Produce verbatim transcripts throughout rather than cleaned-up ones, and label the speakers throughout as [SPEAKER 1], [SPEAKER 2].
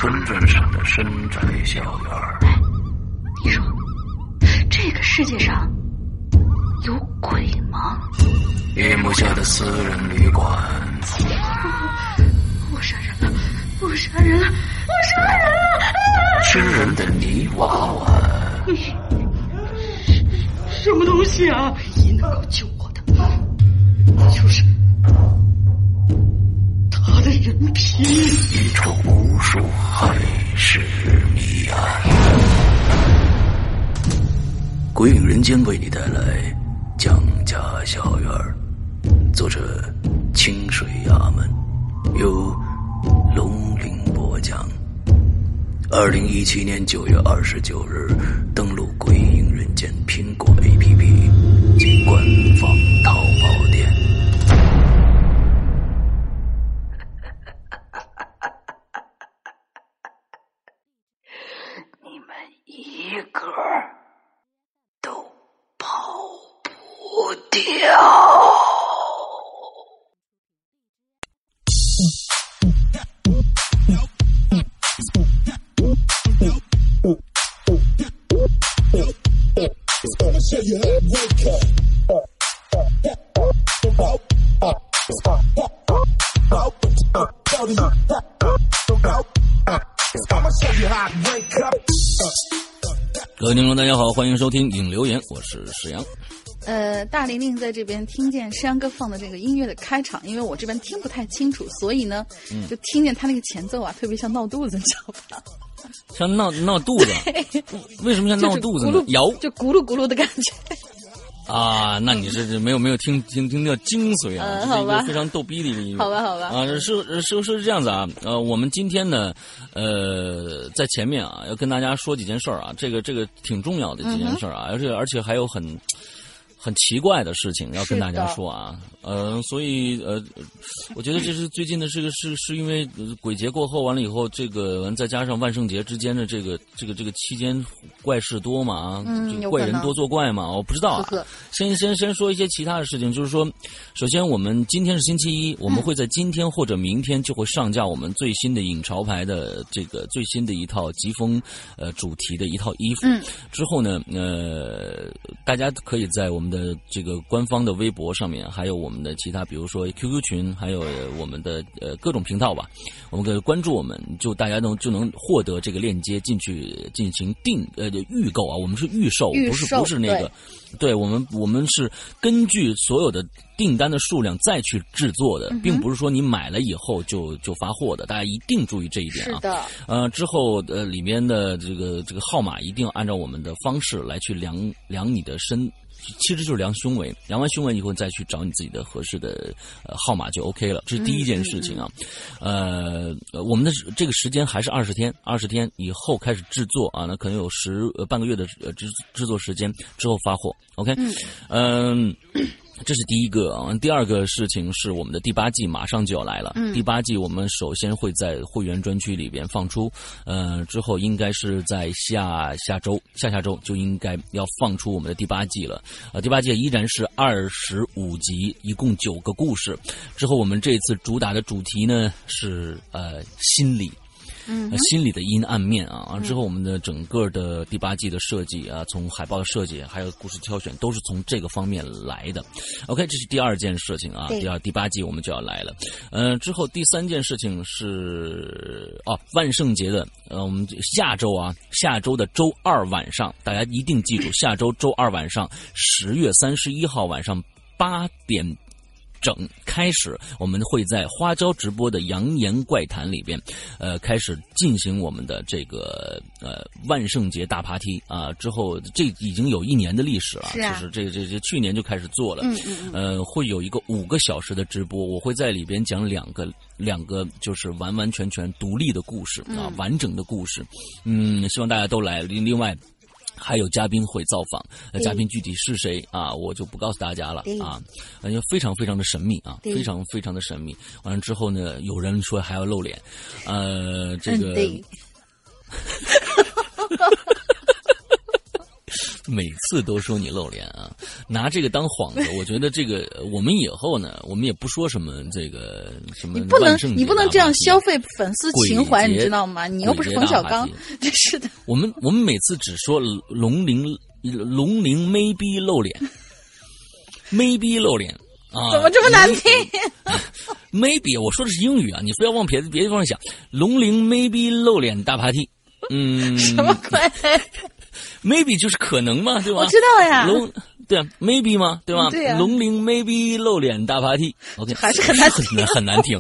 [SPEAKER 1] 村镇上的深宅小院。
[SPEAKER 2] 哎，你说这个世界上有鬼吗？
[SPEAKER 1] 夜幕下的私人旅馆。
[SPEAKER 2] 我杀人了，我杀人了，我杀人了！啊、
[SPEAKER 1] 吃人的泥娃娃。
[SPEAKER 2] 什么东西啊？唯一能够救我的，就是他的人皮。
[SPEAKER 1] 一出无数害世谜案。鬼影人间为你带来蒋家小院，作者清水衙门，由龙鳞播讲。二零一七年九月二十九日登录鬼影人间苹果 A P P 及官方淘宝店。
[SPEAKER 2] 你们一个都跑不掉。
[SPEAKER 1] 各位听众大家好，欢迎收听影留言，我是石阳。
[SPEAKER 3] 呃，大玲玲在这边听见石阳哥放的这个音乐的开场，因为我这边听不太清楚，所以呢，嗯、就听见他那个前奏啊，特别像闹肚子，你知道吧？
[SPEAKER 1] 像闹闹肚子？为什么像闹肚子呢？摇
[SPEAKER 3] 就咕噜咕噜的感觉。
[SPEAKER 1] 啊，那你是没有没有听听听到精髓啊？
[SPEAKER 3] 呃、好吧，
[SPEAKER 1] 这是一个非常逗逼的一个音乐。
[SPEAKER 3] 好吧，好吧。
[SPEAKER 1] 啊，是是是这样子啊，呃，我们今天呢，呃，在前面啊，要跟大家说几件事儿啊，这个这个挺重要的几件事儿啊，嗯、而且而且还有很。很奇怪的事情要跟大家说啊，呃，所以呃，我觉得这是最近的这个是是因为鬼节过后完了以后，这个再加上万圣节之间的这个这个这个期间怪事多嘛啊，
[SPEAKER 3] 嗯，
[SPEAKER 1] 这怪人多作怪嘛，我不知道啊。先先先说一些其他的事情，就是说，首先我们今天是星期一，我们会在今天或者明天就会上架我们最新的影潮牌的这个最新的一套疾风呃主题的一套衣服。
[SPEAKER 3] 嗯，
[SPEAKER 1] 之后呢，呃，大家可以在我们的这个官方的微博上面，还有我们的其他，比如说 Q Q 群，还有我们的呃各种频道吧，我们可以关注我们，就大家能就能获得这个链接进去进行订呃预购啊，我们是预售，不是不是那个，对, 对我们我们是根据所有的订单的数量再去制作的，并不是说你买了以后就就发货的，大家一定注意这一点啊。
[SPEAKER 3] 是的。
[SPEAKER 1] 呃，之后呃里面的这个这个号码一定要按照我们的方式来去量量你的身。其实就是量胸围，量完胸围以后再去找你自己的合适的呃号码就 OK 了，这是第一件事情啊。嗯、呃，我们的这个时间还是二十天，二十天以后开始制作啊，那可能有十呃半个月的呃制制作时间之后发货 ，OK， 嗯。呃这是第一个啊，第二个事情是我们的第八季马上就要来了。嗯、第八季我们首先会在会员专区里边放出，呃，之后应该是在下下周、下下周就应该要放出我们的第八季了。呃，第八季依然是二十五集，一共九个故事。之后我们这次主打的主题呢是呃心理。嗯，心理的阴暗面啊，之后我们的整个的第八季的设计啊，从海报的设计还有故事挑选都是从这个方面来的。OK， 这是第二件事情啊，第二第八季我们就要来了。呃，之后第三件事情是哦，万圣节的呃，我们下周啊，下周的周二晚上，大家一定记住，下周周二晚上，十月三十一号晚上八点。整开始，我们会在花椒直播的扬言怪谈里边，呃，开始进行我们的这个呃万圣节大趴梯啊。之后这已经有一年的历史了，
[SPEAKER 3] 是啊、
[SPEAKER 1] 就是这这这去年就开始做了，
[SPEAKER 3] 嗯嗯嗯，
[SPEAKER 1] 呃，会有一个五个小时的直播，我会在里边讲两个两个就是完完全全独立的故事啊，
[SPEAKER 3] 嗯、
[SPEAKER 1] 完整的故事，嗯，希望大家都来。另另外。还有嘉宾会造访，呃，嘉宾具体是谁啊？我就不告诉大家了啊，呃，非常非常的神秘啊，非常非常的神秘。完了之后呢，有人说还要露脸，呃，这个， 每次都说你露脸啊，拿这个当幌子，我觉得这个我们以后呢，我们也不说什么这个什么
[SPEAKER 3] 你不能
[SPEAKER 1] 万圣节
[SPEAKER 3] 你不能这样消费粉丝情怀，
[SPEAKER 1] 鬼节
[SPEAKER 3] 你知道吗？你又不是冯小刚，真是的。
[SPEAKER 1] 我们我们每次只说龙鳞龙鳞 maybe 露脸 ，maybe 露脸啊，
[SPEAKER 3] 怎么这么难听
[SPEAKER 1] ？maybe 我说的是英语啊，你非要往别的别的地方想，龙鳞 maybe 露脸大 party， 嗯，
[SPEAKER 3] 什么鬼
[SPEAKER 1] ？maybe 就是可能嘛，对吧？
[SPEAKER 3] 我知道呀。
[SPEAKER 1] 龙对啊 ，maybe 嘛，对吧？
[SPEAKER 3] 对呀。
[SPEAKER 1] 龙鳞 maybe 露脸大 party，OK，
[SPEAKER 3] 还是很难听，
[SPEAKER 1] 很难很难听。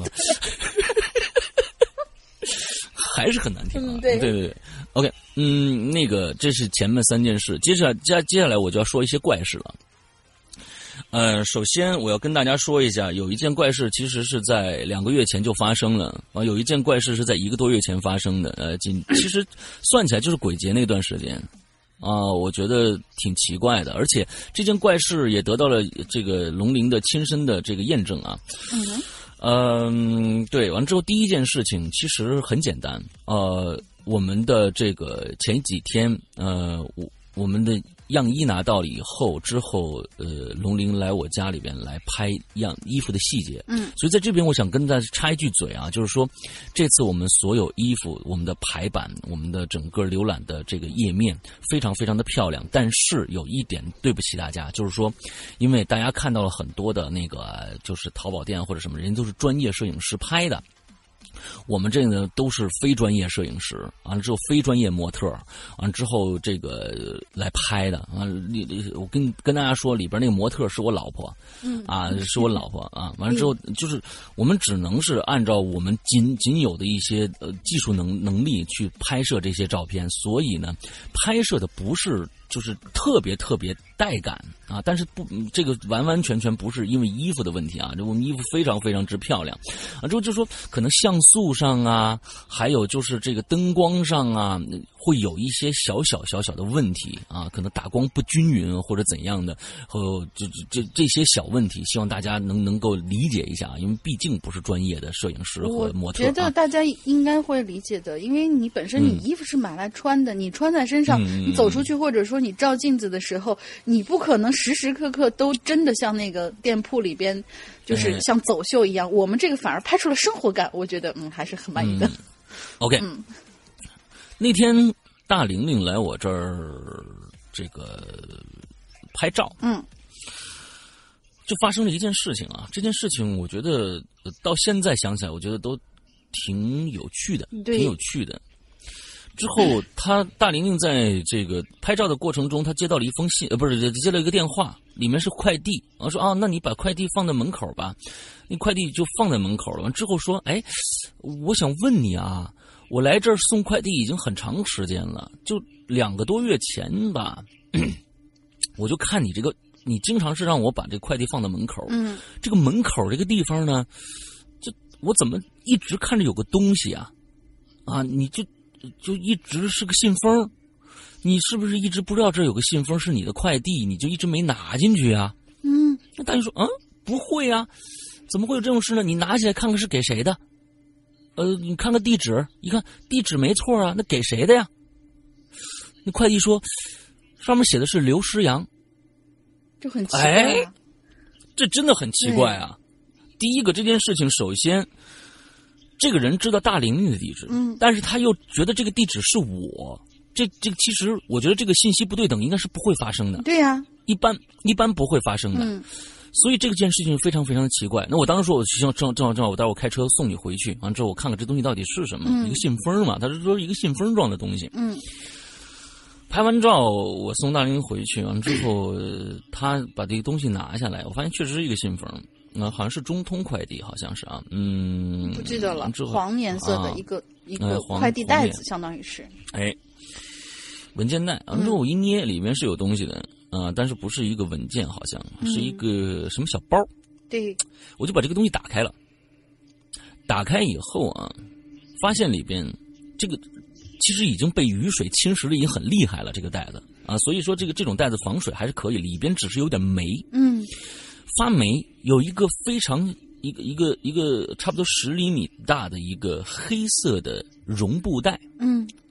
[SPEAKER 1] 还是很难听啊！
[SPEAKER 3] 嗯、对
[SPEAKER 1] 对对对 ，OK， 嗯，那个这是前面三件事，接下接接下来我就要说一些怪事了。呃，首先我要跟大家说一下，有一件怪事其实是在两个月前就发生了啊，有一件怪事是在一个多月前发生的。呃，今其实算起来就是鬼节那段时间啊，我觉得挺奇怪的，而且这件怪事也得到了这个龙鳞的亲身的这个验证啊。
[SPEAKER 3] 嗯。
[SPEAKER 1] 嗯，对，完之后第一件事情其实很简单，呃，我们的这个前几天，呃，我我们的样衣拿到了以后，之后，呃，龙鳞来我家里边来拍样衣服的细节，
[SPEAKER 3] 嗯，
[SPEAKER 1] 所以在这边我想跟大家插一句嘴啊，就是说，这次我们所有衣服、我们的排版、我们的整个浏览的这个页面非常非常的漂亮，但是有一点对不起大家，就是说，因为大家看到了很多的那个就是淘宝店或者什么人都是专业摄影师拍的。我们这个都是非专业摄影师，完了之后非专业模特，完了之后这个来拍的啊。我跟跟大家说，里边那个模特是我老婆，
[SPEAKER 3] 嗯
[SPEAKER 1] 啊，是我老婆啊。完了之后就是我们只能是按照我们仅仅有的一些呃技术能能力去拍摄这些照片，所以呢，拍摄的不是就是特别特别带感啊，但是不，这个完完全全不是因为衣服的问题啊，这我们衣服非常非常之漂亮啊，之后就说可能像素上啊，还有就是这个灯光上啊，会有一些小小小小的问题啊，可能打光不均匀或者怎样的，和这这这些小问题，希望大家能能够理解一下，因为毕竟不是专业的摄影师和模特。
[SPEAKER 3] 我觉得大家应该会理解的，因为你本身你衣服是买来穿的，嗯、你穿在身上，
[SPEAKER 1] 嗯、
[SPEAKER 3] 你走出去或者说你照镜子的时候，你不可能时时刻刻都真的像那个店铺里边，就是像走秀一样。嗯、我们这个反而拍出了生活感，我觉得嗯还是很满意的。
[SPEAKER 1] 嗯、OK，
[SPEAKER 3] 嗯，
[SPEAKER 1] 那天大玲玲来我这儿这个拍照，
[SPEAKER 3] 嗯，
[SPEAKER 1] 就发生了一件事情啊。这件事情我觉得到现在想起来，我觉得都挺有趣的，挺有趣的。之后，他大玲玲在这个拍照的过程中，他接到了一封信，呃，不是接了一个电话，里面是快递。我说啊，那你把快递放在门口吧。那快递就放在门口了。完之后说，哎，我想问你啊，我来这儿送快递已经很长时间了，就两个多月前吧，我就看你这个，你经常是让我把这个快递放在门口。
[SPEAKER 3] 嗯，
[SPEAKER 1] 这个门口这个地方呢，就我怎么一直看着有个东西啊？啊，你就。就一直是个信封，你是不是一直不知道这有个信封是你的快递，你就一直没拿进去啊？
[SPEAKER 3] 嗯，
[SPEAKER 1] 那大爷说，嗯，不会啊，怎么会有这种事呢？你拿起来看看是给谁的？呃，你看看地址，一看地址没错啊，那给谁的呀？那快递说，上面写的是刘诗阳，
[SPEAKER 3] 就很奇怪、啊，
[SPEAKER 1] 哎，这真的很奇怪啊！第一个，这件事情首先。这个人知道大玲玲的地址，
[SPEAKER 3] 嗯，但
[SPEAKER 1] 是他又觉得这个地址是我，这这其实我觉得这个信息不对等应该是不会发生的，
[SPEAKER 3] 对呀、啊，
[SPEAKER 1] 一般一般不会发生的，
[SPEAKER 3] 嗯，
[SPEAKER 1] 所以这件事情非常非常的奇怪。那我当时说，我正正正好正好，我待会儿开车送你回去，完之后我看看这东西到底是什么，
[SPEAKER 3] 嗯、
[SPEAKER 1] 一个信封嘛，他是说一个信封状的东西，
[SPEAKER 3] 嗯，
[SPEAKER 1] 拍完照我送大玲玲回去，完之后他把这个东西拿下来，我发现确实是一个信封。那、呃、好像是中通快递，好像是啊，嗯，
[SPEAKER 3] 不记得了。黄颜色的一个、啊、一个快递袋子，相当于是。
[SPEAKER 1] 哎，文件袋，然后我一捏，里面是有东西的啊、呃，但是不是一个文件，好像是一个什么小包。
[SPEAKER 3] 对，
[SPEAKER 1] 我就把这个东西打开了。打开以后啊，发现里边这个其实已经被雨水侵蚀的已经很厉害了，这个袋子啊，所以说这个这种袋子防水还是可以，里边只是有点霉。
[SPEAKER 3] 嗯。
[SPEAKER 1] 发霉，有一个非常一个一个一个差不多十厘米大的一个黑色的绒布袋，
[SPEAKER 3] 嗯，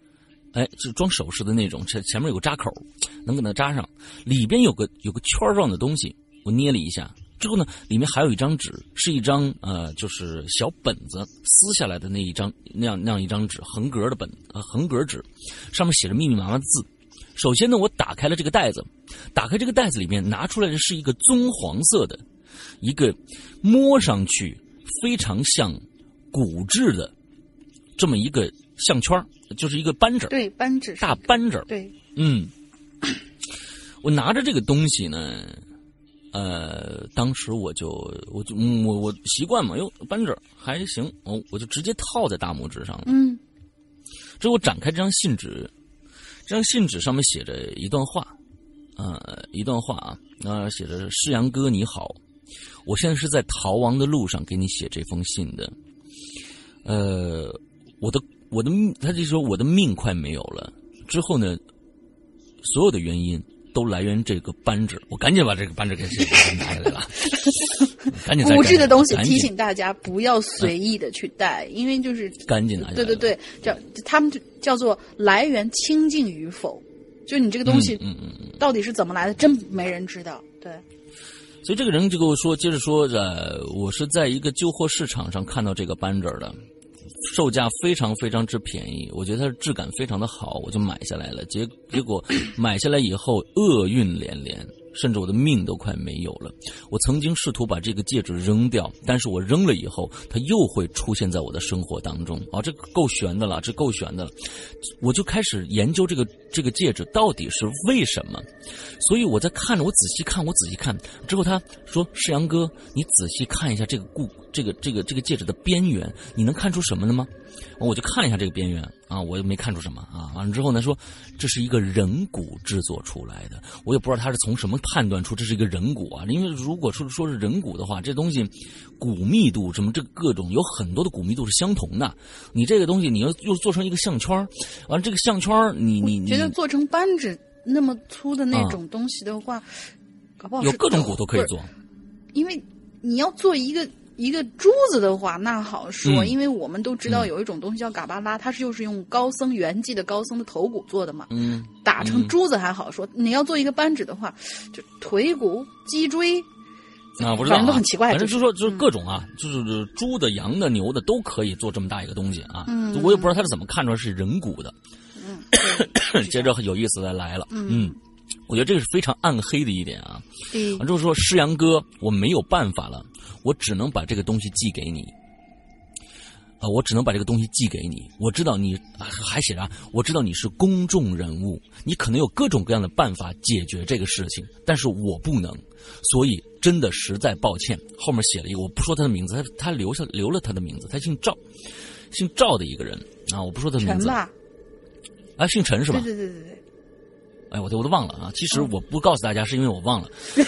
[SPEAKER 1] 哎，就装首饰的那种，前前面有个扎口，能给它扎上，里边有个有个圈状的东西，我捏了一下。之后呢，里面还有一张纸，是一张呃，就是小本子撕下来的那一张那样那样一张纸，横格的本呃横格纸，上面写着密密麻麻的字。首先呢，我打开了这个袋子，打开这个袋子里面拿出来的是一个棕黄色的，一个摸上去非常像骨质的这么一个项圈，就是一个扳指，
[SPEAKER 3] 对，扳指，
[SPEAKER 1] 大扳指，
[SPEAKER 3] 对，
[SPEAKER 1] 嗯，我拿着这个东西呢。呃，当时我就我就嗯我我习惯嘛，哟，扳指还行，我我就直接套在大拇指上了。
[SPEAKER 3] 嗯，
[SPEAKER 1] 之后我展开这张信纸，这张信纸上面写着一段话，呃，一段话啊，那写着“世阳哥你好，我现在是在逃亡的路上给你写这封信的。呃，我的我的他就说我的命快没有了，之后呢，所有的原因。都来源这个扳指，我赶紧把这个扳指给拿下来了，赶紧
[SPEAKER 3] 骨质的东西提醒大家不要随意的去带，嗯、因为就是
[SPEAKER 1] 赶紧拿下来。
[SPEAKER 3] 对对对，叫他们叫做来源清净与否，就你这个东西
[SPEAKER 1] 嗯嗯嗯
[SPEAKER 3] 到底是怎么来的，真没人知道。对，
[SPEAKER 1] 所以这个人就跟我说，接着说，呃，我是在一个旧货市场上看到这个扳指的。售价非常非常之便宜，我觉得它的质感非常的好，我就买下来了。结结果买下来以后厄运连连，甚至我的命都快没有了。我曾经试图把这个戒指扔掉，但是我扔了以后，它又会出现在我的生活当中。啊，这个够悬的了，这够悬的了。我就开始研究这个这个戒指到底是为什么。所以我在看着，我仔细看，我仔细看之后，他说：“世阳哥，你仔细看一下这个故这个这个这个戒指的边缘，你能看出什么呢吗？”我就看了一下这个边缘啊，我也没看出什么啊。完了之后呢，说这是一个人骨制作出来的，我也不知道他是从什么判断出这是一个人骨啊。因为如果说说是人骨的话，这东西骨密度什么这各种有很多的骨密度是相同的。你这个东西你又又做成一个项圈，完了这个项圈你你你
[SPEAKER 3] 觉得做成扳指那么粗的那种东西的话，啊、搞不好
[SPEAKER 1] 有各种骨都可以做，
[SPEAKER 3] 因为你要做一个。一个珠子的话，那好说，
[SPEAKER 1] 嗯、
[SPEAKER 3] 因为我们都知道有一种东西叫嘎巴拉，嗯、它是就是用高僧圆寂的高僧的头骨做的嘛。
[SPEAKER 1] 嗯，
[SPEAKER 3] 打成珠子还好说，嗯、你要做一个扳指的话，就腿骨、脊椎
[SPEAKER 1] 啊，不知道、啊，
[SPEAKER 3] 反正都很奇怪。
[SPEAKER 1] 反正就说就是各种啊，嗯、就是猪的、羊的、牛的都可以做这么大一个东西啊。
[SPEAKER 3] 嗯，
[SPEAKER 1] 我也不知道他是怎么看出来是人骨的。
[SPEAKER 3] 嗯，
[SPEAKER 1] 接着有意思的来了，嗯。嗯我觉得这个是非常暗黑的一点啊。
[SPEAKER 3] 嗯，
[SPEAKER 1] 完之后说，师阳哥，我没有办法了，我只能把这个东西寄给你。啊，我只能把这个东西寄给你。我知道你、啊、还写着，我知道你是公众人物，你可能有各种各样的办法解决这个事情，但是我不能，所以真的实在抱歉。后面写了一个，我不说他的名字，他他留下留了他的名字，他姓赵，姓赵的一个人啊，我不说他的名字。
[SPEAKER 3] 陈吧？
[SPEAKER 1] 啊，姓陈是吧？
[SPEAKER 3] 对对对对对。
[SPEAKER 1] 哎，我都我都忘了啊！其实我不告诉大家，是因为我忘了。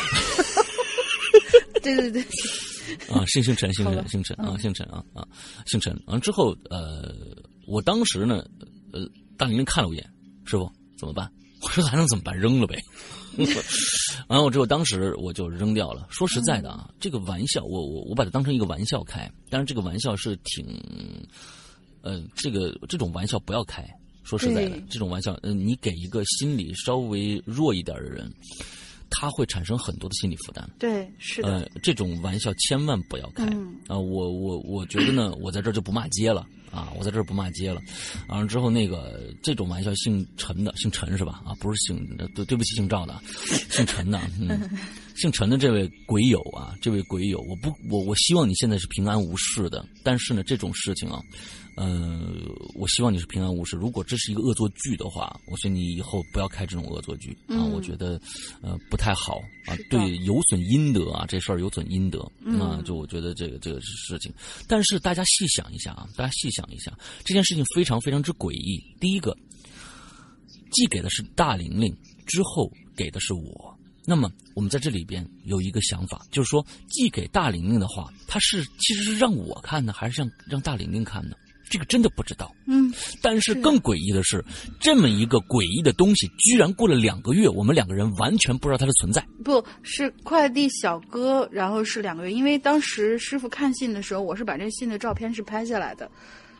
[SPEAKER 3] 对对对。
[SPEAKER 1] 啊，姓姓陈，姓陈，姓陈啊，姓陈啊啊，姓陈。完了之后，呃，我当时呢，呃，大玲玲看了我一眼，师傅怎么办？我说还能怎么办？扔了呗。完了之后，当时我就扔掉了。说实在的啊，这个玩笑，我我我把它当成一个玩笑开，但是这个玩笑是挺，呃，这个这种玩笑不要开。说实在的，这种玩笑，嗯、呃，你给一个心理稍微弱一点的人，他会产生很多的心理负担。
[SPEAKER 3] 对，是的。
[SPEAKER 1] 呃，这种玩笑千万不要开。啊、
[SPEAKER 3] 嗯
[SPEAKER 1] 呃，我我我觉得呢，我在这儿就不骂街了啊，我在这儿不骂街了。完了之后，那个这种玩笑，姓陈的，姓陈是吧？啊，不是姓对，对不起，姓赵的，姓陈的，嗯，姓陈的这位鬼友啊，这位鬼友，我不，我我希望你现在是平安无事的，但是呢，这种事情啊。呃，我希望你是平安无事。如果这是一个恶作剧的话，我说你以后不要开这种恶作剧啊，
[SPEAKER 3] 嗯、
[SPEAKER 1] 我觉得呃不太好啊，对，有损阴德啊，这事儿有损阴德啊，就我觉得这个这个事情。但是大家细想一下啊，大家细想一下，这件事情非常非常之诡异。第一个，寄给的是大玲玲，之后给的是我。那么我们在这里边有一个想法，就是说寄给大玲玲的话，它是其实是让我看呢，还是让让大玲玲看呢？这个真的不知道。
[SPEAKER 3] 嗯，
[SPEAKER 1] 但是更诡异的是，这么一个诡异的东西，居然过了两个月，我们两个人完全不知道它的存在。
[SPEAKER 3] 不是快递小哥，然后是两个月，因为当时师傅看信的时候，我是把这信的照片是拍下来的。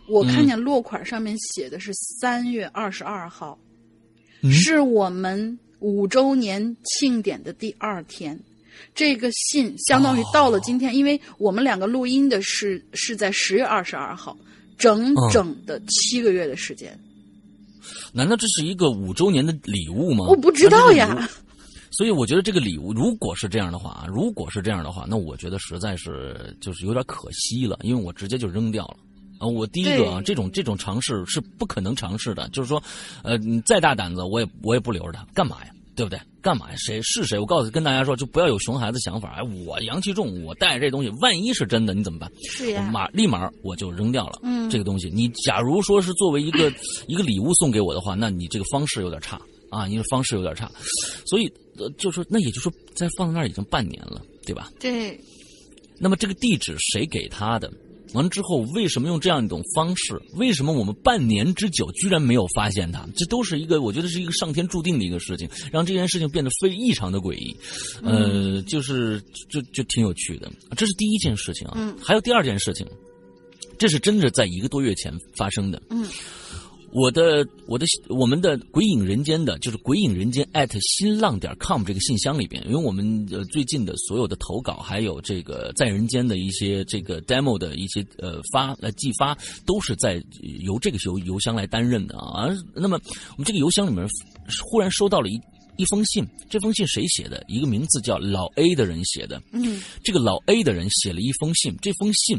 [SPEAKER 3] 我看见落款上面写的是三月二十二号，
[SPEAKER 1] 嗯、
[SPEAKER 3] 是我们五周年庆典的第二天。这个信相当于到了今天，哦、因为我们两个录音的是是在十月二十二号，整整的七个月的时间。
[SPEAKER 1] 嗯、难道这是一个五周年的礼物吗？
[SPEAKER 3] 我不知道呀。
[SPEAKER 1] 所以我觉得这个礼物，如果是这样的话，如果是这样的话，那我觉得实在是就是有点可惜了，因为我直接就扔掉了。啊，我第一个啊，这种这种尝试是不可能尝试的，就是说，呃，你再大胆子，我也我也不留着它，干嘛呀？对不对？干嘛呀？谁是谁？我告诉跟大家说，就不要有熊孩子想法。哎，我阳气重，我带着这东西，万一是真的，你怎么办？
[SPEAKER 3] 是呀，
[SPEAKER 1] 马立马我就扔掉了。
[SPEAKER 3] 嗯，
[SPEAKER 1] 这个东西，你假如说是作为一个一个礼物送给我的话，那你这个方式有点差啊，你的方式有点差，所以呃，就说那也就是说，在放在那儿已经半年了，对吧？
[SPEAKER 3] 对。
[SPEAKER 1] 那么这个地址谁给他的？完了之后，为什么用这样一种方式？为什么我们半年之久居然没有发现它？这都是一个，我觉得是一个上天注定的一个事情，让这件事情变得非异常的诡异。呃，就是就就挺有趣的。这是第一件事情啊。
[SPEAKER 3] 嗯。
[SPEAKER 1] 还有第二件事情，这是真的在一个多月前发生的。
[SPEAKER 3] 嗯。
[SPEAKER 1] 我的我的我们的鬼影人间的就是鬼影人间 at 新浪点 com 这个信箱里边，因为我们呃最近的所有的投稿，还有这个在人间的一些这个 demo 的一些呃发呃寄发，都是在由这个邮邮箱来担任的啊。那么我们这个邮箱里面忽然收到了一一封信，这封信谁写的？一个名字叫老 A 的人写的。
[SPEAKER 3] 嗯，
[SPEAKER 1] 这个老 A 的人写了一封信，这封信，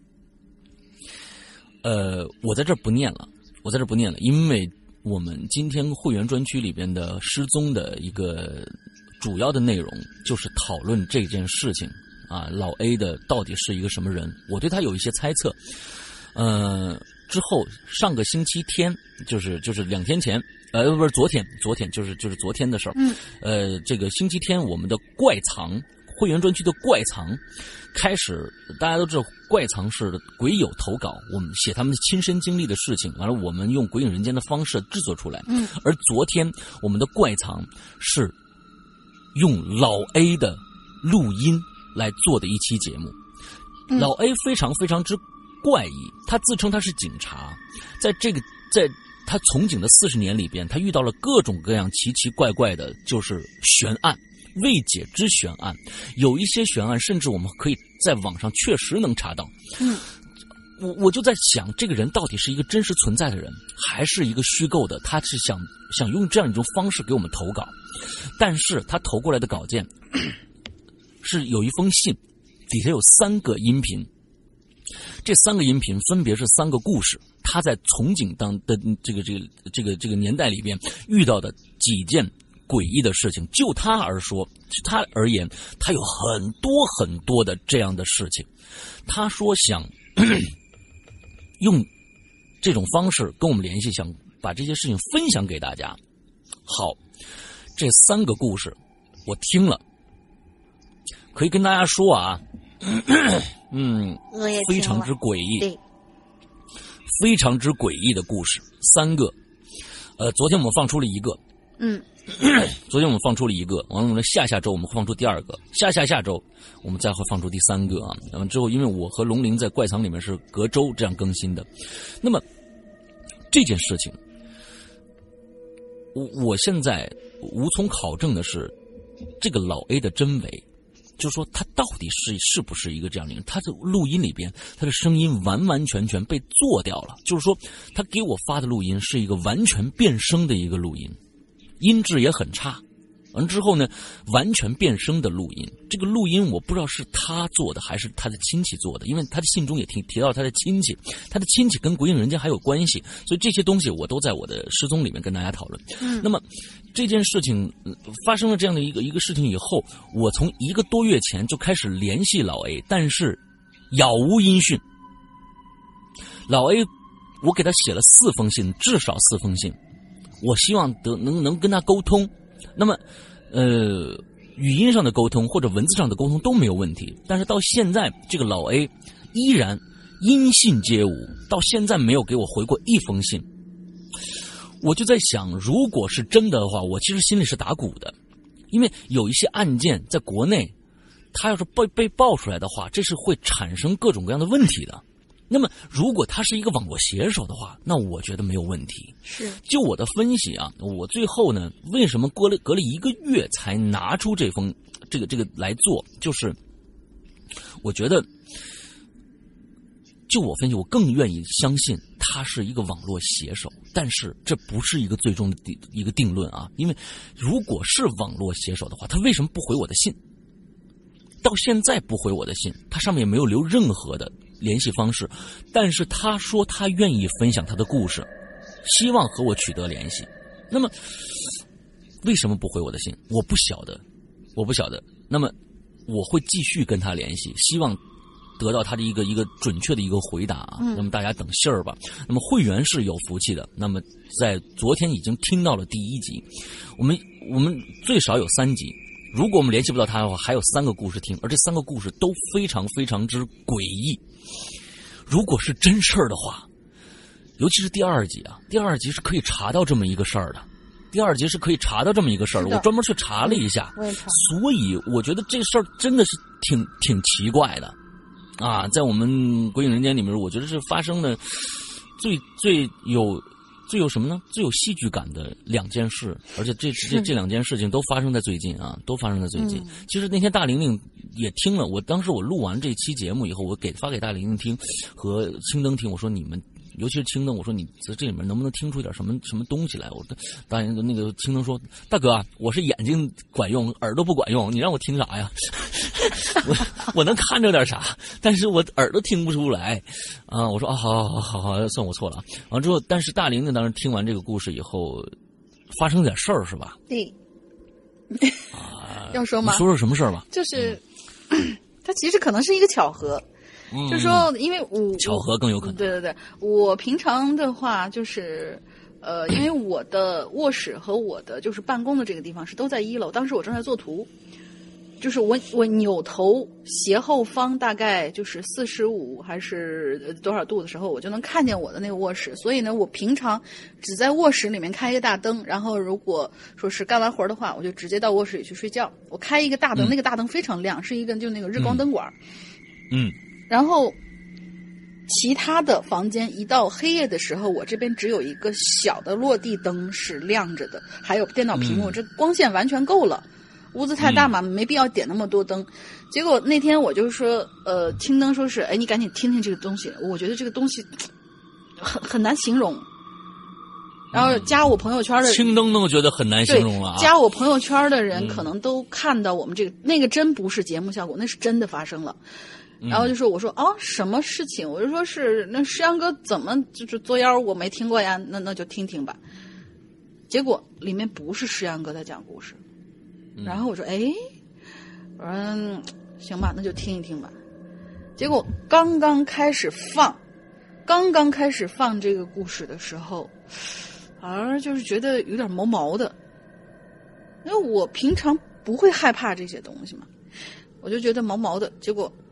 [SPEAKER 1] 呃，我在这儿不念了。我在这不念了，因为我们今天会员专区里边的失踪的一个主要的内容就是讨论这件事情啊，老 A 的到底是一个什么人？我对他有一些猜测。呃，之后上个星期天，就是就是两天前，呃，不是昨天，昨天就是就是昨天的事儿。
[SPEAKER 3] 嗯。
[SPEAKER 1] 呃，这个星期天我们的怪藏会员专区的怪藏开始，大家都知道怪藏是鬼友投稿，我们写他们的亲身经历的事情，完了我们用鬼影人间的方式制作出来。
[SPEAKER 3] 嗯，
[SPEAKER 1] 而昨天我们的怪藏是用老 A 的录音来做的一期节目。
[SPEAKER 3] 嗯、
[SPEAKER 1] 老 A 非常非常之怪异，他自称他是警察，在这个在他从警的四十年里边，他遇到了各种各样奇奇怪怪的，就是悬案。未解之悬案，有一些悬案甚至我们可以在网上确实能查到。
[SPEAKER 3] 嗯，
[SPEAKER 1] 我我就在想，这个人到底是一个真实存在的人，还是一个虚构的？他是想想用这样一种方式给我们投稿，但是他投过来的稿件是有一封信，底下有三个音频，这三个音频分别是三个故事，他在从警当的这个这个这个这个年代里边遇到的几件诡异的事情。就他而说，就他而言，他有很多很多的这样的事情。他说想用这种方式跟我们联系，想把这些事情分享给大家。好，这三个故事我听了，可以跟大家说啊，嗯，非常之诡异，
[SPEAKER 3] 对，
[SPEAKER 1] 非常之诡异的故事，三个。呃，昨天我们放出了一个。
[SPEAKER 3] 嗯，
[SPEAKER 1] 昨天我们放出了一个，完了我们下下周我们会放出第二个，下下下周我们再会放出第三个啊。那么之后，因为我和龙鳞在怪藏里面是隔周这样更新的，那么这件事情，我我现在无从考证的是这个老 A 的真伪，就是说他到底是是不是一个这样的人？他的录音里边，他的声音完完全全被做掉了，就是说他给我发的录音是一个完全变声的一个录音。音质也很差，完之后呢，完全变声的录音。这个录音我不知道是他做的还是他的亲戚做的，因为他的信中也提提到他的亲戚，他的亲戚跟鬼影人家还有关系，所以这些东西我都在我的失踪里面跟大家讨论。
[SPEAKER 3] 嗯，
[SPEAKER 1] 那么这件事情发生了这样的一个一个事情以后，我从一个多月前就开始联系老 A， 但是杳无音讯。老 A， 我给他写了四封信，至少四封信。我希望得能能跟他沟通，那么，呃，语音上的沟通或者文字上的沟通都没有问题。但是到现在，这个老 A 依然音信皆无，到现在没有给我回过一封信。我就在想，如果是真的话，我其实心里是打鼓的，因为有一些案件在国内，他要是被被爆出来的话，这是会产生各种各样的问题的。 那么，如果他是一个网络写手的话，那我觉得没有问题。
[SPEAKER 3] 是，
[SPEAKER 1] 就我的分析啊，我最后呢，为什么隔了隔了一个月才拿出这封这个这个来做，就是我觉得，就我分析，我更愿意相信他是一个网络写手，但是这不是一个最终的定一个定论啊，因为如果是网络写手的话，他为什么不回我的信？到现在不回我的信，他上面也没有留任何的联系方式，但是他说他愿意分享他的故事，希望和我取得联系。那么为什么不回我的信？我不晓得，我不晓得。那么我会继续跟他联系，希望得到他的一个一个准确的一个回答啊。
[SPEAKER 3] 嗯、
[SPEAKER 1] 那么大家等信儿吧。那么会员是有福气的。那么在昨天已经听到了第一集，我们我们最少有三集。如果我们联系不到他的话，还有三个故事听，而这三个故事都非常非常之诡异。如果是真事儿的话，尤其是第二集啊，第二集是可以查到这么一个事儿的，第二集是可以查到这么一个事儿的，我专门去查了一下，所以我觉得这事儿真的是挺挺奇怪的啊，在我们《鬼影人间》里面，我觉得是发生的最最有。最有什么呢？最有戏剧感的两件事，而且这这这两件事情都发生在最近啊，都发生在最近。嗯、其实那天大玲玲也听了，我当时我录完这期节目以后，我给发给大玲玲听和青灯听，我说你们，尤其是青灯，我说你在这里面能不能听出一点什么什么东西来？我大玲那个青灯说，大哥啊，我是眼睛管用，耳朵不管用，你让我听啥呀？我我能看着点啥，但是我耳朵听不出来啊！我说啊，好好好好，算我错了。完之后，但是大玲玲当时听完这个故事以后，发生点事儿是吧？
[SPEAKER 3] 对，
[SPEAKER 1] 啊，
[SPEAKER 3] 要说吗？
[SPEAKER 1] 说说什么事儿吧？
[SPEAKER 3] 就是，嗯、它其实可能是一个巧合，嗯、就是说，因为我
[SPEAKER 1] 巧合更有可能。
[SPEAKER 3] 对对对，我平常的话就是。呃，因为我的卧室和我的就是办公的这个地方是都在一楼，当时我正在做图，就是我我扭头斜后方大概就是四十五还是多少度的时候，我就能看见我的那个卧室。所以呢，我平常只在卧室里面开一个大灯，然后如果说是干完活的话，我就直接到卧室里去睡觉。我开一个大灯，嗯、那个大灯非常亮，是一个就那个日光灯管。
[SPEAKER 1] 嗯，
[SPEAKER 3] 然后。其他的房间一到黑夜的时候，我这边只有一个小的落地灯是亮着的，还有电脑屏幕，嗯、这光线完全够了。屋子太大嘛，嗯、没必要点那么多灯。结果那天我就说，呃，青灯说是，哎，你赶紧听听这个东西，我觉得这个东西很很难形容。然后加我朋友圈的人，
[SPEAKER 1] 青灯都觉得很难形容了啊。
[SPEAKER 3] 加我朋友圈的人可能都看到我们这个，嗯、那个真不是节目效果，那是真的发生了。然后就说我说哦什么事情？我就说是那石阳哥怎么就是作妖我没听过呀，那那就听听吧。结果里面不是石阳哥在讲故事，嗯、然后我说哎，我说、嗯、行吧，那就听一听吧。结果刚刚开始放，刚刚开始放这个故事的时候，而就是觉得有点毛毛的，因为我平常不会害怕这些东西嘛，我就觉得毛毛的，结果。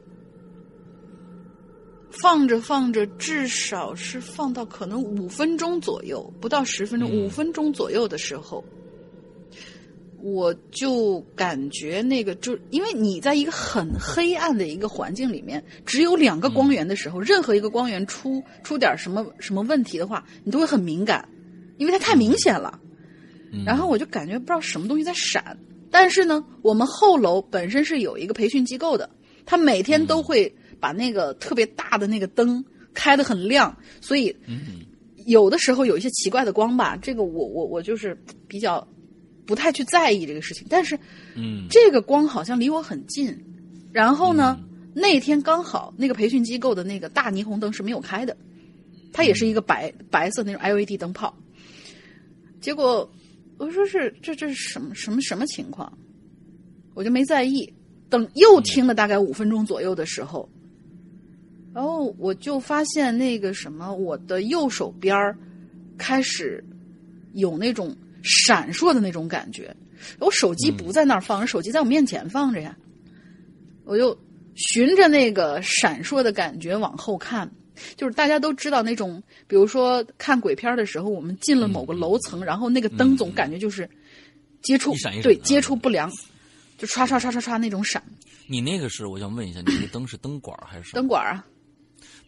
[SPEAKER 3] 放着放着，至少是放到可能五分钟左右，不到十分钟，五、嗯、分钟左右的时候，我就感觉那个，就因为你在一个很黑暗的一个环境里面，只有两个光源的时候，嗯、任何一个光源出出点什么什么问题的话，你都会很敏感，因为它太明显了。嗯、然后我就感觉不知道什么东西在闪，但是呢，我们后楼本身是有一个培训机构的，他每天都会。把那个特别大的那个灯开得很亮，所以有的时候有一些奇怪的光吧，这个我我我就是比较不太去在意这个事情，但是嗯，这个光好像离我很近，然后呢，嗯、那天刚好那个培训机构的那个大霓虹灯是没有开的，它也是一个白、嗯、白色那种 L E D 灯泡，结果我说是这这是什么什么什么情况，我就没在意，等又听了大概五分钟左右的时候。然后我就发现那个什么，我的右手边开始有那种闪烁的那种感觉。我手机不在那儿放，嗯、手机在我面前放着呀。我就循着那个闪烁的感觉往后看，就是大家都知道那种，比如说看鬼片的时候，我们进了某个楼层，嗯、然后那个灯总感觉就是接触，
[SPEAKER 1] 嗯、
[SPEAKER 3] 对接触不良，就刷刷刷刷刷那种闪。
[SPEAKER 1] 你那个是，我想问一下，你那个灯是灯管还是什么？
[SPEAKER 3] 灯管啊。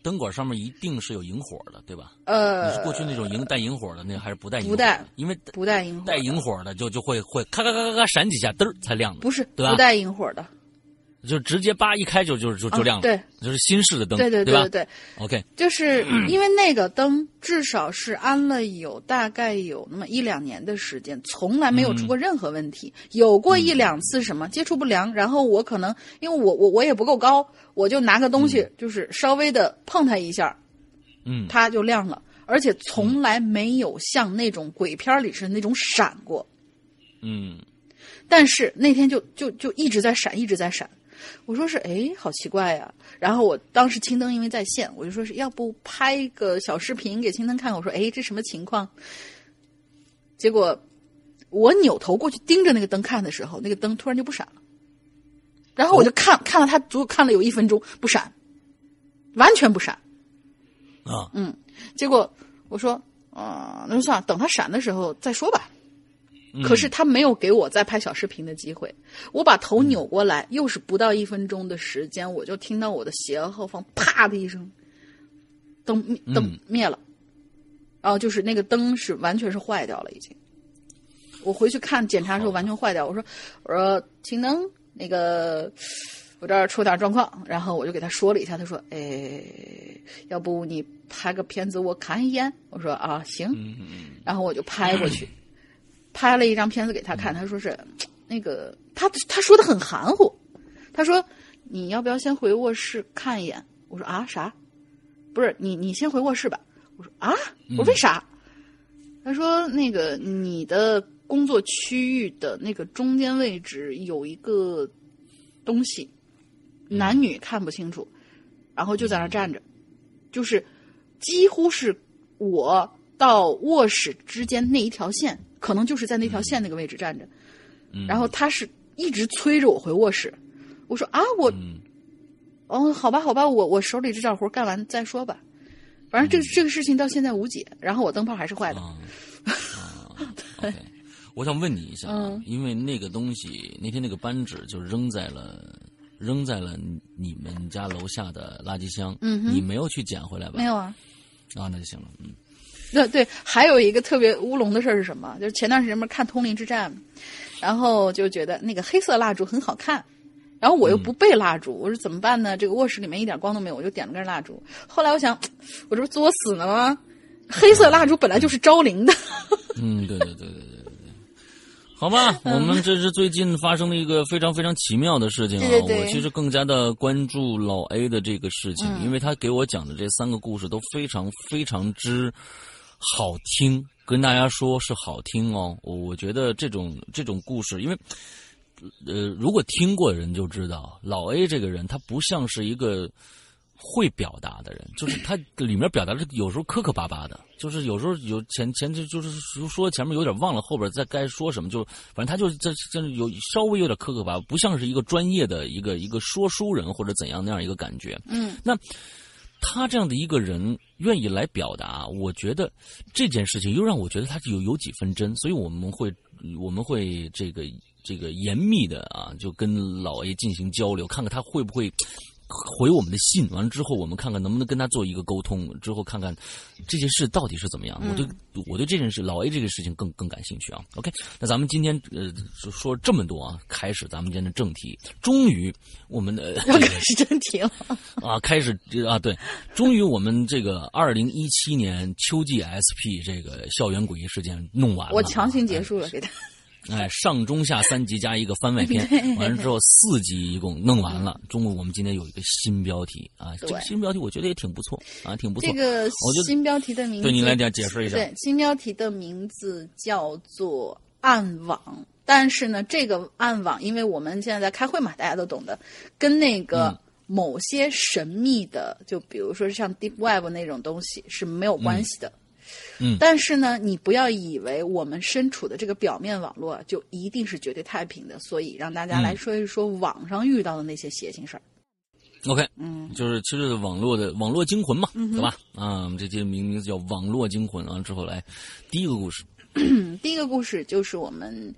[SPEAKER 1] 灯管上面一定是有引火的，对吧？
[SPEAKER 3] 呃，
[SPEAKER 1] 你是过去那种引带引火的，那还是不带引火的？
[SPEAKER 3] 不带，
[SPEAKER 1] 因为
[SPEAKER 3] 不带引火，
[SPEAKER 1] 带引火的就就会会咔咔咔咔咔闪几下，嘚儿才亮的。
[SPEAKER 3] 不是，
[SPEAKER 1] 对吧？
[SPEAKER 3] 不带引火的，
[SPEAKER 1] 就直接叭一开就就就就亮了。
[SPEAKER 3] 啊、对，
[SPEAKER 1] 就是新式的灯，
[SPEAKER 3] 对对
[SPEAKER 1] 对吧？
[SPEAKER 3] 对对对。
[SPEAKER 1] OK，
[SPEAKER 3] 就是因为那个灯至少是安了有大概有那么一两年的时间，从来没有出过任何问题。嗯、有过一两次什么接触不良，然后我可能因为我我我也不够高，我就拿个东西就是稍微的碰它一下，
[SPEAKER 1] 嗯，
[SPEAKER 3] 它就亮了，而且从来没有像那种鬼片里是那种闪过。
[SPEAKER 1] 嗯，
[SPEAKER 3] 但是那天就就就一直在闪，一直在闪。我说是，哎，好奇怪呀。然后我当时青灯因为在线，我就说是要不拍个小视频给青灯看看。我说，哎，这什么情况？结果我扭头过去盯着那个灯看的时候，那个灯突然就不闪了。然后我就看、哦、看了它足足看了有一分钟不闪，完全不闪。
[SPEAKER 1] 啊，
[SPEAKER 3] 嗯，结果我说，啊、呃，那就算了，等它闪的时候再说吧。可是他没有给我再拍小视频的机会，我把头扭过来，又是不到一分钟的时间，我就听到我的斜后方啪的一声，灯灯灭了，然后就是那个灯是完全是坏掉了，已经。我回去看检查的时候完全坏掉，我说我说青灯那个我这儿出点状况，然后我就给他说了一下，他说哎，要不你拍个片子我看一眼？我说啊行，然后我就拍过去。拍了一张片子给他看，他说是那个他他说的很含糊，他说你要不要先回卧室看一眼？我说啊啥？不是你你先回卧室吧？我说啊，我说为啥？嗯、他说那个你的工作区域的那个中间位置有一个东西，男女看不清楚，然后就在那站着，就是几乎是我到卧室之间那一条线。可能就是在那条线那个位置站着，嗯、然后他是一直催着我回卧室。我说啊，我，嗯、哦，好吧，好吧，我我手里这点活干完再说吧。反正这、嗯、这个事情到现在无解，然后我灯泡还是坏的。
[SPEAKER 1] 啊啊、OK， 我想问你一下啊，嗯、因为那个东西那天那个扳指就扔在了扔在了你们家楼下的垃圾箱，
[SPEAKER 3] 嗯，
[SPEAKER 1] 你没有去捡回来吧？
[SPEAKER 3] 没有啊。
[SPEAKER 1] 啊，那就行了，嗯。
[SPEAKER 3] 对对，还有一个特别乌龙的事儿是什么？就是前段时间看《通灵之战》，然后就觉得那个黑色蜡烛很好看，然后我又不备蜡烛，嗯、我说怎么办呢？这个卧室里面一点光都没有，我就点了根蜡烛。后来我想，我这不作死呢吗？黑色蜡烛本来就是招灵的。
[SPEAKER 1] 嗯，对对对对对对。好吧，我们这是最近发生的一个非常非常奇妙的事情啊！
[SPEAKER 3] 对对对，
[SPEAKER 1] 我其实更加的关注老 A 的这个事情，嗯、因为他给我讲的这三个故事都非常非常之。好听，跟大家说是好听哦。我我觉得这种这种故事，因为呃，如果听过的人就知道，老 A 这个人他不像是一个会表达的人，就是他里面表达的有时候磕磕巴巴的，就是有时候有前前就就是说前面有点忘了后边再该说什么，就反正他就这这有稍微有点磕磕巴巴，不像是一个专业的一个一个说书人或者怎样那样一个感觉。
[SPEAKER 3] 嗯，
[SPEAKER 1] 那。他这样的一个人愿意来表达，我觉得这件事情又让我觉得他有有几分真，所以我们会我们会这个这个严密的啊，就跟老 A 进行交流，看看他会不会回我们的信，完了之后我们看看能不能跟他做一个沟通，之后看看这件事到底是怎么样。嗯、我对我对这件事老 A 这个事情更更感兴趣啊。OK， 那咱们今天呃说这么多啊，开始咱们今天的正题。终于我们的
[SPEAKER 3] 要开始正题了
[SPEAKER 1] 啊，开始啊对，终于我们这个二零一七年秋季 S P 这个校园诡异事件弄完了，
[SPEAKER 3] 我强行结束了给他。
[SPEAKER 1] 哎，上中下三集加一个番外篇，完了之后四集一共弄完了。中午我们今天有一个新标题啊，这个新标题我觉得也挺不错啊，挺不错。
[SPEAKER 3] 这个新标题的名字
[SPEAKER 1] 对你来讲解释一下。
[SPEAKER 3] 对，新标题的名字叫做暗网，但是呢，这个暗网，因为我们现在在开会嘛，大家都懂的，跟那个某些神秘的，嗯、就比如说像 Deep Web 那种东西是没有关系的。嗯
[SPEAKER 1] 嗯，
[SPEAKER 3] 但是呢，你不要以为我们身处的这个表面网络就一定是绝对太平的，所以让大家来说一说网上遇到的那些邪性事儿。
[SPEAKER 1] OK，
[SPEAKER 3] 嗯，
[SPEAKER 1] 就是其实网络的网络惊魂嘛，
[SPEAKER 3] 嗯、
[SPEAKER 1] 对吧？啊，这这名名字叫网络惊魂啊。之后来第一个故事，
[SPEAKER 3] 第一个故事就是我们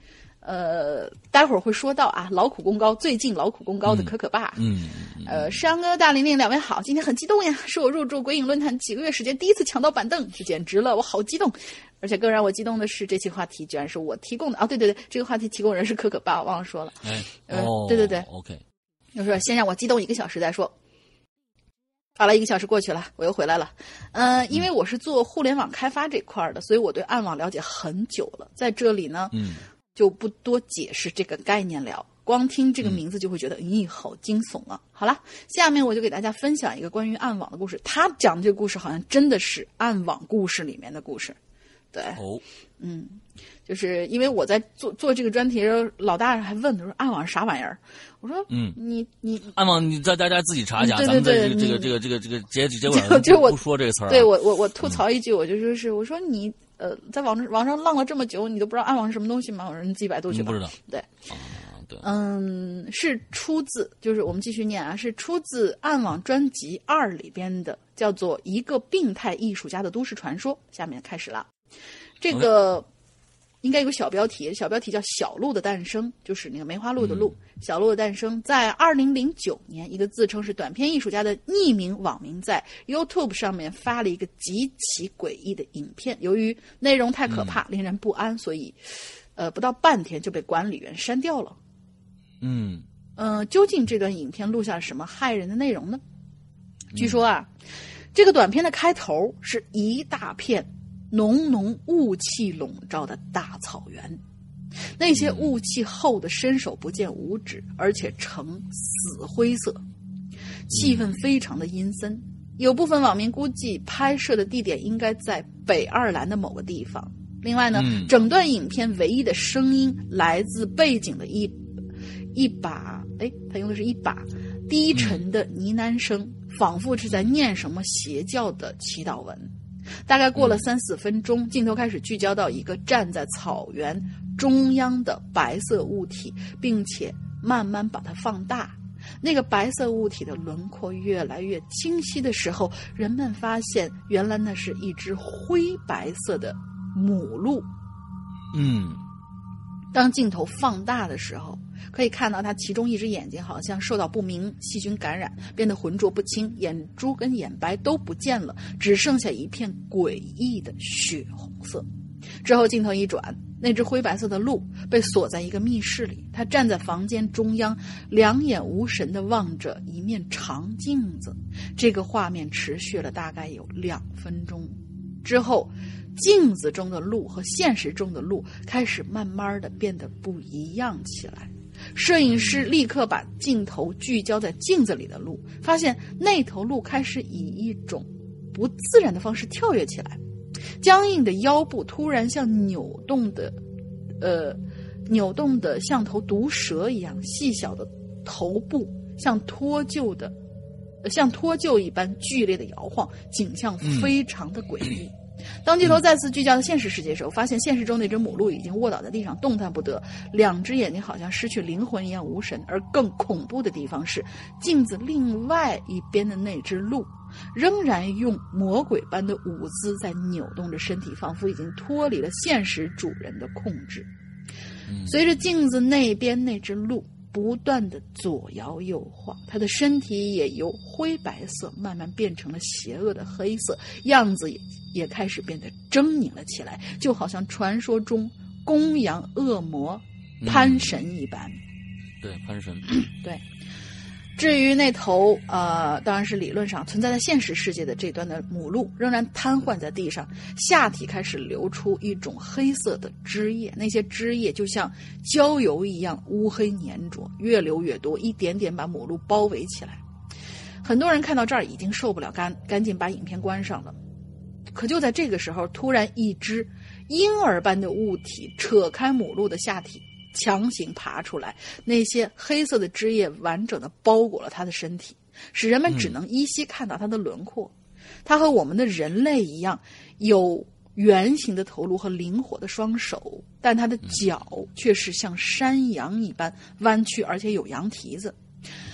[SPEAKER 3] 呃，待会儿会说到啊，劳苦功高，最近劳苦功高的可可爸。
[SPEAKER 1] 嗯，嗯
[SPEAKER 3] 呃，山哥、大玲玲两位好，今天很激动呀，是我入驻鬼影论坛几个月时间第一次抢到板凳，这简直了，我好激动。而且更让我激动的是，这期话题居然是我提供的啊！对对对，这个话题提供人是可可爸，我忘了说了。
[SPEAKER 1] 哎，
[SPEAKER 3] 呃、
[SPEAKER 1] 哦，
[SPEAKER 3] 对对对
[SPEAKER 1] ，OK。
[SPEAKER 3] 就说先让我激动一个小时再说。好了，一个小时过去了，我又回来了。呃，因为我是做互联网开发这块的，所以我对暗网了解很久了。在这里呢，
[SPEAKER 1] 嗯，
[SPEAKER 3] 就不多解释这个概念了。光听这个名字就会觉得，咦、嗯，好惊悚啊！好了，下面我就给大家分享一个关于暗网的故事。他讲的这个故事好像真的是暗网故事里面的故事。对，
[SPEAKER 1] 哦，
[SPEAKER 3] 嗯，就是因为我在做做这个专题的时候，老大还问他说暗网是啥玩意儿？我说，嗯，你你
[SPEAKER 1] 暗网你在大家自己查一下，
[SPEAKER 3] 对对对，
[SPEAKER 1] 咱们这个这个这个这个结结果
[SPEAKER 3] 就我
[SPEAKER 1] 不说这个词儿、啊。
[SPEAKER 3] 对我我我吐槽一句，嗯、我就说是我说你呃在网上网上浪了这么久，你都不知道暗网是什么东西吗？我说你自己百度去吧。
[SPEAKER 1] 不知道。
[SPEAKER 3] 对。
[SPEAKER 1] 啊对。
[SPEAKER 3] 嗯，是出自就是我们继续念啊，是出自暗网专辑二里边的，叫做《一个病态艺术家的都市传说》。下面开始了。这个应该有个小标题，小标题叫《小鹿的诞生》，就是那个梅花鹿的鹿。嗯、小鹿的诞生，在二零零九年，一个自称是短篇艺术家的匿名网民在 YouTube 上面发了一个极其诡异的影片，由于内容太可怕，嗯、令人不安，所以，呃，不到半天就被管理员删掉了。
[SPEAKER 1] 嗯，
[SPEAKER 3] 呃，究竟这段影片录下了什么骇人的内容呢？据说啊，嗯、这个短片的开头是一大片浓浓雾气笼罩的大草原，那些雾气厚得伸手不见五指，而且呈死灰色，气氛非常的阴森。有部分网民估计拍摄的地点应该在北爱尔兰的某个地方。另外呢，嗯、整段影片唯一的声音来自背景的一一把，哎，他用的是一把低沉的呢喃声，嗯、仿佛是在念什么邪教的祈祷文。大概过了三四分钟，镜头开始聚焦到一个站在草原中央的白色物体，并且慢慢把它放大。那个白色物体的轮廓越来越清晰的时候，人们发现原来那是一只灰白色的母鹿。
[SPEAKER 1] 嗯，
[SPEAKER 3] 当镜头放大的时候，可以看到它其中一只眼睛好像受到不明细菌感染，变得浑浊不清，眼珠跟眼白都不见了，只剩下一片诡异的血红色。之后镜头一转，那只灰白色的鹿被锁在一个密室里，它站在房间中央，两眼无神地望着一面长镜子。这个画面持续了大概有两分钟。之后镜子中的鹿和现实中的鹿开始慢慢地变得不一样起来。摄影师立刻把镜头聚焦在镜子里的鹿，发现那头鹿开始以一种不自然的方式跳跃起来，僵硬的腰部突然像扭动的呃，扭动的像头毒蛇一样，细小的头部像脱臼的像脱臼一般剧烈的摇晃，景象非常的诡异。嗯当镜头再次聚焦到现实世界的时候，发现现实中那只母鹿已经卧倒在地上动弹不得，两只眼睛好像失去灵魂一样无神。而更恐怖的地方是，镜子另外一边的那只鹿仍然用魔鬼般的舞姿在扭动着身体，仿佛已经脱离了现实主人的控制。随着镜子那边那只鹿不断的左摇右晃，它的身体也由灰白色慢慢变成了邪恶的黑色，样子也也开始变得狰狞了起来，就好像传说中公羊恶魔潘神一般。嗯、
[SPEAKER 1] 对，潘神。
[SPEAKER 3] 对。至于那头呃，当然是理论上存在在现实世界的这端的母鹿，仍然瘫痪在地上，下体开始流出一种黑色的汁液，那些汁液就像焦油一样乌黑粘着，越流越多，一点点把母鹿包围起来。很多人看到这儿已经受不了，赶赶紧把影片关上了。可就在这个时候，突然一只婴儿般的物体扯开母鹿的下体，强行爬出来，那些黑色的汁液完整的包裹了他的身体，使人们只能依稀看到他的轮廓。他和我们的人类一样，有圆形的头颅和灵活的双手，但他的脚却是像山羊一般弯曲，而且有羊蹄子。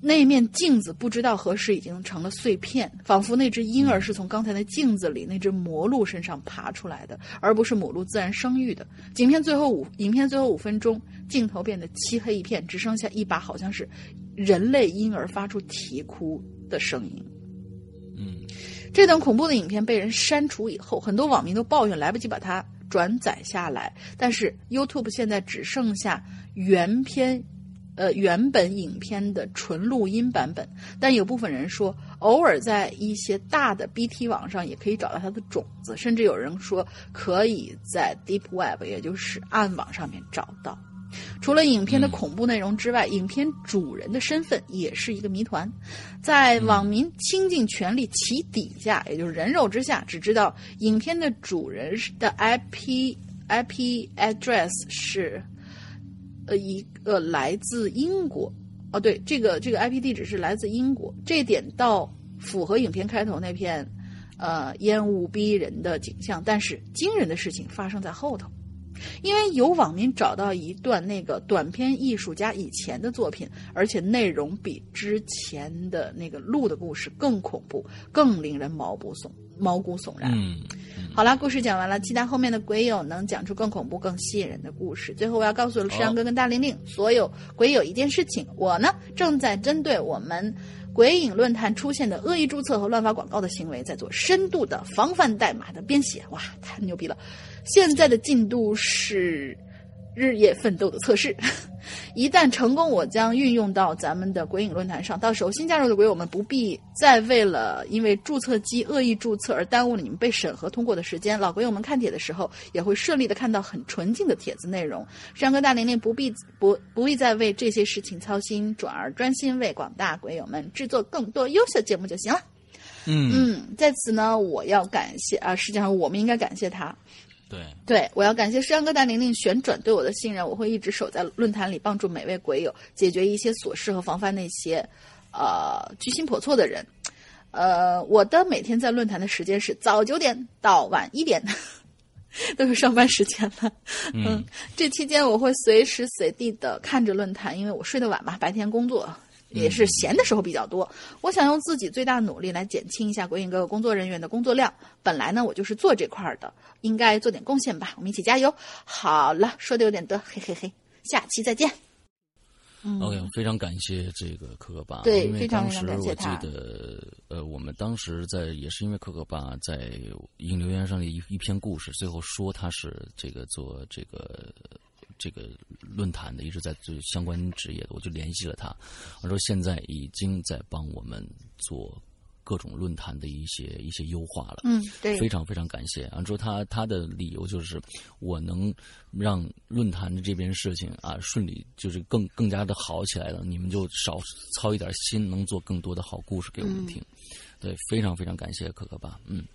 [SPEAKER 3] 那面镜子不知道何时已经成了碎片，仿佛那只婴儿是从刚才的镜子里那只魔鹿身上爬出来的，而不是母鹿自然生育的。影片最后五影片最后五分钟，镜头变得漆黑一片，只剩下一把好像是人类婴儿发出啼哭的声音。
[SPEAKER 1] 嗯，
[SPEAKER 3] 这段恐怖的影片被人删除以后，很多网民都抱怨来不及把它转载下来，但是 YouTube 现在只剩下原片。呃，原本影片的纯录音版本，但有部分人说，偶尔在一些大的 B T 网上也可以找到它的种子，甚至有人说可以在 Deep Web， 也就是暗网上面找到。除了影片的恐怖内容之外，嗯、影片主人的身份也是一个谜团。在网民倾尽全力其底下，也就是人肉之下，只知道影片的主人的 I P I P address 是。呃，一个来自英国，哦，对，这个这个 I P 地址是来自英国，这点倒符合影片开头那片，呃，烟雾逼人的景象。但是惊人的事情发生在后头，因为有网民找到一段那个短篇艺术家以前的作品，而且内容比之前的那个鹿的故事更恐怖，更令人毛骨悚毛骨悚然。
[SPEAKER 1] 嗯。
[SPEAKER 3] 好啦，故事讲完了，期待后面的鬼友能讲出更恐怖、更吸引人的故事。最后，我要告诉石阳哥跟大玲玲所有鬼友一件事情：我呢正在针对我们鬼影论坛出现的恶意注册和乱发广告的行为，在做深度的防范代码的编写。哇，太牛逼了！现在的进度是日夜奋斗的测试，一旦成功，我将运用到咱们的鬼影论坛上。到时候新加入的鬼友们不必再为了因为注册机恶意注册而耽误了你们被审核通过的时间。老鬼友们看帖的时候也会顺利的看到很纯净的帖子内容。山哥大玲玲不必不不必再为这些事情操心，转而专心为广大鬼友们制作更多优秀节目就行了。
[SPEAKER 1] 嗯
[SPEAKER 3] 嗯，在此呢，我要感谢啊，实际上我们应该感谢他。
[SPEAKER 1] 对
[SPEAKER 3] 对，我要感谢山哥大玲玲旋转对我的信任，我会一直守在论坛里，帮助每位鬼友解决一些琐事和防范那些呃居心叵测的人。呃，我的每天在论坛的时间是早九点到晚一点，都是上班时间了。嗯，嗯这期间我会随时随地的看着论坛，因为我睡得晚嘛，白天工作。也是闲的时候比较多，我想用自己最大努力来减轻一下鬼影哥哥工作人员的工作量。本来呢，我就是做这块的，应该做点贡献吧。我们一起加油。好了，说的有点多，嘿嘿嘿，下期再见。嗯、
[SPEAKER 1] OK， 非常感谢这个可可爸，
[SPEAKER 3] 对，
[SPEAKER 1] 因为
[SPEAKER 3] 非常
[SPEAKER 1] 当时
[SPEAKER 3] 非常感谢他。
[SPEAKER 1] 我记得，呃，我们当时在也是因为可可爸在影留言上的一一篇故事，最后说他是这个做这个。这个论坛的一直在做相关职业的，我就联系了他，我说现在已经在帮我们做各种论坛的一些一些优化了。
[SPEAKER 3] 嗯，对，
[SPEAKER 1] 非常非常感谢。然后说他他的理由就是我能让论坛的这边事情啊顺利，就是更更加的好起来了，你们就少操一点心，能做更多的好故事给我们听。嗯、对，非常非常感谢可可爸。嗯，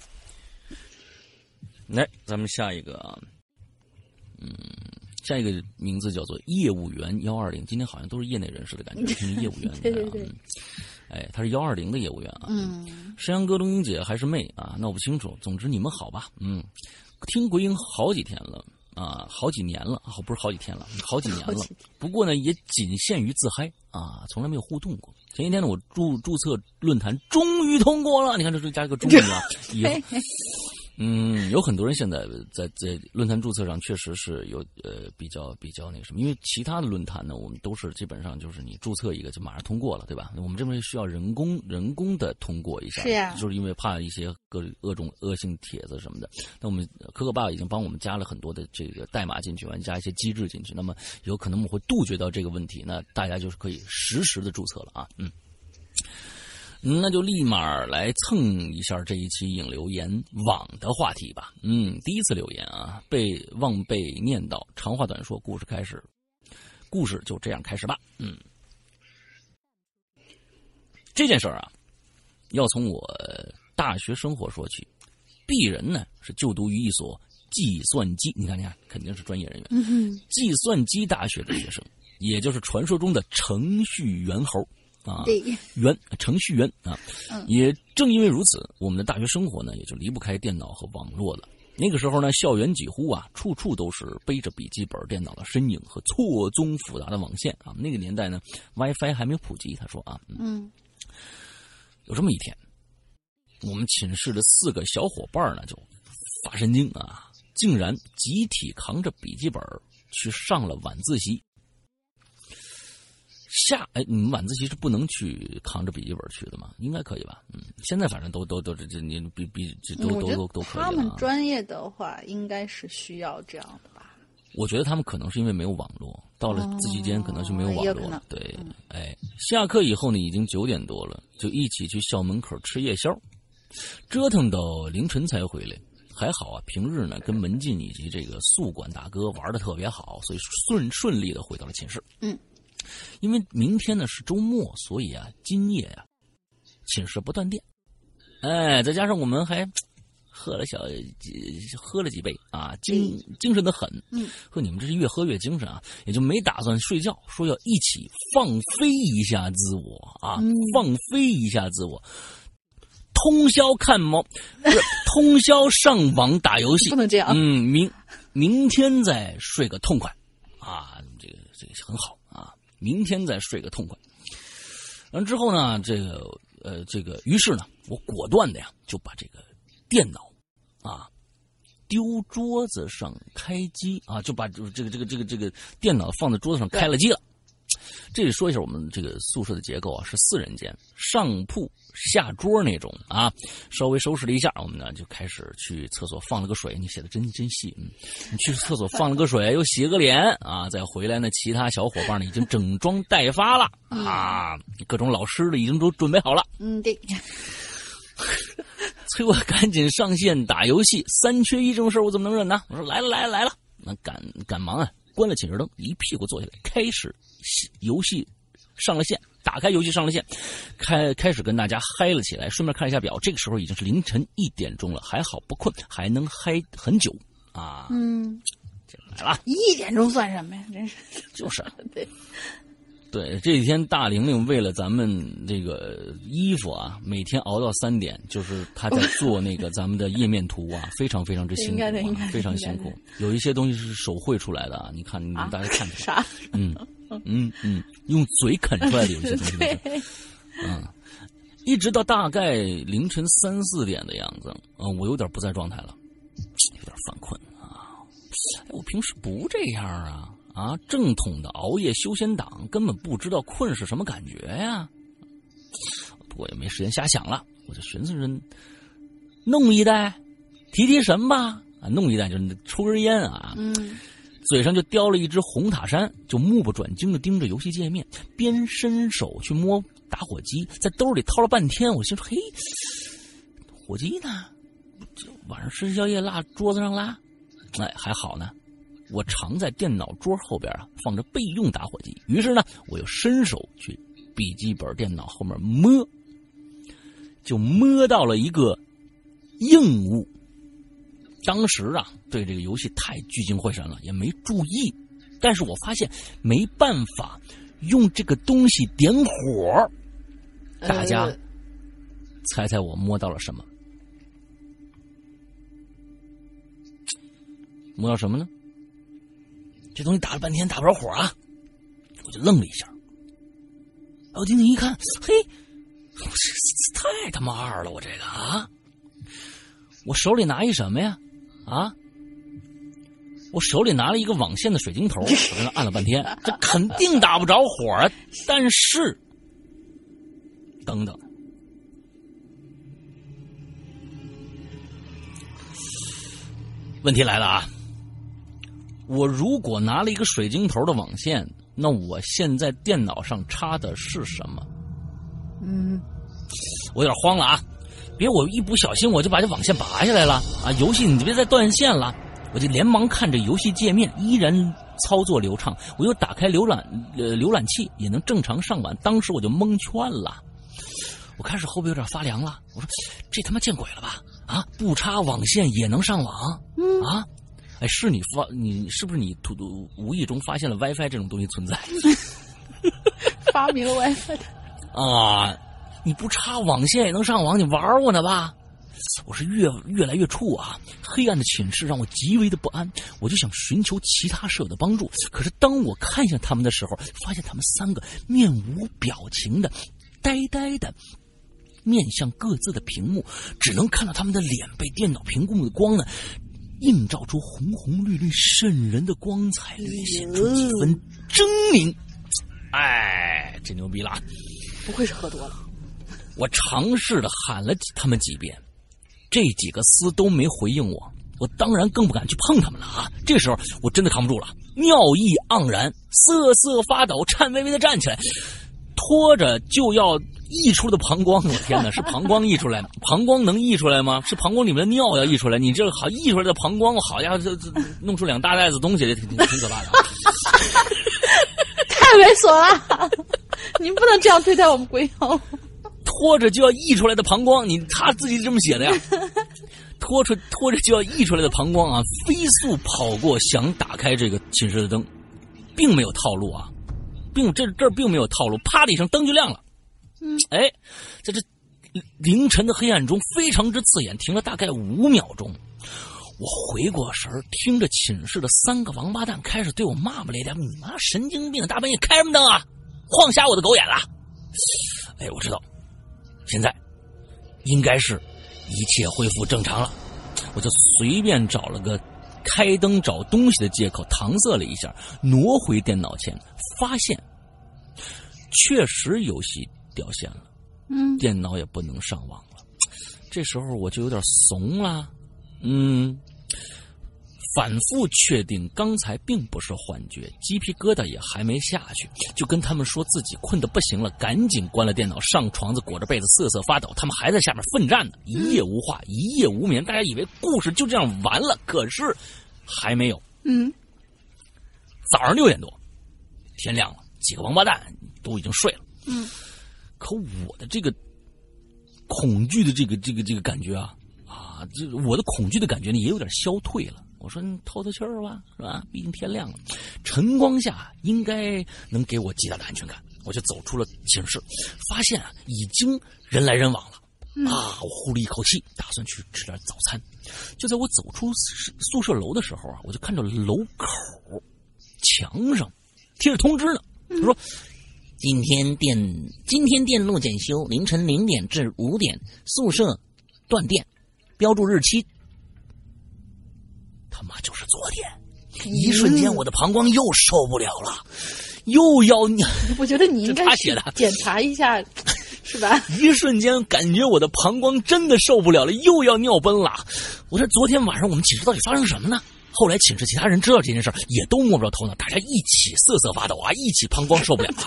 [SPEAKER 1] 来，咱们下一个啊，嗯。下一个名字叫做业务员幺二零，今天好像都是业内人士的感觉，听业务员。
[SPEAKER 3] 对对对，
[SPEAKER 1] 嗯、哎，他是幺二零的业务员啊。
[SPEAKER 3] 嗯，
[SPEAKER 1] 山羊哥、龙英姐还是妹啊？闹不清楚。总之你们好吧？嗯，听鬼影好几天了啊，好几年了，好不是好几天了，好几年了。不过呢，也仅限于自嗨啊，从来没有互动过。前一天呢，我注注册论坛终于通过了，你看这是加一个终于啊，以后。嗯，有很多人现在在在论坛注册上确实是有呃比较比较那个什么，因为其他的论坛呢，我们都是基本上就是你注册一个就马上通过了，对吧？我们这边需要人工人工的通过一下，
[SPEAKER 3] 是呀、啊，
[SPEAKER 1] 就是因为怕一些各各种恶性帖子什么的。那我们可可爸已经帮我们加了很多的这个代码进去，完加一些机制进去，那么有可能我们会杜绝到这个问题，那大家就是可以实时的注册了啊，嗯。那就立马来蹭一下这一期影留言网的话题吧。嗯，第一次留言啊，被忘被念叨。长话短说，故事开始，故事就这样开始吧。嗯，这件事儿啊，要从我大学生活说起。鄙人呢是就读于一所计算机，你看，你看，肯定是专业人员，
[SPEAKER 3] 嗯、
[SPEAKER 1] 计算机大学的学生，也就是传说中的程序员猴。啊，员程序员啊，也正因为如此，我们的大学生活呢，也就离不开电脑和网络了。 那个时候呢，校园几乎啊，处处都是背着笔记本电脑的身影和错综复杂的网线啊。那个年代呢 ，WiFi 还没有普及。他说啊，嗯，有这么一天，我们寝室的四个小伙伴呢就发神经啊，竟然集体扛着笔记本去上了晚自习。下哎，你们晚自习是不能去扛着笔记本去的吗？应该可以吧？嗯，现在反正都都都这这你比比这都都都都可以了、啊。
[SPEAKER 3] 他们专业的话，应该是需要这样的吧？
[SPEAKER 1] 我觉得他们可能是因为没有网络，到了自习间可能是没有网络。哦、对，嗯、哎，下课以后呢，已经九点多了，就一起去校门口吃夜宵，折腾到凌晨才回来。还好啊，平日呢跟门禁以及这个宿管大哥玩的特别好，所以顺顺利的回到了寝室。嗯。因为明天呢是周末，所以啊，今夜啊，寝室不断电。哎，再加上我们还喝了小喝了几杯啊，精精神的很。嗯，和你们这是越喝越精神啊，也就没打算睡觉，说要一起放飞一下自我啊，嗯、放飞一下自我。通宵看猫，不是通宵上网打游戏，
[SPEAKER 3] 不能这样。
[SPEAKER 1] 嗯，明明天再睡个痛快啊，这个这个很好。明天再睡个痛快。完之后呢，这个呃，这个，于是呢，我果断的呀，就把这个电脑啊丢桌子上开机啊，就把这个这个这个这个这个电脑放在桌子上开了机了。这里说一下我们这个宿舍的结构啊，是四人间，上铺下桌那种啊。稍微收拾了一下，我们呢就开始去厕所放了个水。你写的真真细，嗯，你去厕所放了个水，又洗个脸啊，再回来呢，其他小伙伴呢已经整装待发了啊，各种老师的已经都准备好了。
[SPEAKER 3] 嗯，对。
[SPEAKER 1] 催我赶紧上线打游戏，三缺一这种事我怎么能忍呢？我说来了来了来了，那赶赶忙啊，关了寝室灯，一屁股坐下来，开始游戏上了线，打开游戏上了线，开开始跟大家嗨了起来。顺便看一下表，这个时候已经是凌晨一点钟了，还好不困，还能嗨很久啊。
[SPEAKER 3] 嗯，
[SPEAKER 1] 来了，
[SPEAKER 3] 一点钟算什么呀？真是，
[SPEAKER 1] 就是
[SPEAKER 3] 对。
[SPEAKER 1] 对，这几天大玲玲为了咱们这个衣服啊，每天熬到三点，就是她在做那个咱们的页面图啊，非常非常之辛苦、啊，非常辛苦。有一些东西是手绘出来的啊，你看，你们大家看看。
[SPEAKER 3] 啥？
[SPEAKER 1] 嗯嗯嗯，用嘴啃出来的有些东西。嗯，一直到大概凌晨三四点的样子，嗯、呃，我有点不在状态了，有点犯困啊。哎，我平时不这样啊。啊，正统的熬夜修仙党根本不知道困是什么感觉呀！不过也没时间瞎想了，我就寻思着弄一袋，提提神吧。啊，弄一袋就是抽根烟啊，嗯，嘴上就叼了一支红塔山，就目不转睛的盯着游戏界面，边伸手去摸打火机，在兜里掏了半天。我心说，嘿，火机呢？晚上吃宵夜落桌子上啦？哎，还好呢。我常在电脑桌后边啊放着备用打火机，于是呢，我又伸手去笔记本电脑后面摸，就摸到了一个硬物。当时啊，对这个游戏太聚精会神了，也没注意。但是我发现没办法用这个东西点火，大家猜猜我摸到了什么？摸到什么呢？这东西打了半天打不着火啊，我就愣了一下。我定睛一看，嘿，太他妈二了，我这个啊！我手里拿一什么呀？啊！我手里拿了一个网线的水晶头，我在那按了半天，这肯定打不着火啊！但是，等等，问题来了啊！我如果拿了一个水晶头的网线，那我现在电脑上插的是什么？
[SPEAKER 3] 嗯，
[SPEAKER 1] 我有点慌了啊！别我一不小心我就把这网线拔下来了啊！游戏你别再断线了！我就连忙看着游戏界面，依然操作流畅。我又打开浏览呃浏览器，也能正常上网。当时我就蒙圈了，我开始后背有点发凉了。我说这他妈见鬼了吧？啊，不插网线也能上网？嗯啊！哎，是你发你是不是你突无意中发现了 WiFi 这种东西存在？
[SPEAKER 3] 发明了 WiFi
[SPEAKER 1] 啊！你不插网线也能上网，你玩我呢吧？ 我是越越来越怵啊！黑暗的寝室让我极为的不安，我就想寻求其他舍友的帮助。可是当我看向他们的时候，发现他们三个面无表情的、呆呆的面向各自的屏幕，只能看到他们的脸被电脑屏幕的光呢映照出红红绿绿渗人的光彩，略显出几分狰狞。哎，这牛逼了！
[SPEAKER 3] 不愧是喝多了。
[SPEAKER 1] 我尝试的喊了他们几遍，这几个丝都没回应我，我当然更不敢去碰他们了啊！这时候我真的扛不住了，尿意盎然，瑟瑟发抖，颤巍巍的站起来，拖着就要溢出的膀胱，我天哪，是膀胱溢出来，膀胱能溢出来吗？是膀胱里面的尿要溢出来，你这好溢出来的膀胱，好家伙，这这弄出两大袋子东西，挺挺挺可怕的、啊。
[SPEAKER 3] 太猥琐了，您不能这样对待我们鬼友。
[SPEAKER 1] 拖着就要溢出来的膀胱，你他自己这么写的呀？拖出拖着就要溢出来的膀胱啊，飞速跑过，想打开这个寝室的灯，并没有套路啊，并这这儿并没有套路，啪的一声灯就亮了。
[SPEAKER 3] 嗯，
[SPEAKER 1] 哎，在这凌晨的黑暗中非常之刺眼，停了大概五秒钟。我回过神儿，听着寝室的三个王八蛋开始对我骂骂咧咧：“你妈神经病，大半夜开什么灯啊？晃瞎我的狗眼了！”哎，我知道，现在应该是一切恢复正常了。我就随便找了个开灯找东西的借口，搪塞了一下，挪回电脑前，发现确实有些掉线了。
[SPEAKER 3] 嗯，
[SPEAKER 1] 电脑也不能上网了。这时候我就有点怂了。嗯，反复确定刚才并不是幻觉，鸡皮疙瘩也还没下去，就跟他们说自己困得不行了，赶紧关了电脑，上床子裹着被子瑟瑟发抖。他们还在下面奋战呢，一夜无话，一夜无眠。大家以为故事就这样完了，可是还没有。
[SPEAKER 3] 嗯，
[SPEAKER 1] 早上六点多，天亮了，几个王八蛋都已经睡了。
[SPEAKER 3] 嗯，
[SPEAKER 1] 可我的这个恐惧的这个这个这个感觉啊。啊，这我的恐惧的感觉呢也有点消退了。我说你透透气儿吧，是吧？毕竟天亮了，晨光下应该能给我极大的安全感。我就走出了寝室，发现啊已经人来人往了。
[SPEAKER 3] 嗯、
[SPEAKER 1] 啊，我呼了一口气，打算去吃点早餐。就在我走出宿舍楼的时候啊，我就看到楼口墙上贴着通知呢。他说：“今天电今天电路检修，凌晨零点至五点，宿舍断电。”标注日期，他妈就是昨天！一瞬间，我的膀胱又受不了了，又要尿。
[SPEAKER 3] 我觉得你应该检查一下，是吧？
[SPEAKER 1] 一瞬间，感觉我的膀胱真的受不了了，又要尿崩了。我说昨天晚上我们寝室到底发生什么呢？后来寝室其他人知道这件事，也都摸不着头脑，大家一起瑟瑟发抖啊，一起膀胱受不了啊。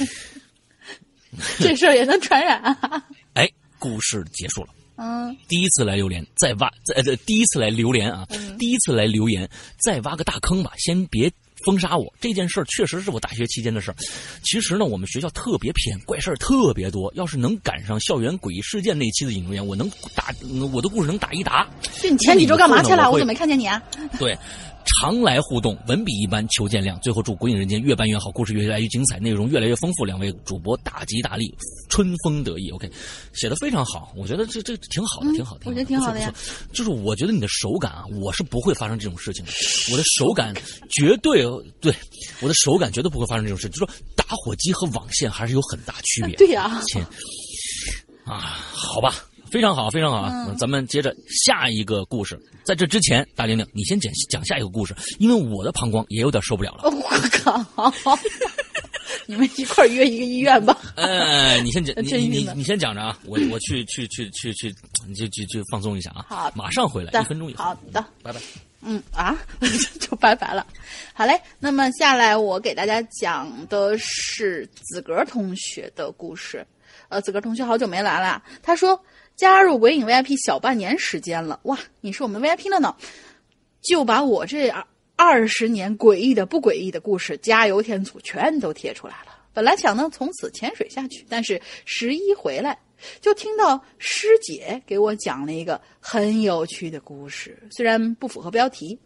[SPEAKER 3] 这事儿也能传染啊！
[SPEAKER 1] 哎，故事结束了。
[SPEAKER 3] 嗯，
[SPEAKER 1] 第一次来榴莲，再挖，再呃，第一次来榴莲啊，
[SPEAKER 3] 嗯、
[SPEAKER 1] 第一次来留言，再挖个大坑吧，先别封杀我。这件事儿确实是我大学期间的事儿。其实呢，我们学校特别偏，怪事儿特别多。要是能赶上校园诡异事件那期的引流员，我能打我的故事能打一打。
[SPEAKER 3] 对，你前几周干嘛去了？我怎么没看见你啊？
[SPEAKER 1] 对。常来互动，文笔一般，求见谅。最后祝《鬼影人间》越办越好，故事越来越精彩，内容越来越丰富。两位主播大吉大利，春风得意。OK， 写的非常好，我觉得这这挺好的，挺好的。
[SPEAKER 3] 嗯、我觉得挺好的呀。
[SPEAKER 1] 就是我觉得你的手感啊，我是不会发生这种事情的。我的手感绝对对，我的手感绝对不会发生这种事。就说打火机和网线还是有很大区别。
[SPEAKER 3] 对呀、
[SPEAKER 1] 啊。啊，好吧。非常好，非常好啊！嗯、咱们接着下一个故事。在这之前，大玲玲，你先讲讲下一个故事，因为我的膀胱也有点受不了了。
[SPEAKER 3] 我靠！你们一块儿约一个医院吧。
[SPEAKER 1] 呃，你先讲，你你你你先讲着啊，我我去去去去去，你就就就放松一下啊。
[SPEAKER 3] 好，
[SPEAKER 1] 马上回来，一分钟以后。
[SPEAKER 3] 好的，
[SPEAKER 1] 拜拜。
[SPEAKER 3] 嗯啊，就拜拜了。好嘞，那么下来我给大家讲的是子格同学的故事。呃，子格同学好久没来了，他说。加入鬼影 V I P 小半年时间了，哇，你是我们 V I P 了呢，就把我这二十年诡异的不诡异的故事加油添醋全都贴出来了。本来想呢从此潜水下去，但是十一回来就听到师姐给我讲了一个很有趣的故事，虽然不符合标题，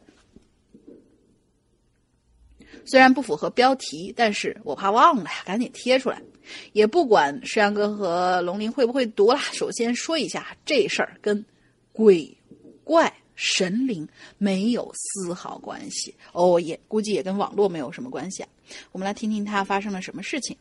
[SPEAKER 3] 虽然不符合标题，但是我怕忘了呀，赶紧贴出来。也不管石阳哥和龙鳞会不会读了，首先说一下这事儿跟鬼怪神灵没有丝毫关系哦，也估计也跟网络没有什么关系啊。我们来听听她发生了什么事情。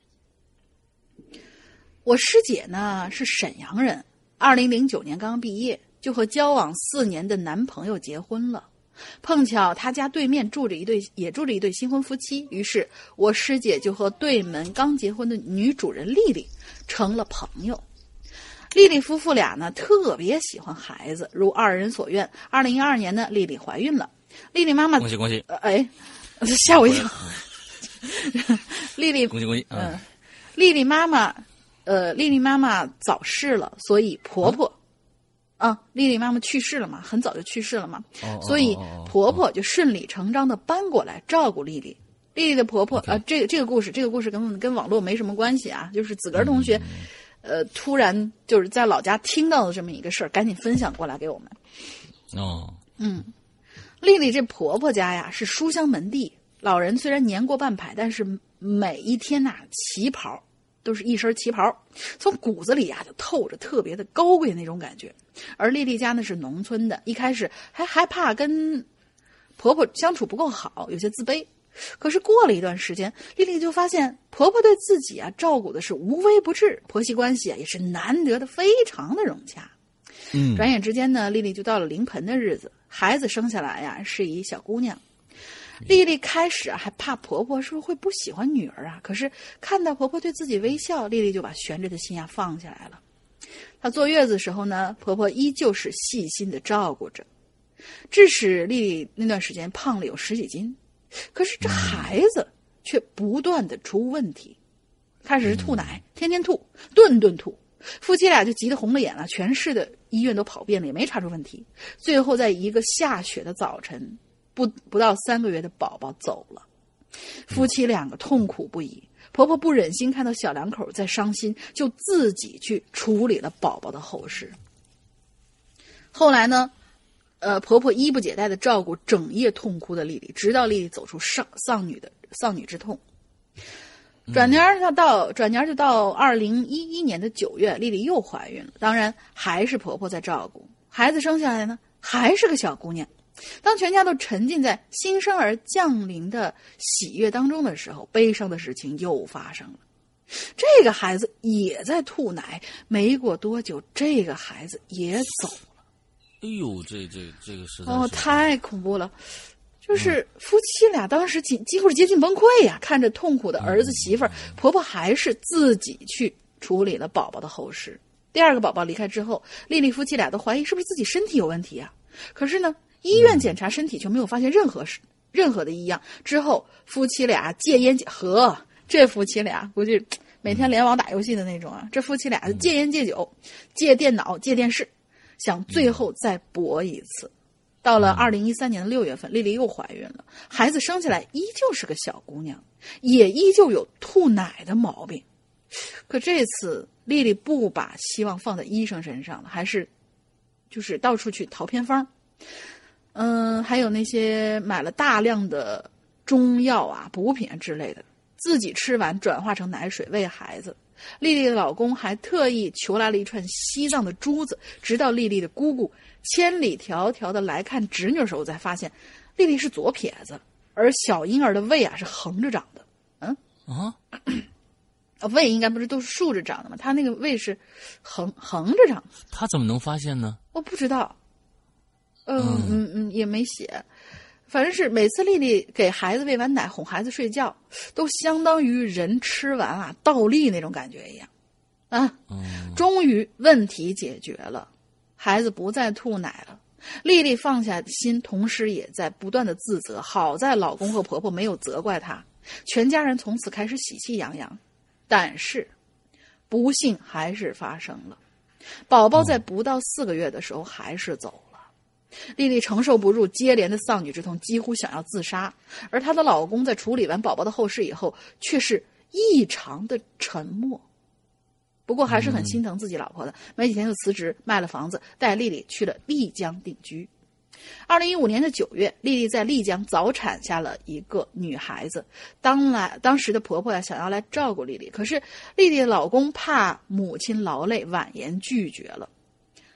[SPEAKER 3] 我师姐呢是沈阳人，二零零九年刚毕业，就和交往四年的男朋友结婚了。碰巧她家对面住着一对，也住着一对新婚夫妻，于是我师姐就和对门刚结婚的女主人丽丽成了朋友。丽丽夫妇俩呢特别喜欢孩子，如二人所愿，二零一二年呢，丽丽怀孕了。丽丽妈妈
[SPEAKER 1] 恭喜恭喜！
[SPEAKER 3] 呃、哎，吓我一跳。丽丽
[SPEAKER 1] 恭喜恭喜！
[SPEAKER 3] 嗯、呃，丽丽妈妈，呃，丽丽妈妈早逝了，所以婆婆。啊，啊丽丽妈妈去世了嘛，很早就去世了嘛，
[SPEAKER 1] 哦、
[SPEAKER 3] 所以婆婆就顺理成章的搬过来照顾丽丽。丽丽的婆婆，
[SPEAKER 1] okay.
[SPEAKER 3] 呃，这个这个故事，这个故事跟跟网络没什么关系啊，就是子格同学。嗯呃，突然就是在老家听到的这么一个事儿，赶紧分享过来给我们。
[SPEAKER 1] 哦，
[SPEAKER 3] 嗯，丽丽这婆婆家呀是书香门第，老人虽然年过半百，但是每一天呐、啊、旗袍都是一身旗袍，从骨子里呀就透着特别的高贵的那种感觉。而丽丽家呢是农村的，一开始还害怕跟婆婆相处不够好，有些自卑。可是过了一段时间，丽丽就发现婆婆对自己啊照顾的是无微不至，婆媳关系啊也是难得的非常的融洽。
[SPEAKER 1] 嗯，
[SPEAKER 3] 转眼之间呢，丽丽就到了临盆的日子，孩子生下来呀是一小姑娘。丽丽开始啊还怕婆婆是不是会不喜欢女儿啊，可是看到婆婆对自己微笑，丽丽就把悬着的心呀放下来了。她坐月子的时候呢，婆婆依旧是细心的照顾着，致使丽丽那段时间胖了有十几斤。可是这孩子却不断的出问题，开始是吐奶，天天吐，顿顿吐，夫妻俩就急得红了眼了，全市的医院都跑遍了，也没查出问题。最后在一个下雪的早晨，不不到三个月的宝宝走了，夫妻两个痛苦不已。婆婆不忍心看到小两口在伤心，就自己去处理了宝宝的后事。后来呢呃，婆婆衣不解带的照顾整夜痛哭的丽丽，直到丽丽走出丧丧女的丧女之痛。转年就到转年就到二零一一年的九月，丽丽又怀孕了，当然还是婆婆在照顾。孩子生下来呢，还是个小姑娘。当全家都沉浸在新生儿降临的喜悦当中的时候，悲伤的事情又发生了。这个孩子也在吐奶，没过多久，这个孩子也走了。
[SPEAKER 1] 哎呦，这这这个实在是
[SPEAKER 3] 哦，太恐怖了！就是夫妻俩当时几几乎是接近崩溃呀、啊，看着痛苦的儿子媳妇儿，婆婆还是自己去处理了宝宝的后事。第二个宝宝离开之后，丽丽夫妻俩都怀疑是不是自己身体有问题啊？可是呢，医院检查身体却没有发现任何任何的异样。之后夫妻俩戒烟戒和这夫妻俩估计每天联网打游戏的那种啊，这夫妻俩戒烟戒酒，戒电脑戒电视。想最后再搏一次。到了二零一三年的六月份，丽丽又怀孕了，孩子生下来依旧是个小姑娘，也依旧有吐奶的毛病。可这次丽丽不把希望放在医生身上了，还是就是到处去淘偏方，嗯，还有那些买了大量的中药啊、补品啊之类的，自己吃完转化成奶水喂孩子。丽丽的老公还特意求来了一串西藏的珠子，直到丽丽的姑姑千里迢迢的来看侄女的时候，才发现丽丽是左撇子，而小婴儿的胃啊是横着长的。嗯
[SPEAKER 1] 啊，
[SPEAKER 3] 胃应该不是都是竖着长的吗？她那个胃是横横着长的。
[SPEAKER 1] 她怎么能发现呢？
[SPEAKER 3] 我不知道，嗯嗯嗯，也没写。反正是每次丽丽给孩子喂完奶哄孩子睡觉，都相当于人吃完啊倒立那种感觉一样啊。终于问题解决了，孩子不再吐奶了，丽丽放下心，同时也在不断的自责。好在老公和婆婆没有责怪她，全家人从此开始喜气洋洋。但是不幸还是发生了，宝宝在不到四个月的时候还是走了。丽丽承受不住接连的丧女之痛，几乎想要自杀，而她的老公在处理完宝宝的后事以后，却是异常的沉默。不过还是很心疼自己老婆的，没几天就辞职，卖了房子，带丽丽去了丽江定居。二零一五年的九月，丽丽在丽江早产下了一个女孩子。当来当时的婆婆呀想要来照顾丽丽，可是丽丽的老公怕母亲劳累，婉言拒绝了。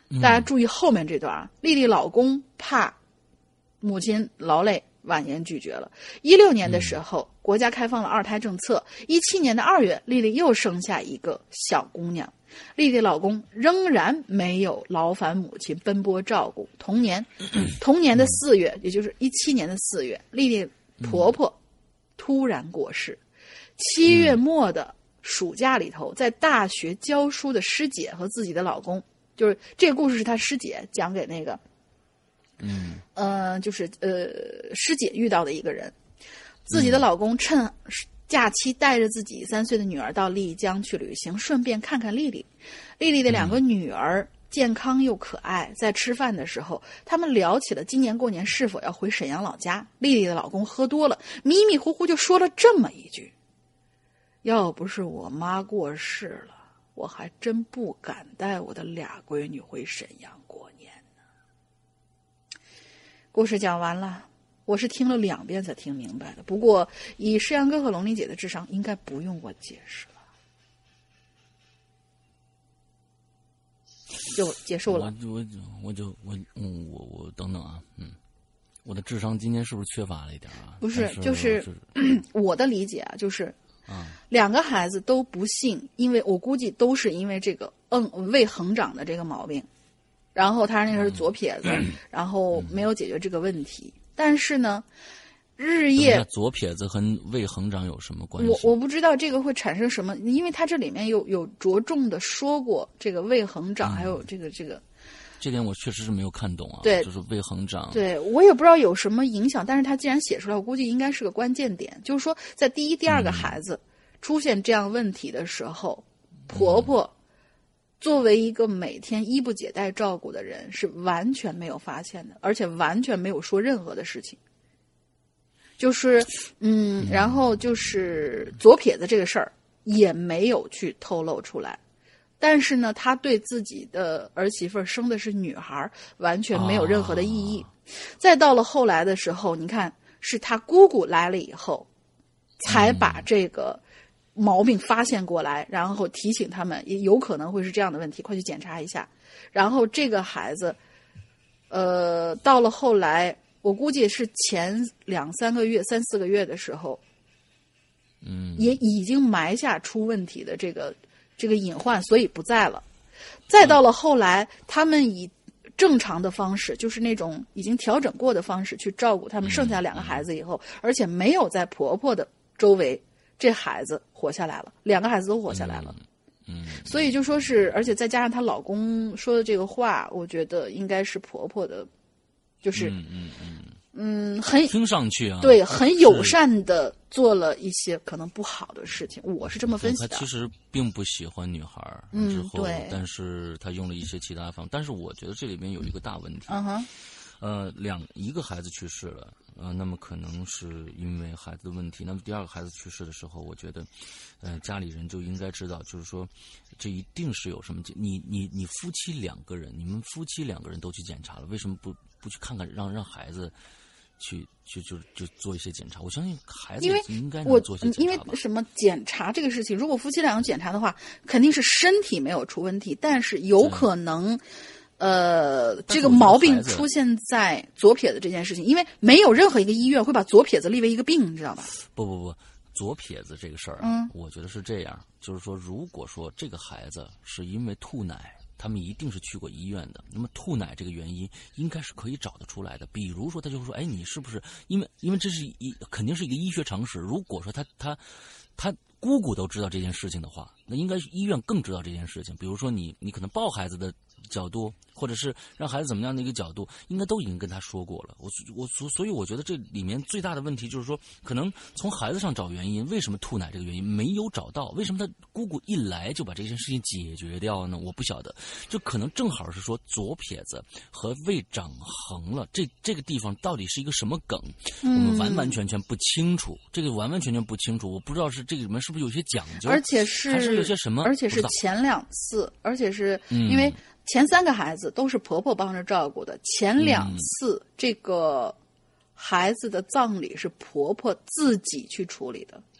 [SPEAKER 3] 大家注意后面这段啊，丽丽老公怕母亲劳累，婉言拒绝了。一六年的时候，嗯、国家开放了二胎政策。一七年的二月，丽丽又生下一个小姑娘。丽丽老公仍然没有劳烦母亲奔波照顾。同年，同年的四月，也就是一七年的四月，丽丽婆婆突然过世。七月末的暑假里头，在大学教书的师姐和自己的老公，就是这个故事是她师姐讲给那个，嗯，呃，就是呃师姐遇到的一个人，自己的老公趁假期带着自己三岁的女儿到丽江去旅行，顺便看看丽丽。丽丽的两个女儿健康又可爱，在吃饭的时候，他们聊起了今年过年是否要回沈阳老家。丽丽的老公喝多了，迷迷糊糊就说了这么一句：“要不是我妈过世了，我还真不敢带我的俩闺女回沈阳过年呢。”故事讲完了。我是听了两遍才听明白的，不过以诗阳哥和龙玲姐的智商，应该不用我解释了，就结束了。
[SPEAKER 1] 我我我就我嗯我我等等啊，嗯，我的智商今天是不是缺乏了一点啊？
[SPEAKER 3] 不是，
[SPEAKER 1] 是
[SPEAKER 3] 就是我的理解啊，就是啊，两个孩子都不幸，因为我估计都是因为这个嗯胃横长的这个毛病，然后他那个是左撇子，嗯、然后没有解决这个问题。但是呢，日夜
[SPEAKER 1] 左撇子和胃横长有什么关系？
[SPEAKER 3] 我我不知道这个会产生什么，因为它这里面有有着重的说过这个胃横长，嗯、还有这个这个。
[SPEAKER 1] 这点我确实是没有看懂啊。
[SPEAKER 3] 对，
[SPEAKER 1] 就是胃横长。
[SPEAKER 3] 对，我也不知道有什么影响，但是他既然写出来，我估计应该是个关键点，就是说在第一、第二个孩子出现这样问题的时候，嗯、婆婆作为一个每天衣不解带照顾的人，是完全没有发现的，而且完全没有说任何的事情。就是嗯，然后就是左撇子这个事儿也没有去透露出来，但是呢，他对自己的儿媳妇生的是女孩，完全没有任何的意义。啊、再到了后来的时候，你看是他姑姑来了以后，才把这个毛病发现过来，然后提醒他们也有可能会是这样的问题，快去检查一下。然后这个孩子，呃，到了后来，我估计是前两三个月、三四个月的时候，嗯，也已经埋下出问题的这个这个隐患，所以不在了。再到了后来，他们以正常的方式，就是那种已经调整过的方式去照顾他们剩下两个孩子以后，而且没有在婆婆的周围。这孩子活下来了，两个孩子都活下来了，嗯，嗯所以就说是，而且再加上她老公说的这个话，我觉得应该是婆婆的，就是嗯嗯嗯嗯很
[SPEAKER 1] 听上去啊，
[SPEAKER 3] 对，很友善的做了一些可能不好的事情，我是这么分析的。
[SPEAKER 1] 他其实并不喜欢女孩，
[SPEAKER 3] 嗯，
[SPEAKER 1] 之后
[SPEAKER 3] 对，
[SPEAKER 1] 但是他用了一些其他方，但是我觉得这里面有一个大问题，
[SPEAKER 3] 嗯哼。
[SPEAKER 1] 呃，两一个孩子去世了，呃，那么可能是因为孩子的问题。那么第二个孩子去世的时候，我觉得，呃，家里人就应该知道，就是说，这一定是有什么。你你你夫妻两个人，你们夫妻两个人都去检查了，为什么不不去看看，让让孩子去去就就做一些检查？我相信孩子应该能做一些检查吧。
[SPEAKER 3] 因为什么检查这个事情，如果夫妻两个检查的话，肯定是身体没有出问题，但是有可能。呃，这个毛病出现在左撇子这件事情，因为没有任何一个医院会把左撇子列为一个病，你知道吧？
[SPEAKER 1] 不不不，左撇子这个事儿啊，
[SPEAKER 3] 嗯，
[SPEAKER 1] 我觉得是这样，就是说，如果说这个孩子是因为吐奶，他们一定是去过医院的。那么吐奶这个原因应该是可以找得出来的。比如说，他就说，哎，你是不是因为因为这是一肯定是一个医学常识。如果说他他他姑姑都知道这件事情的话，那应该医院更知道这件事情。比如说你你可能抱孩子的角度，或者是让孩子怎么样的一个角度，应该都已经跟他说过了。我我所以我觉得这里面最大的问题就是说，可能从孩子上找原因，为什么吐奶这个原因没有找到？为什么他姑姑一来就把这件事情解决掉呢？我不晓得，就可能正好是说左撇子和胃长横了，这这个地方到底是一个什么梗，我们完完全全不清楚。嗯、这个完完全全不清楚，我不知道是这个里面是不是有些讲究，
[SPEAKER 3] 而且是
[SPEAKER 1] 还是有些什么，
[SPEAKER 3] 而且是前两次，而且是因为。前三个孩子都是婆婆帮着照顾的，前两次这个孩子的葬礼是婆婆自己去处理的。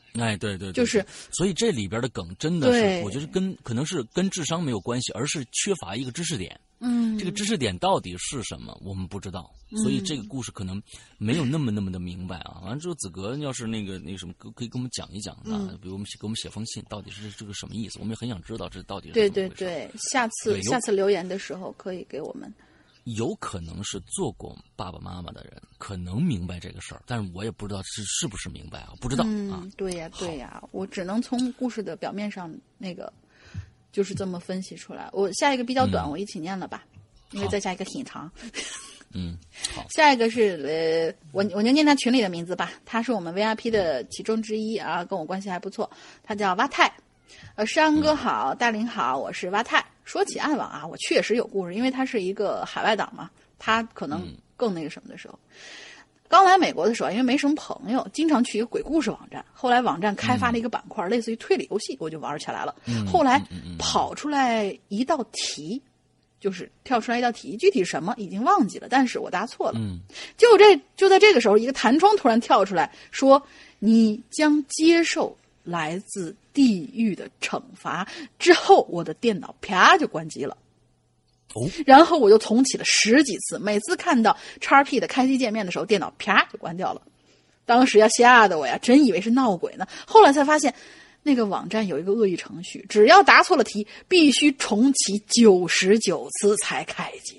[SPEAKER 1] 哎，对对对，
[SPEAKER 3] 就是
[SPEAKER 1] 所以这里边的梗真的
[SPEAKER 3] 对
[SPEAKER 1] 是，我觉得跟可能是跟智商没有关系，而是缺乏一个知识点。
[SPEAKER 3] 嗯，
[SPEAKER 1] 这个知识点到底是什么，我们不知道，所以这个故事可能没有那么那么的明白啊。完了之后，子格要是那个那个什么，可可以跟我们讲一讲啊，
[SPEAKER 3] 嗯
[SPEAKER 1] 比如我们给我们写封信，到底是这个什么意思？我们也很想知道这到底是
[SPEAKER 3] 对
[SPEAKER 1] 怎么回事。
[SPEAKER 3] 对对，下次
[SPEAKER 1] 对有
[SPEAKER 3] 下次留言的时候可以给我们。
[SPEAKER 1] 有可能是做过爸爸妈妈的人，可能明白这个事儿，但是我也不知道是是不是明白啊，不知道啊。
[SPEAKER 3] 嗯，对呀对呀，我只能从故事的表面上那个就是这么分析出来。我下一个比较短，
[SPEAKER 1] 嗯
[SPEAKER 3] 我一起念了吧，因为再下一个挺长。
[SPEAKER 1] 嗯，好，
[SPEAKER 3] 下一个是呃，我我就念他群里的名字吧，他是我们 V I P 的其中之一啊，跟我关系还不错，他叫蛙太。呃，山哥好，大林好，我是蛙太。说起暗网啊，我确实有故事，因为他是一个海外党嘛，他可能更那个什么的时候。刚来美国的时候，因为没什么朋友，经常去一个鬼故事网站。后来网站开发了一个板块，嗯、类似于推理游戏，我就玩起来了。
[SPEAKER 1] 嗯、
[SPEAKER 3] 后来跑出来一道题，就是跳出来一道题，具体什么已经忘记了，但是我答错了。
[SPEAKER 1] 嗯，
[SPEAKER 3] 就这就在这个时候，一个弹窗突然跳出来说：“你将接受来自地狱的惩罚。”之后，我的电脑啪就关机了。
[SPEAKER 1] 哦，
[SPEAKER 3] 然后我就重启了十几次，每次看到 X P 的开机界面的时候，电脑啪就关掉了。当时呀，吓得我呀，真以为是闹鬼呢。后来才发现，那个网站有一个恶意程序，只要答错了题，必须重启九十九次才开机。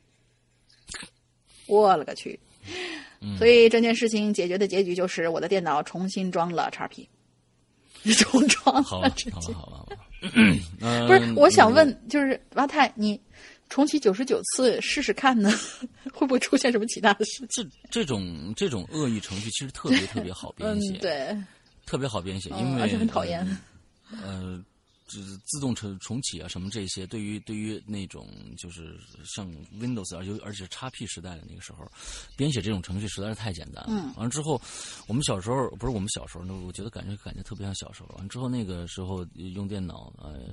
[SPEAKER 3] 我了个去！
[SPEAKER 1] 嗯、
[SPEAKER 3] 所以这件事情解决的结局就是我的电脑重新装了 X P， 重装了。
[SPEAKER 1] 好了，好了，好了，好了。嗯、
[SPEAKER 3] 不是，我想问，嗯、就是蛙太，你重启九十九次试试看呢，会不会出现什么其他的事情？
[SPEAKER 1] 这这种这种恶意程序其实特别特别好编写，
[SPEAKER 3] 嗯、对，
[SPEAKER 1] 特别好编写，因为、
[SPEAKER 3] 嗯、而且很讨厌。
[SPEAKER 1] 呃，就是自动重重启啊什么这些，对于对于那种就是像 Windows 而而且 X P 时代的那个时候，编写这种程序实在是太简单了。
[SPEAKER 3] 嗯，
[SPEAKER 1] 完了之后，我们小时候不是我们小时候，那我觉得感觉感觉特别像小时候。完了之后那个时候用电脑，呃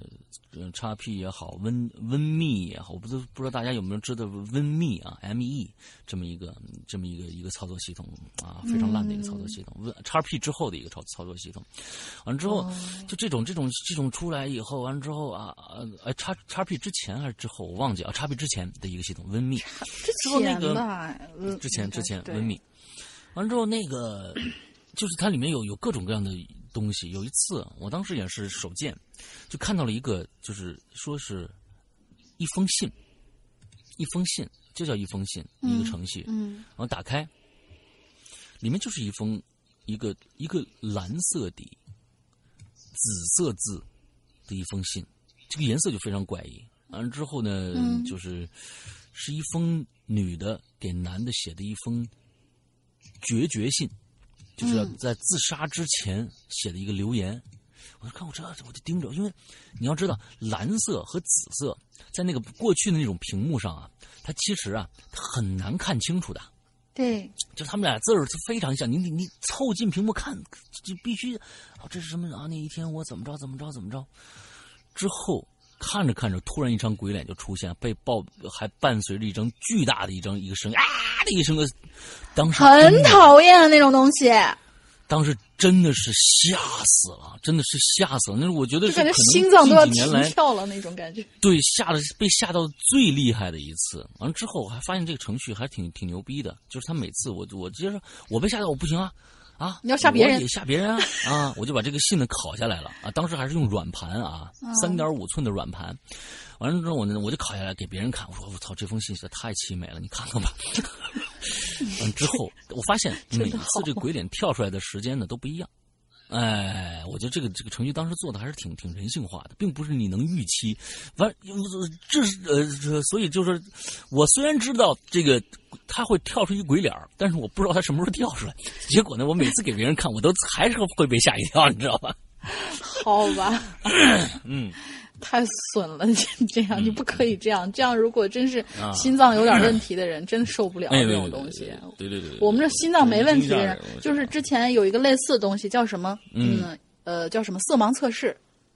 [SPEAKER 1] ，X P 也好，Win WinMe 也好，我不知不知道大家有没有知道 WinMe 啊 ，M E 这么一个这么一个一个操作系统啊，非常烂的一个操作系统。Win、嗯、X P 之后的一个操操作系统，完了之后、哦、就这种这种这种出来以后，完了之后啊呃，X X P 之前还是之后我忘记啊 ，X P 之前的一个系统 WinMe， 之后那个之前之前 WinMe， 完了之后那个就是它里面有有各种各样的东西。有一次我当时也是手贱，就看到了一个，就是说是一封信，一封信就叫一封信，
[SPEAKER 3] 嗯、
[SPEAKER 1] 一个程序，
[SPEAKER 3] 嗯，
[SPEAKER 1] 然后打开，里面就是一封一个一个蓝色底紫色字的一封信，这个颜色就非常怪异。完了之后呢，
[SPEAKER 3] 嗯、
[SPEAKER 1] 就是是一封女的给男的写的一封决绝信，就是要在自杀之前写的一个留言。嗯、我就看我这，我就盯着，因为你要知道，蓝色和紫色在那个过去的那种屏幕上啊，它其实啊很难看清楚的。
[SPEAKER 3] 对，
[SPEAKER 1] 就他们俩字儿是非常像，你你你凑近屏幕看，就必须啊，这是什么啊？那一天我怎么着怎么着怎么着，之后看着看着，突然一张鬼脸就出现，被抱还伴随着一张巨大的一张一个声啊的一声个，当时
[SPEAKER 3] 很讨厌的那种东西。
[SPEAKER 1] 当时真的是吓死了，真的是吓死了。那我觉得是可能
[SPEAKER 3] 心脏都要停
[SPEAKER 1] 来
[SPEAKER 3] 跳了那种感觉。
[SPEAKER 1] 对，吓得被吓到最厉害的一次。完了之后，我还发现这个程序还挺挺牛逼的，就是他每次我我直接说，我被吓到我不行啊啊！
[SPEAKER 3] 你要吓别人，
[SPEAKER 1] 我也吓别人啊啊！我就把这个信呢拷下来了啊，当时还是用软盘啊，三点五寸的软盘。完了之后我呢，我就拷下来给别人看，我说我操，这封信实在太凄美了，你看看吧。嗯，之后我发现每次这个鬼脸跳出来的时间呢都不一样。哎，我觉得这个这个程序当时做的还是挺挺人性化的，并不是你能预期。反正这是呃，所以就是我虽然知道这个他会跳出一鬼脸，但是我不知道他什么时候跳出来。结果呢，我每次给别人看，我都还是会被吓一跳，你知道吧？
[SPEAKER 3] 好吧，
[SPEAKER 1] 嗯。
[SPEAKER 3] 太损了，这样你不可以这样。这样如果真是心脏有点问题的人，真的受不了这种东西。
[SPEAKER 1] 对对对，
[SPEAKER 3] 我们这心脏没问题的人，就是之前有一个类似的东西，叫什么？嗯呃，叫什么色盲测试？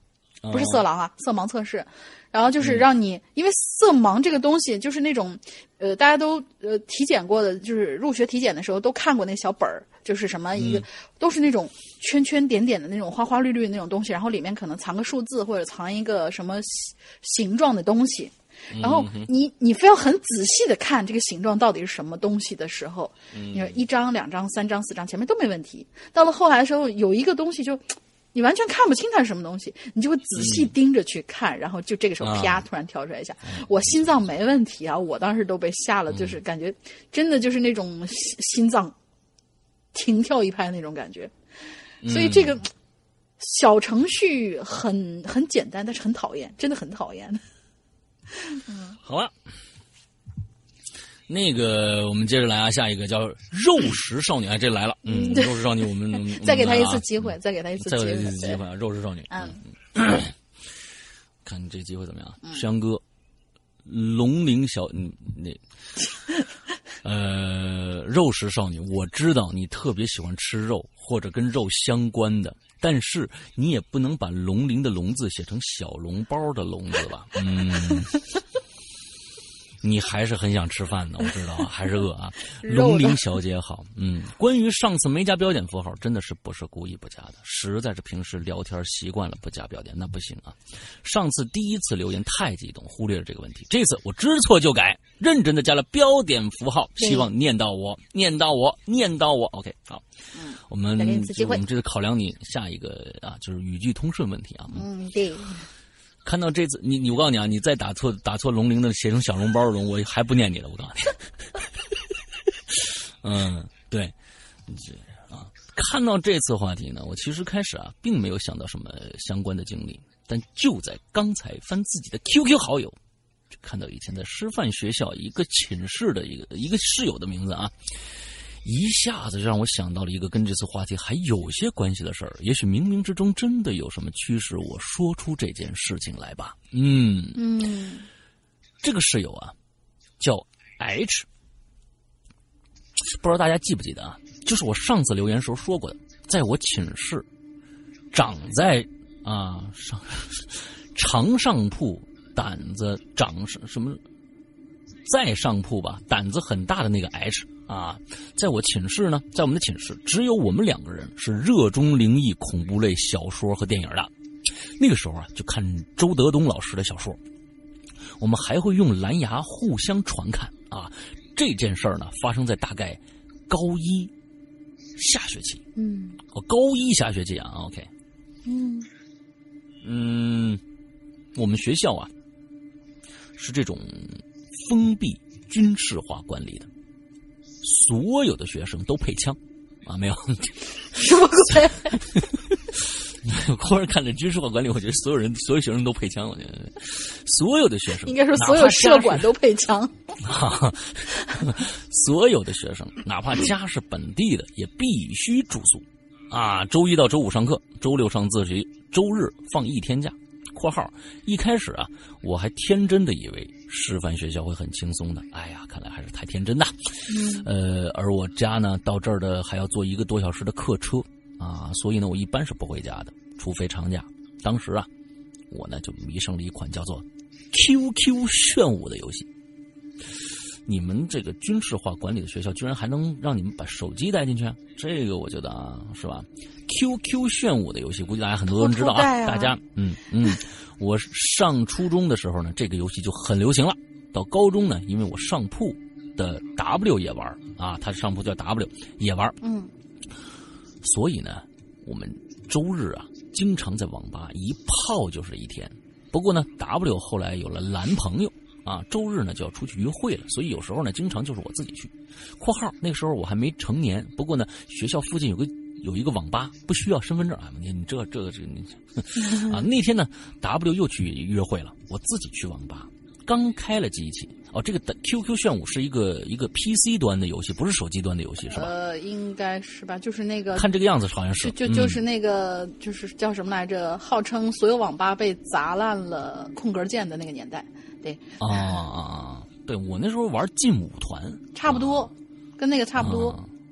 [SPEAKER 3] 不是色狼啊，色盲测试。然后就是让你，嗯、因为色盲这个东西就是那种，呃，大家都呃体检过的，就是入学体检的时候都看过那小本儿，就是什么一个、嗯、都是那种圈圈点点的那种花花绿绿的那种东西，然后里面可能藏个数字或者藏一个什么形状的东西，然后你你非要很仔细的看这个形状到底是什么东西的时候，你说一张、两张、三张、四张前面都没问题，到了后来的时候有一个东西就。你完全看不清它是什么东西，你就会仔细盯着去看，嗯、然后就这个时候啪、啊、突然跳出来一下，我心脏没问题啊！我当时都被吓了，就是感觉真的就是那种心脏停跳一拍那种感觉。所以这个小程序很很简单，但是很讨厌，真的很讨厌。
[SPEAKER 1] 嗯，好了。那个，我们接着来啊，下一个叫肉食少女，哎，这来了，嗯，肉食少女，我们
[SPEAKER 3] 再给她一次机会，再给她一次机会，
[SPEAKER 1] 再给她一次机会啊，肉食少女，
[SPEAKER 3] 嗯，
[SPEAKER 1] 看这机会怎么样？山哥，龙鳞小，嗯，那，呃，肉食少女，我知道你特别喜欢吃肉或者跟肉相关的，但是你也不能把龙鳞的龙字写成小笼包的笼字吧？嗯。你还是很想吃饭呢，我知道啊，还是饿啊。龙鳞小姐好，嗯，关于上次没加标点符号，真的是不是故意不加的，实在是平时聊天习惯了不加标点，那不行啊。上次第一次留言太激动，忽略了这个问题，这次我知错就改，认真的加了标点符号，希望念到我，念到我，念到我。OK， 好，
[SPEAKER 3] 嗯，
[SPEAKER 1] 我们我们这次考量你下一个啊，就是语句通顺问题啊。
[SPEAKER 3] 嗯，对。
[SPEAKER 1] 看到这次，你你我告诉你啊，你再打错打错龙鳞的写成小笼包的龙，我还不念你了，我告诉你。嗯，对，啊，看到这次话题呢，我其实开始啊，并没有想到什么相关的经历，但就在刚才翻自己的 Q Q 好友，就看到以前在师范学校一个寝室的一个一个室友的名字啊。一下子让我想到了一个跟这次话题还有些关系的事儿，也许冥冥之中真的有什么驱使我说出这件事情来吧。嗯
[SPEAKER 3] 嗯，
[SPEAKER 1] 这个室友啊叫 H， 不知道大家记不记得啊？就是我上次留言时候说过的，在我寝室长在啊上长上铺胆子长什么在上铺吧，胆子很大的那个 H。啊，在我寝室呢，在我们的寝室只有我们两个人是热衷灵异恐怖类小说和电影的。那个时候啊，就看周德东老师的小说，我们还会用蓝牙互相传看啊。这件事儿呢，发生在大概高一下学期。
[SPEAKER 3] 嗯，
[SPEAKER 1] 哦，高一下学期啊 ，OK。
[SPEAKER 3] 嗯
[SPEAKER 1] 嗯，我们学校啊是这种封闭军事化管理的。所有的学生都配枪啊，没有
[SPEAKER 3] 什么鬼？
[SPEAKER 1] 我忽然看着军事化管理，我觉得所有人所有学生都配枪，我觉得所有的学生
[SPEAKER 3] 应该说所有社管都配枪。
[SPEAKER 1] 啊、所有的学生哪怕家是本地的也必须住宿啊，周一到周五上课，周六上自习，周日放一天假。括号一开始啊，我还天真的以为师范学校会很轻松的，哎呀，看来还是太天真了。
[SPEAKER 3] 嗯，
[SPEAKER 1] 呃，而我家呢，到这儿的还要坐一个多小时的客车啊，所以呢，我一般是不回家的，除非长假。当时啊，我呢就迷上了一款叫做 Q Q 炫舞的游戏。你们这个军事化管理的学校，居然还能让你们把手机带进去？这个我觉得啊，是吧 ？Q Q 炫舞的游戏，估计大家很多人知道啊。
[SPEAKER 3] 啊
[SPEAKER 1] 大家，嗯嗯，我上初中的时候呢，这个游戏就很流行了。到高中呢，因为我上铺的 W 也玩啊，他上铺叫 W 也玩，
[SPEAKER 3] 嗯，
[SPEAKER 1] 所以呢，我们周日啊，经常在网吧一泡就是一天。不过呢 ，W 后来有了男朋友。啊，周日呢就要出去约会了，所以有时候呢，经常就是我自己去。（括号那个时候我还没成年，不过呢，学校附近有个有一个网吧，不需要身份证啊。你你这这这你啊，那天呢 ，W 又去约会了，我自己去网吧，刚开了机器。哦，这个 Q Q 炫舞是一个一个 P C 端的游戏，不是手机端的游戏，是吧？
[SPEAKER 3] 呃，应该是吧，就是那个
[SPEAKER 1] 看这个样子好像是，
[SPEAKER 3] 就就就是那个、嗯、就是叫什么来着？号称所有网吧被砸烂了空格键的那个年代。对
[SPEAKER 1] 啊啊啊！对我那时候玩劲舞团，
[SPEAKER 3] 差不多，啊、跟那个差不多。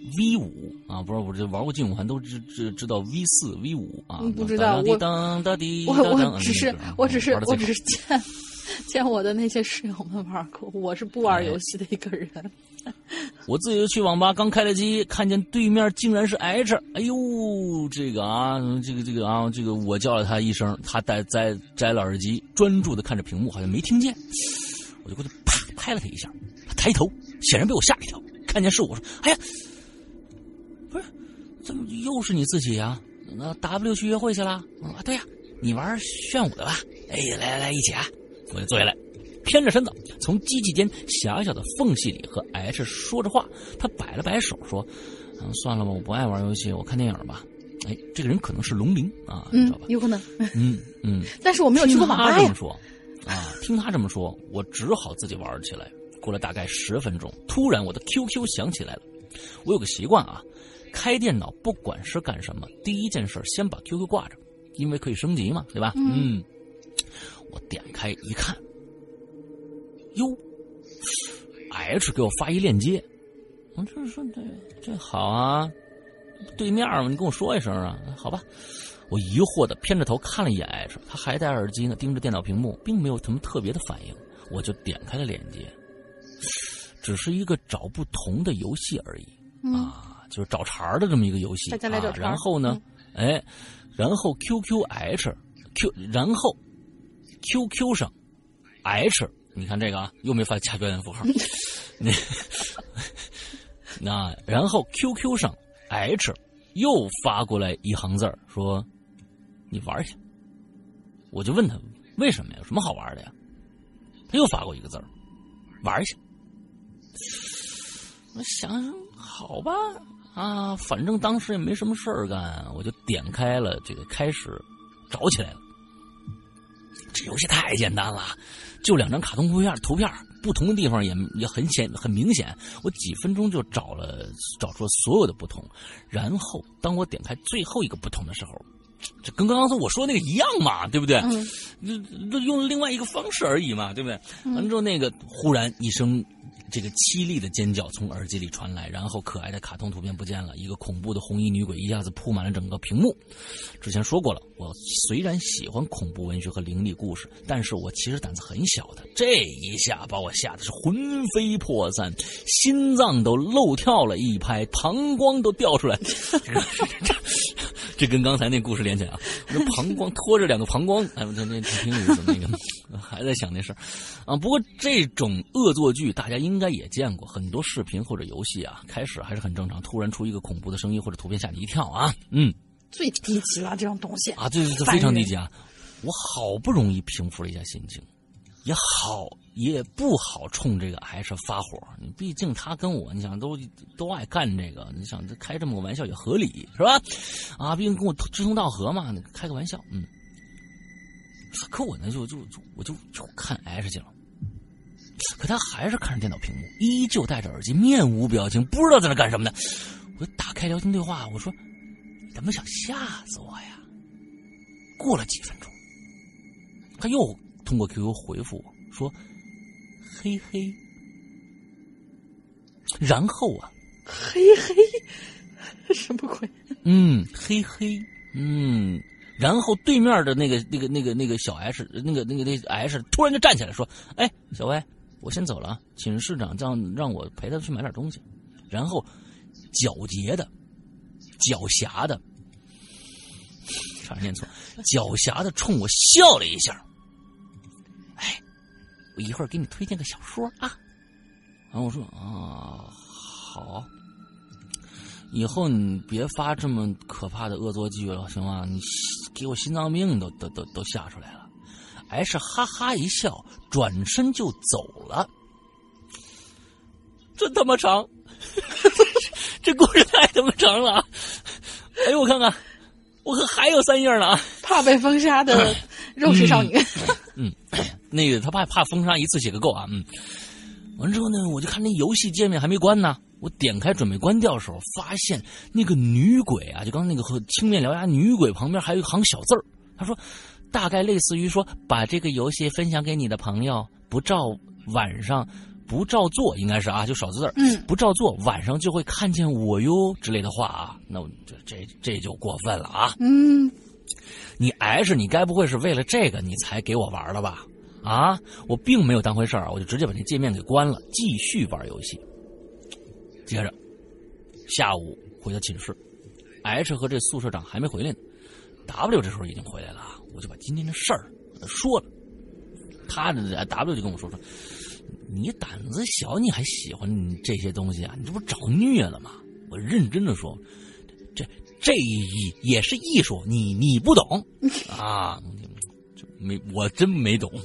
[SPEAKER 1] V 五啊，不知道我这玩过劲舞团都知知知道 V 四 V 五啊，
[SPEAKER 3] 不知道我我我只是我只是我只是见见我的那些室友们玩过，我是不玩游戏的一个人。
[SPEAKER 1] 我自己就去网吧，刚开了机，看见对面竟然是 H， 哎呦，这个啊，这个这个啊，这个我叫了他一声，他戴摘摘了耳机，专注的看着屏幕，好像没听见。我就过去啪拍了他一下，他抬头，显然被我吓了一跳，看见是我说：“哎呀，不是，怎么又是你自己呀？那 W 去约会去了？啊，对呀，你玩炫舞的吧？哎，来来来，一起啊！”我就坐下来，偏着身子，从机器间狭小的缝隙里和 H 说着话。他摆了摆手说：“嗯，算了吧，我不爱玩游戏，我看电影吧。”哎，这个人可能是龙鳞啊，
[SPEAKER 3] 嗯，
[SPEAKER 1] 知道吧？
[SPEAKER 3] 有可能。
[SPEAKER 1] 嗯嗯，
[SPEAKER 3] 但是我没有去过网吧呀。
[SPEAKER 1] 听他这么说啊，听他这么说，我只好自己玩起来。过了大概十分钟，突然我的 Q Q 响起来了。我有个习惯啊，开电脑不管是干什么，第一件事先把 Q Q 挂着，因为可以升级嘛，对吧？嗯。嗯，我点开一看，哟 ，H 给我发一链接，我这说这这好啊，对面嘛，你跟我说一声啊，好吧。我疑惑的偏着头看了一眼 H， 他还戴耳机呢，盯着电脑屏幕，并没有什么特别的反应。我就点开了链接，只是一个找不同的游戏而已、嗯、啊，就是找茬的这么一个游戏。
[SPEAKER 3] 大家来找茬、
[SPEAKER 1] 啊。然后呢，嗯、哎，然后 Q Q H Q， 然后 Q Q 上 H， 你看这个啊，又没发加标点符号。那那然后 Q Q 上 H 又发过来一行字儿，说你玩去。我就问他为什么呀？有什么好玩的呀？他又发过一个字儿，玩去。我想想，好吧，啊，反正当时也没什么事儿干，我就点开了这个，开始找起来了。这游戏太简单了，就两张卡通图片，图片不同的地方也也很显很明显。我几分钟就找了找出了所有的不同，然后当我点开最后一个不同的时候，这跟刚刚我说那个一样嘛，对不对？嗯，这用另外一个方式而已嘛，对不对？完了之后，那个忽然一声这个凄厉的尖叫从耳机里传来，然后可爱的卡通图片不见了，一个恐怖的红衣女鬼一下子铺满了整个屏幕。之前说过了，我虽然喜欢恐怖文学和灵异故事，但是我其实胆子很小的，这一下把我吓得是魂飞魄散，心脏都漏跳了一拍，膀胱都掉出来。这跟刚才那故事连起来啊，那膀胱拖着两个膀胱，哎，这那挺有意思。那个还在想那事儿啊。不过这种恶作剧大家应该也见过，很多视频或者游戏啊，开始还是很正常，突然出一个恐怖的声音或者图片吓你一跳啊。嗯，
[SPEAKER 3] 最低级了这种东西
[SPEAKER 1] 啊，这这非常低级啊。我好不容易平复了一下心情，也好也不好冲这个还是发火。你毕竟他跟我，你想都都爱干这个，你想开这么个玩笑也合理是吧？啊，毕竟跟我志同道合嘛，开个玩笑，嗯。可我呢就就就我就就看 H 去了，可他还是看着电脑屏幕，依旧戴着耳机，面无表情，不知道在那干什么呢。我就打开聊天对话，我说：“你怎么想吓死我呀？”过了几分钟，他又通过 Q Q 回复我说：“嘿嘿。”然后啊，
[SPEAKER 3] 嘿嘿，什么鬼？
[SPEAKER 1] 嗯，嘿嘿，嗯。然后对面的那个那个那个那个小 H， 那个那个那 H 突然就站起来说：“哎，小歪，我先走了啊，请市长让让我陪他去买点东西。”然后狡黠的、狡黠的，差点念错，狡黠的冲我笑了一下。哎，我一会儿给你推荐个小说啊。然后我说啊，好。以后你别发这么可怕的恶作剧了，行吗？你给我心脏病都都都都吓出来了。哎，是哈哈一笑，转身就走了。真他妈长，这故事太他妈长了。哎呦，我看看，我可还有三页呢啊！
[SPEAKER 3] 怕被封杀的肉食少女。
[SPEAKER 1] 嗯，嗯那个他怕怕封杀，一次写个够啊。嗯，完之后呢，我就看那游戏界面还没关呢。我点开准备关掉的时候，发现那个女鬼啊，就刚刚那个和青面獠牙女鬼旁边还有一行小字儿，他说大概类似于说把这个游戏分享给你的朋友，不照晚上不照做，应该是啊，就少字字儿，
[SPEAKER 3] 嗯，
[SPEAKER 1] 不照做，晚上就会看见我哟之类的话啊，那我这这这就过分了啊。
[SPEAKER 3] 嗯，
[SPEAKER 1] 你H，你该不会是为了这个你才给我玩了吧？啊，我并没有当回事儿，我就直接把那界面给关了，继续玩游戏。接着，下午回到寝室 ，H 和这宿舍长还没回来呢 ，W 这时候已经回来了，我就把今天的事儿跟他说了。他的 W 就跟我说说，你胆子小，你还喜欢这些东西啊？你这不找虐了吗？我认真的说，这这也是艺术，你你不懂啊？没，我真没懂。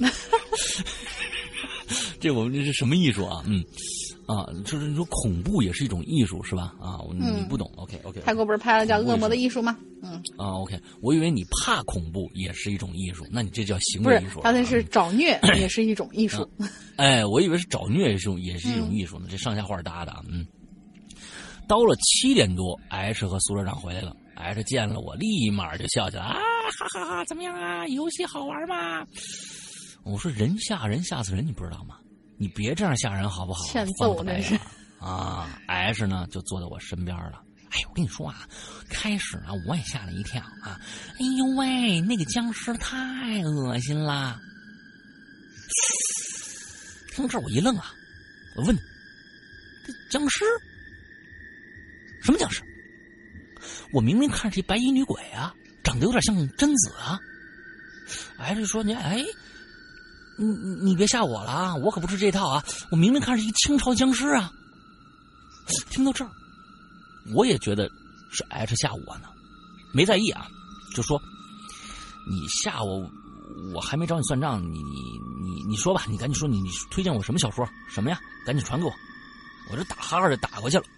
[SPEAKER 1] 这我们这是什么艺术啊？嗯，啊，就是你说恐怖也是一种艺术是吧？啊，你
[SPEAKER 3] 嗯
[SPEAKER 1] 不懂 ，OK OK。
[SPEAKER 3] 泰国不是拍了叫《恶魔的艺术》吗？嗯，
[SPEAKER 1] 啊 OK， 我以为你怕恐怖也是一种艺术，那你这叫行
[SPEAKER 3] 不是
[SPEAKER 1] 为艺术。
[SPEAKER 3] 他那是找虐，也是一种艺术。
[SPEAKER 1] 啊哎，我以为是找虐也是也是一种艺术呢，嗯、这上下话搭的。嗯，到了七点多 ，H 和苏社长回来了 ，H 见了我，立马就笑起来啊，哈哈哈，怎么样啊？游戏好玩吗？我说人吓人吓死人，你不知道吗？你别这样吓人好不好？
[SPEAKER 3] 欠揍那是
[SPEAKER 1] 啊 ！H 呢就坐在我身边了。哎，我跟你说啊，开始啊我也吓了一跳啊！哎呦喂，那个僵尸太恶心了。听到这儿我一愣啊，我问：这僵尸？什么僵尸？我明明看着一白衣女鬼啊，长得有点像贞子啊。H 就说：你哎。你你别吓我了啊！我可不吃这套啊！我明明看是一清朝僵尸啊！听到这儿，我也觉得是 H 吓我呢，没在意啊，就说你吓我，我还没找你算账，你你你你说吧，你赶紧说你你推荐我什么小说？什么呀？赶紧传给我！我这打哈哈的打过去了。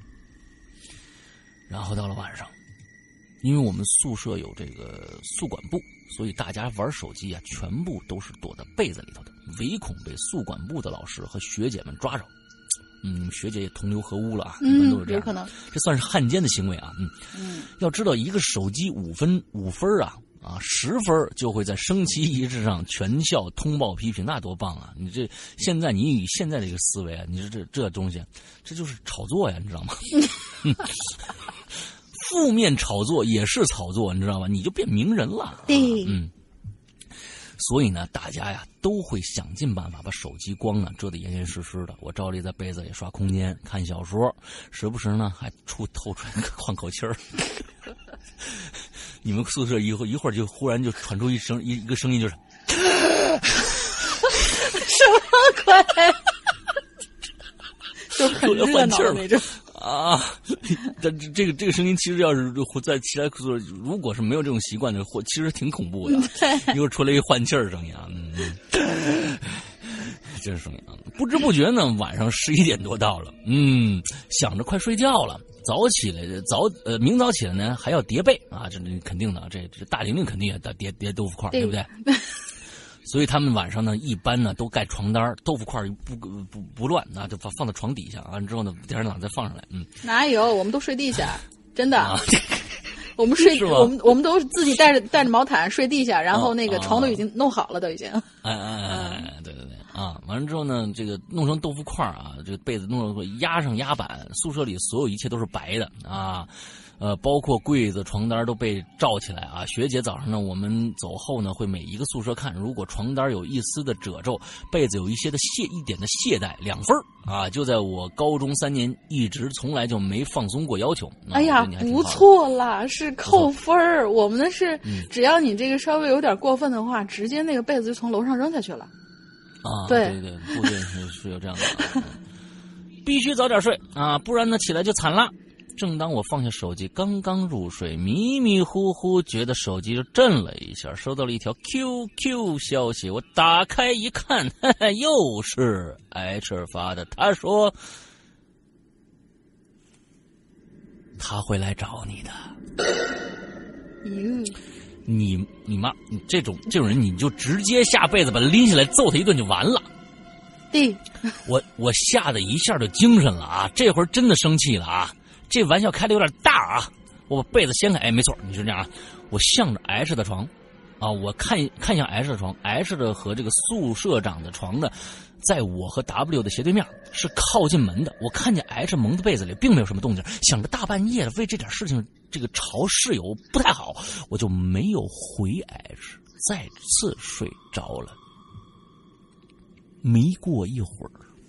[SPEAKER 1] 然后到了晚上，因为我们宿舍有这个宿管部。所以大家玩手机啊，全部都是躲在被子里头的，唯恐被宿管部的老师和学姐们抓着。嗯，学姐也同流合污了啊，一般都是这样。
[SPEAKER 3] 有可能，
[SPEAKER 1] 这算是汉奸的行为啊。嗯
[SPEAKER 3] 嗯，
[SPEAKER 1] 要知道一个手机五分五分啊啊十分就会在升旗仪式上全校通报批评，那多棒啊！你这现在你以现在这个思维啊，你说这这东西，这就是炒作呀，你知道吗？嗯负面炒作也是炒作，你知道吧？你就变名人了。
[SPEAKER 3] 对，
[SPEAKER 1] 嗯。所以呢，大家呀都会想尽办法把手机光呢遮得严严实实的。我照例在被子里刷空间、看小说，时不时呢还出透出来换口气儿。你们宿舍一会一会儿就忽然就传出一声一一个声音，就是
[SPEAKER 3] 什么鬼？就很热闹的那种。
[SPEAKER 1] 啊，但这个这个声音其实要是在其他宿舍，如果是没有这种习惯的，或其实挺恐怖的。一会儿出来一换气儿声音啊，嗯，这是声音啊。不知不觉呢，晚上十一点多到了，嗯，想着快睡觉了，早起来早呃明早起来呢还要叠被啊，这肯定的，这这大玲玲肯定也叠叠豆腐块，对不对？所以他们晚上呢，一般呢都盖床单，豆腐块不不不乱，那就放放到床底下，完了之后呢，第二天早上再放上来。嗯，
[SPEAKER 3] 哪有？我们都睡地下，真的。啊、我们睡，我们我们都是自己带着带着毛毯睡地下，然后那个床都已经弄好了，都已经。
[SPEAKER 1] 哎哎哎，对对对啊！完了之后呢，这个弄成豆腐块啊，这个被子弄成压上压板，宿舍里所有一切都是白的啊。呃，包括柜子、床单都被罩起来啊。学姐早上呢，我们走后呢，会每一个宿舍看，如果床单有一丝的褶皱，被子有一些的懈一点的懈怠，两分啊。就在我高中三年，一直从来就没放松过要求。
[SPEAKER 3] 哎呀，不错啦，是扣分儿。我们的是，只要你这个稍微有点过分的话，直接那个被子就从楼上扔下去了。
[SPEAKER 1] 啊，
[SPEAKER 3] 对
[SPEAKER 1] 对对，部队是是有这样的、啊，必须早点睡啊，不然呢起来就惨了。正当我放下手机，刚刚入睡，迷迷糊糊觉得手机就震了一下，收到了一条 Q Q 消息。我打开一看，呵呵又是 H 发的。他说他会来找你的。
[SPEAKER 3] 嗯，
[SPEAKER 1] 你你妈，你这种这种人，你就直接下被子把他拎起来揍他一顿就完了。
[SPEAKER 3] 对，
[SPEAKER 1] 我我吓得一下就精神了啊！这会儿真的生气了啊！这玩笑开的有点大啊！我把被子掀开，哎，没错，你是这样啊！我向着 H 的床， 啊，我看看向 H 的床 ，H 的和这个宿舍长的床呢，在我和 W 的斜对面，是靠近门的。我看见 H 蒙在被子里，并没有什么动静，想着大半夜的为这点事情这个吵室友不太好，我就没有回 H， 再次睡着了。没过一会儿，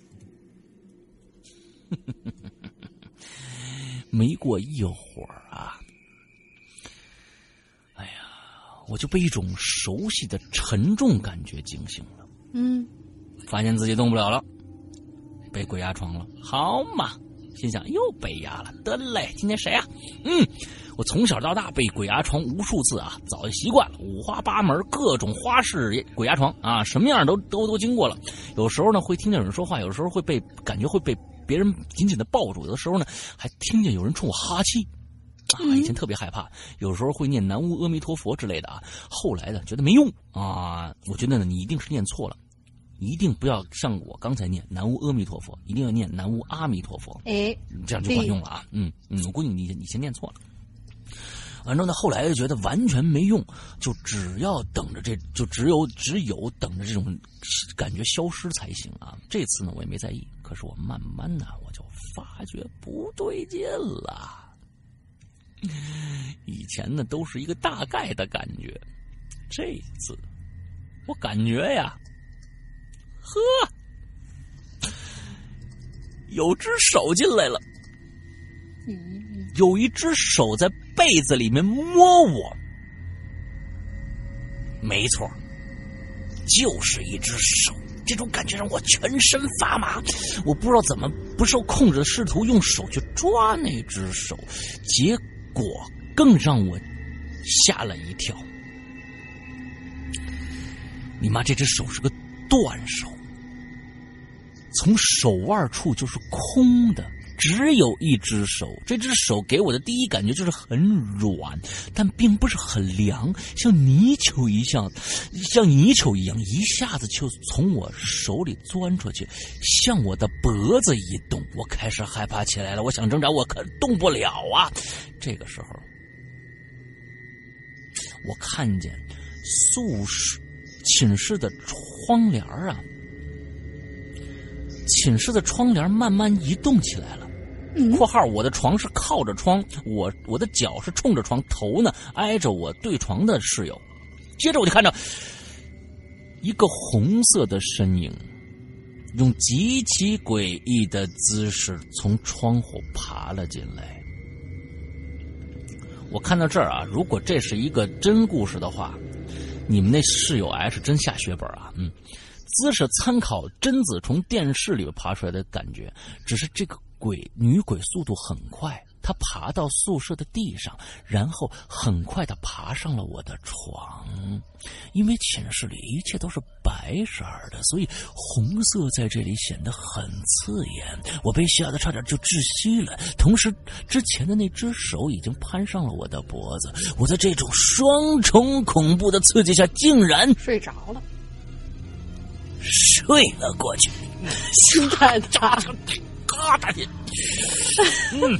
[SPEAKER 1] 没过一会儿啊，哎呀，我就被一种熟悉的沉重感觉惊醒了。
[SPEAKER 3] 嗯，
[SPEAKER 1] 发现自己动不了了，被鬼压床了。好嘛，心想又被压了，得嘞，今天谁啊？嗯，我从小到大被鬼压床无数次啊，早就习惯了，五花八门，各种花式鬼压床啊，什么样都都都经过了。有时候呢会听见有人说话，有时候会被感觉会被别人紧紧的抱住，有的时候呢还听见有人冲我哈气。啊，以前特别害怕，有时候会念南无阿弥陀佛之类的啊。后来呢，觉得没用啊，我觉得呢，你一定是念错了，一定不要像我刚才念南无阿弥陀佛，一定要念南无阿弥陀佛，
[SPEAKER 3] 哎，
[SPEAKER 1] 这样就管用了啊。嗯嗯，我估计你你先念错了。完之后呢，后来就觉得完全没用，就只要等着这，就只有只有等着这种感觉消失才行啊。这次呢，我也没在意，可是我慢慢的我就发觉不对劲了。以前呢都是一个大概的感觉，这次我感觉呀，呵，有只手进来了，有一只手在被子里面摸我，没错，就是一只手。这种感觉让我全身发麻，我不知道怎么不受控制的试图用手去抓那只手，结果更让我吓了一跳。你妈，这只手是个断手，从手腕处就是空的，只有一只手。这只手给我的第一感觉就是很软，但并不是很凉，像泥鳅一样，像泥鳅一样，一下子就从我手里钻出去，向我的脖子移动。我开始害怕起来了，我想挣扎，我可动不了啊。这个时候，我看见宿舍寝室的窗帘啊，寝室的窗帘慢慢移动起来了。括号我的床是靠着窗，我我的脚是冲着床，头呢挨着我对床的室友。接着我就看到一个红色的身影，用极其诡异的姿势从窗户爬了进来。我看到这儿啊，如果这是一个真故事的话，你们那室友 H 真下血本啊，嗯。姿势参考贞子从电视里爬出来的感觉，只是这个鬼女鬼速度很快，她爬到宿舍的地上，然后很快地爬上了我的床。因为寝室里一切都是白色的，所以红色在这里显得很刺眼，我被吓得差点就窒息了。同时之前的那只手已经攀上了我的脖子，我在这种双重恐怖的刺激下竟然
[SPEAKER 3] 睡着了，
[SPEAKER 1] 睡了过去，
[SPEAKER 3] 心太大，
[SPEAKER 1] 嘎大天。嗯。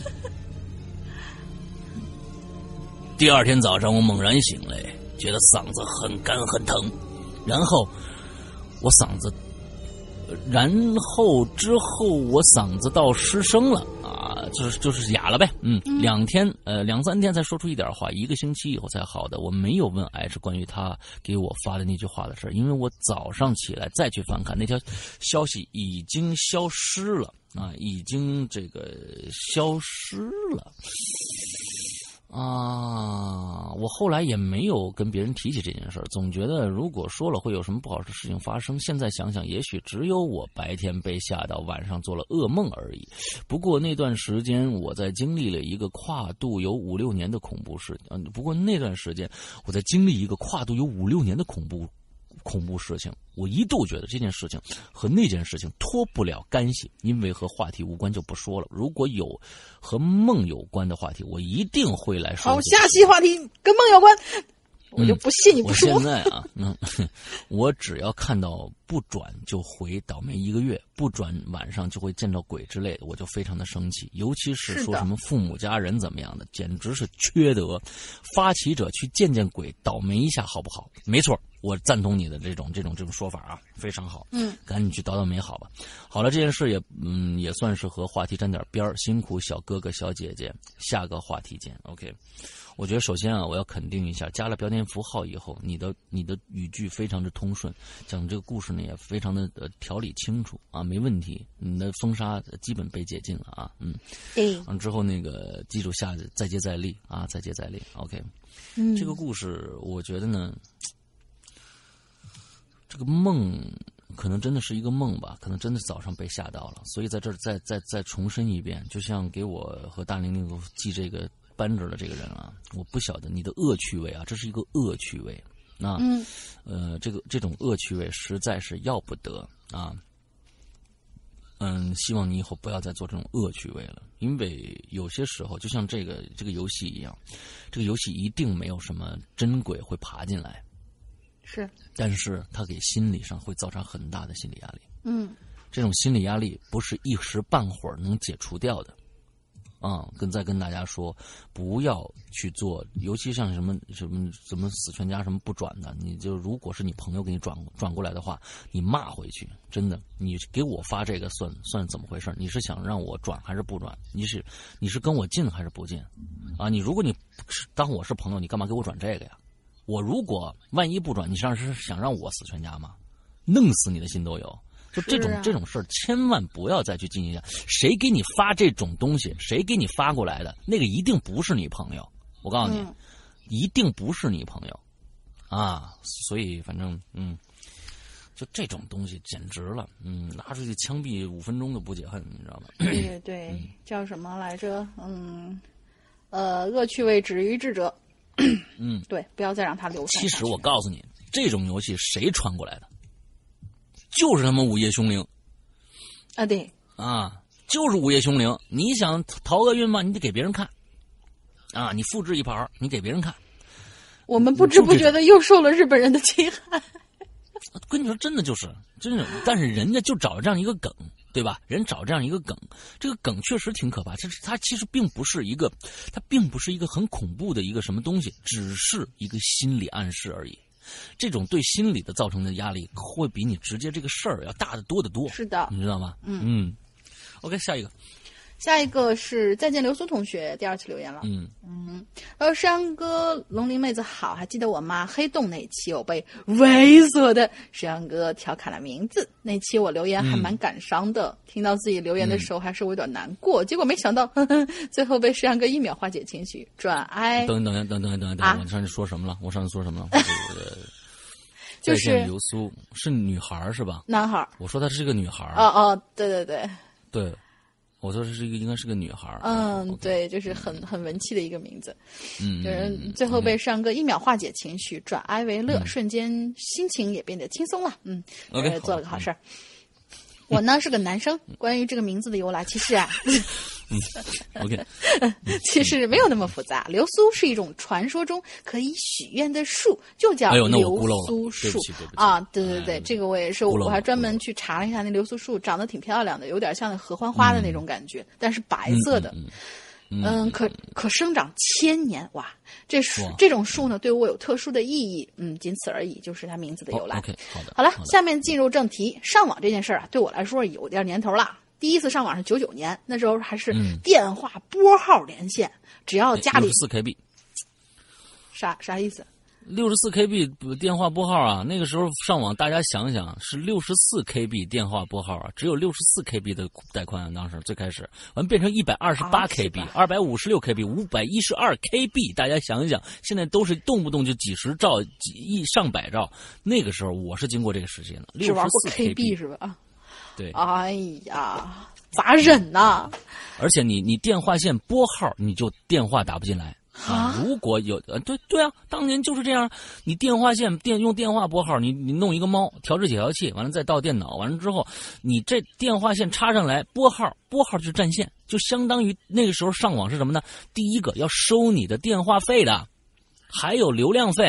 [SPEAKER 1] 第二天早上，我猛然醒来，觉得嗓子很干很疼，然后我嗓子，然后之后我嗓子到失声了啊，就是就是哑了呗。嗯，两天呃两三天才说出一点话，一个星期以后才好的。我没有问 H 关于他给我发的那句话的事，因为我早上起来再去翻看那条消息已经消失了啊，已经这个消失了。啊，我后来也没有跟别人提起这件事儿，总觉得如果说了会有什么不好的事情发生。现在想想，也许只有我白天被吓到，晚上做了噩梦而已。不过那段时间我在经历了一个跨度有五六年的恐怖事，嗯，不过那段时间我在经历一个跨度有五六年的恐怖。恐怖事情，我一度觉得这件事情和那件事情脱不了干系，因为和话题无关就不说了。如果有和梦有关的话题，我一定会来说。
[SPEAKER 3] 好，下期话题跟梦有关。 我就不信你不说。
[SPEAKER 1] 我现在啊，嗯，我只要看到不转就回倒霉一个月，不转晚上就会见到鬼之类的，我就非常的生气。尤其是说什么父母家人怎么样的，简直是缺德。发起者去见见鬼，倒霉一下好不好？没错，我赞同你的这种这种这种说法啊，非常好。
[SPEAKER 3] 嗯，
[SPEAKER 1] 赶紧去倒倒霉好吧。好了，这件事也嗯也算是和话题沾点边儿，辛苦小哥哥小姐姐，下个话题见。OK。我觉得首先啊，我要肯定一下，加了标点符号以后，你的你的语句非常的通顺，讲这个故事呢也非常的呃条理清楚啊，没问题。你的封杀基本被解禁了啊，嗯，
[SPEAKER 3] 哎，
[SPEAKER 1] 完之后那个记住下再接再厉啊，再接再厉。OK，
[SPEAKER 3] 嗯，
[SPEAKER 1] 这个故事我觉得呢，这个梦可能真的是一个梦吧，可能真的早上被吓到了，所以在这儿再再再重申一遍，就像给我和大玲玲记这个扳着的这个人啊，我不晓得你的恶趣味啊，这是一个恶趣味，那，
[SPEAKER 3] 嗯，
[SPEAKER 1] 呃，这个这种恶趣味实在是要不得啊。嗯，希望你以后不要再做这种恶趣味了，因为有些时候就像这个这个游戏一样，这个游戏一定没有什么真鬼会爬进来，
[SPEAKER 3] 是，
[SPEAKER 1] 但是它给心理上会造成很大的心理压力。
[SPEAKER 3] 嗯，
[SPEAKER 1] 这种心理压力不是一时半会儿能解除掉的。啊、嗯，跟再跟大家说，不要去做，尤其像什么什么什么死全家什么不转的，你就如果是你朋友给你转转过来的话，你骂回去，真的，你给我发这个算算怎么回事？你是想让我转还是不转？你是你是跟我进还是不进？啊，你如果你当我是朋友，你干嘛给我转这个呀？我如果万一不转，你是是想让我死全家吗？弄死你的心都有。就这种、啊、这种事儿，千万不要再去进行一下。谁给你发这种东西，谁给你发过来的，那个一定不是你朋友。我告诉你，嗯、一定不是你朋友啊！所以反正嗯，就这种东西简直了，嗯，拿出去枪毙五分钟都不解恨，你知道吗？
[SPEAKER 3] 对对对，嗯、叫什么来着？嗯，呃，恶趣味止于智者。
[SPEAKER 1] 嗯，
[SPEAKER 3] 对，不要再让它流传。
[SPEAKER 1] 其实我告诉你，这种游戏谁传过来的？就是他们午夜凶铃
[SPEAKER 3] 啊，对
[SPEAKER 1] 啊，就是午夜凶铃。你想逃厄运吗？你得给别人看啊，你复制一盘，你给别人看。
[SPEAKER 3] 我们不知不觉的又受了日本人的侵害。
[SPEAKER 1] 跟你说，真的就是真的，但是人家就找这样一个梗，对吧？人找这样一个梗，这个梗确实挺可怕。这它其实并不是一个，它并不是一个很恐怖的一个什么东西，只是一个心理暗示而已。这种对心理的造成的压力，会比你直接这个事儿要大得多得多。
[SPEAKER 3] 是的，
[SPEAKER 1] 你知道吗？
[SPEAKER 3] 嗯
[SPEAKER 1] 嗯。OK， 下一个，
[SPEAKER 3] 下一个是再见流苏同学第二次留言了。
[SPEAKER 1] 嗯
[SPEAKER 3] 嗯，然后山哥龙鳞妹子好，还记得我妈黑洞那期有被猥琐的山哥调侃了名字，那期我留言还蛮感伤的，嗯、听到自己留言的时候还是我有点难过，嗯、结果没想到呵呵最后被山哥一秒化解情绪，转哀。
[SPEAKER 1] 等等等等等等等，啊、我上次说什么了？我上次说什么了？
[SPEAKER 3] 就是
[SPEAKER 1] 流苏是女孩是吧？
[SPEAKER 3] 男孩。我
[SPEAKER 1] 说她是个女孩。
[SPEAKER 3] 哦哦，对对对。
[SPEAKER 1] 对。我说是一个应该是个女孩，
[SPEAKER 3] 嗯， okay, 对，就是很很文气的一个名字，
[SPEAKER 1] 嗯，
[SPEAKER 3] 就是最后被上哥一秒化解情绪，转哀为乐，嗯、瞬间心情也变得轻松了，嗯，
[SPEAKER 1] okay,
[SPEAKER 3] 呃，做了个好事儿。我呢是个男生，关于这个名字的由来，其实啊，
[SPEAKER 1] 嗯 ，OK，
[SPEAKER 3] 其实没有那么复杂。流苏是一种传说中可以许愿的树，就叫流苏树、
[SPEAKER 1] 哎、
[SPEAKER 3] 啊。对对对，哎、这个我也是，我还专门去查了一下，那流苏树长得挺漂亮的，有点像那合欢花的那种感觉，嗯、但是白色的。
[SPEAKER 1] 嗯
[SPEAKER 3] 嗯，嗯可可生长千年哇！这树这种树呢，对我有特殊的意义，嗯，仅此而已，就是它名字的由来。
[SPEAKER 1] 哦、OK， 好的。
[SPEAKER 3] 好了，下面进入正题。上网这件事儿啊，对我来说有点年头了。第一次上网是九九年，那时候还是电话拨号连线，嗯、只要家里
[SPEAKER 1] 六十四 K B，
[SPEAKER 3] 啥啥意思？
[SPEAKER 1] 六十四 K B 电话拨号啊，那个时候上网，大家想想是六十四 K B 电话拨号啊，只有六十四 K B 的带宽、啊，当时最开始完变成一百二十八 K B、二百五十六 K B、五百一十二 K B， 大家想想，现在都是动不动就几十兆、几亿、上百兆。那个时候我是经过这个时间的，六十四
[SPEAKER 3] K B 是吧？
[SPEAKER 1] 对。
[SPEAKER 3] 哎呀，咋忍呐？
[SPEAKER 1] 而且你你电话线拨号，你就电话打不进来。啊，如果有呃，对对啊，当年就是这样。你电话线电用电话拨号，你你弄一个猫调制解调器，完了再到电脑，完了之后，你这电话线插上来拨号，拨号就是占线，就相当于那个时候上网是什么呢？第一个要收你的电话费的，还有流量费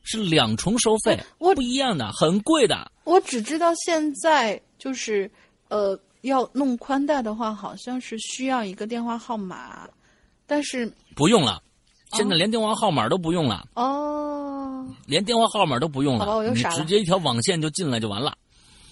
[SPEAKER 1] 是两重收费，
[SPEAKER 3] 我
[SPEAKER 1] 不一样的，很贵的。
[SPEAKER 3] 我只知道现在就是呃，要弄宽带的话，好像是需要一个电话号码，但是
[SPEAKER 1] 不用了，现在连电话号码都不用了。
[SPEAKER 3] 哦，
[SPEAKER 1] 连电话号码都不用了，
[SPEAKER 3] 好吧，我又
[SPEAKER 1] 你
[SPEAKER 3] 傻了。
[SPEAKER 1] 直接一条网线就进来就完了。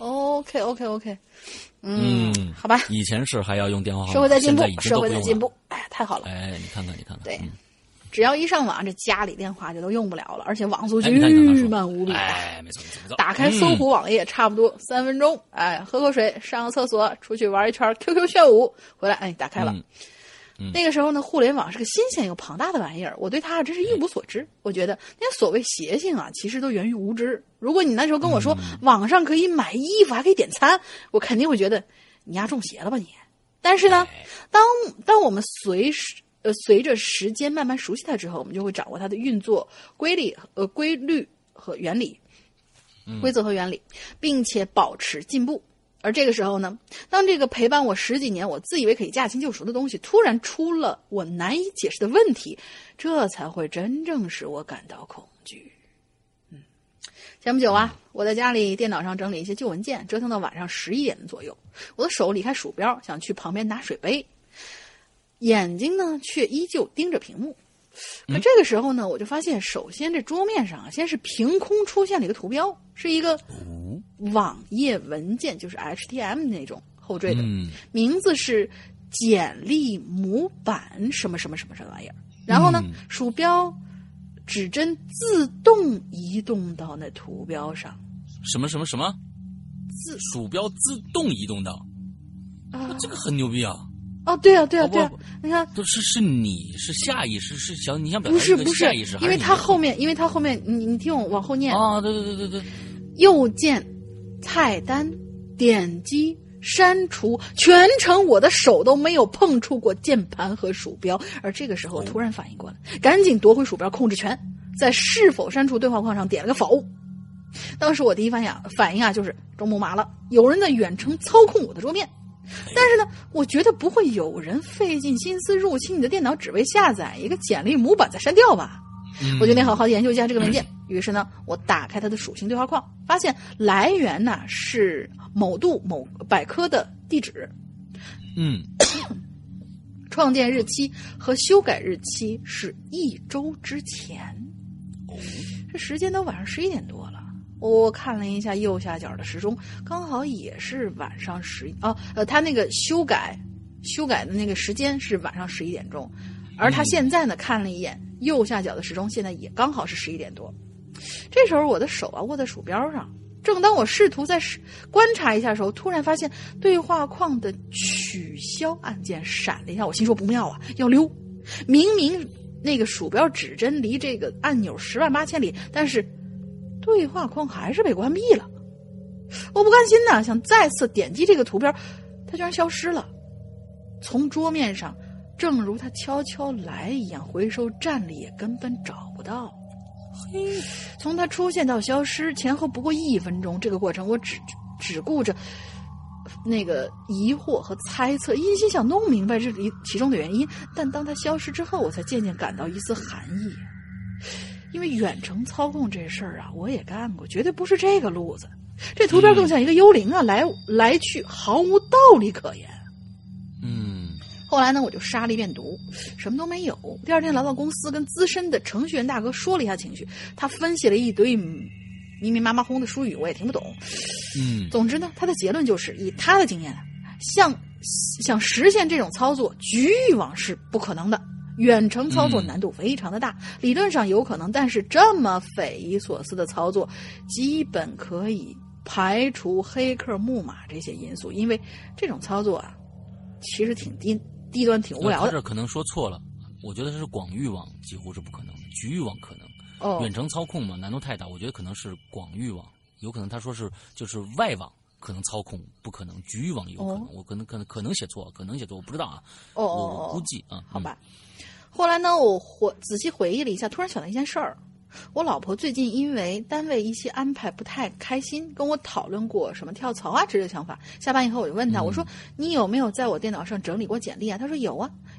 [SPEAKER 3] OK OK OK， 嗯，
[SPEAKER 1] 嗯，
[SPEAKER 3] 好吧。
[SPEAKER 1] 以前是还要用电话号码，
[SPEAKER 3] 社会在进步，社
[SPEAKER 1] 现在已经都不用了
[SPEAKER 3] 会在进步，哎，太好了。
[SPEAKER 1] 哎，你看看，你看看，
[SPEAKER 3] 对。
[SPEAKER 1] 嗯
[SPEAKER 3] 只要一上网，这家里电话就都用不了了，而且网速
[SPEAKER 1] 哎你看你刚刚说
[SPEAKER 3] 巨慢无比。
[SPEAKER 1] 哎，没错没错没错。
[SPEAKER 3] 打开搜狐网页，差不多三分钟，哎，喝口水，上个厕所，出去玩一圈 Q Q 炫舞，回来，哎，打开了。
[SPEAKER 1] 嗯嗯、
[SPEAKER 3] 那个时候呢，互联网是个新鲜又庞大的玩意儿，我对它真是一无所知。我觉得那些所谓邪性啊，其实都源于无知。如果你那时候跟我说、嗯、网上可以买衣服，还可以点餐，我肯定会觉得你丫中邪了吧你。但是呢，当当我们随时呃，随着时间慢慢熟悉它之后，我们就会掌握它的运作规律、呃规律和原理、规则和原理，并且保持进步。而这个时候呢，当这个陪伴我十几年、我自以为可以驾轻就熟的东西，突然出了我难以解释的问题，这才会真正使我感到恐惧。嗯，前不久啊，我在家里电脑上整理一些旧文件，折腾到晚上十一点左右，我的手离开鼠标，想去旁边拿水杯。眼睛呢，却依旧盯着屏幕。可这个时候呢，我就发现，首先这桌面上啊，先是凭空出现了一个图标，是一个网页文件，就是 H T M 那种后缀的，
[SPEAKER 1] 嗯、
[SPEAKER 3] 名字是简历模板什么什么什么什么玩意儿。然后呢，嗯、鼠标指针自动移动到那图标上。
[SPEAKER 1] 什么什么什么？
[SPEAKER 3] 自
[SPEAKER 1] 鼠标自动移动到啊，这个很牛逼啊！
[SPEAKER 3] 哦，对啊，对啊，对啊！你看，
[SPEAKER 1] 都是是你是下意识是想你想表达
[SPEAKER 3] 不是不是
[SPEAKER 1] 下意识，
[SPEAKER 3] 因为它后面，因为它后面，你你听我往后念
[SPEAKER 1] 啊，对对对对对，
[SPEAKER 3] 右键菜单点击删除，全程我的手都没有碰触过键盘和鼠标，而这个时候我突然反应过来，赶紧夺回鼠标控制权，在是否删除对话框上点了个否。当时我第一反应反应啊，就是中木马了，有人在远程操控我的桌面。但是呢，我觉得不会有人费尽心思入侵你的电脑，只为下载一个简历模板再删掉吧？嗯、我决定好好研究一下这个文件。嗯、于是呢，我打开它的属性对话框，发现来源呢是某度某百科的地址。
[SPEAKER 1] 嗯，
[SPEAKER 3] 创建日期和修改日期是一周之前。这时间都晚上十一点多了。我看了一下右下角的时钟，刚好也是晚上十哦，呃，他那个修改修改的那个时间是晚上十一点钟，而他现在呢、嗯、看了一眼右下角的时钟，现在也刚好是十一点多。这时候我的手啊握在鼠标上，正当我试图再观察一下的时候，突然发现对话框的取消按键闪了一下，我心说不妙啊，要溜！明明那个鼠标指针离这个按钮十万八千里，但是对话框还是被关闭了。我不甘心呐，想再次点击这个图标，它居然消失了。从桌面上，正如它悄悄来一样，回收站里也根本找不到。嘿，从它出现到消失前后不过一分钟，这个过程我只只顾着那个疑惑和猜测，一心想弄明白这里其中的原因。但当它消失之后，我才渐渐感到一丝寒意。因为远程操控这事儿啊，我也干过，绝对不是这个路子。这图标更像一个幽灵啊，来来去毫无道理可言。
[SPEAKER 1] 嗯，
[SPEAKER 3] 后来呢，我就杀了一遍毒，什么都没有。第二天来到公司，跟资深的程序员大哥说了一下情绪，他分析了一堆密密麻麻轰的术语，我也听不懂。
[SPEAKER 1] 嗯，
[SPEAKER 3] 总之呢，他的结论就是，以他的经验，像想实现这种操作，局域网是不可能的。远程操作难度非常的大、嗯、理论上有可能，但是这么匪夷所思的操作基本可以排除黑客木马这些因素，因为这种操作啊其实挺低低端挺无聊的。
[SPEAKER 1] 他这可能说错了，我觉得是广域网几乎是不可能，局域网可能。
[SPEAKER 3] 哦，
[SPEAKER 1] 远程操控嘛难度太大，我觉得可能是广域网，有可能他说是就是外网可能操控不可能，局域网有可能、哦、我可能可能可能写错可能写错我不知道啊。
[SPEAKER 3] 哦
[SPEAKER 1] 我我估计啊。
[SPEAKER 3] 好吧、嗯，后来呢，我回仔细回忆了一下，突然想到一件事儿。我老婆最近因为单位一些安排不太开心，跟我讨论过什么跳槽啊之类的想法。下班以后我就问她，嗯、我说你有没有在我电脑上整理过简历啊？她说有啊，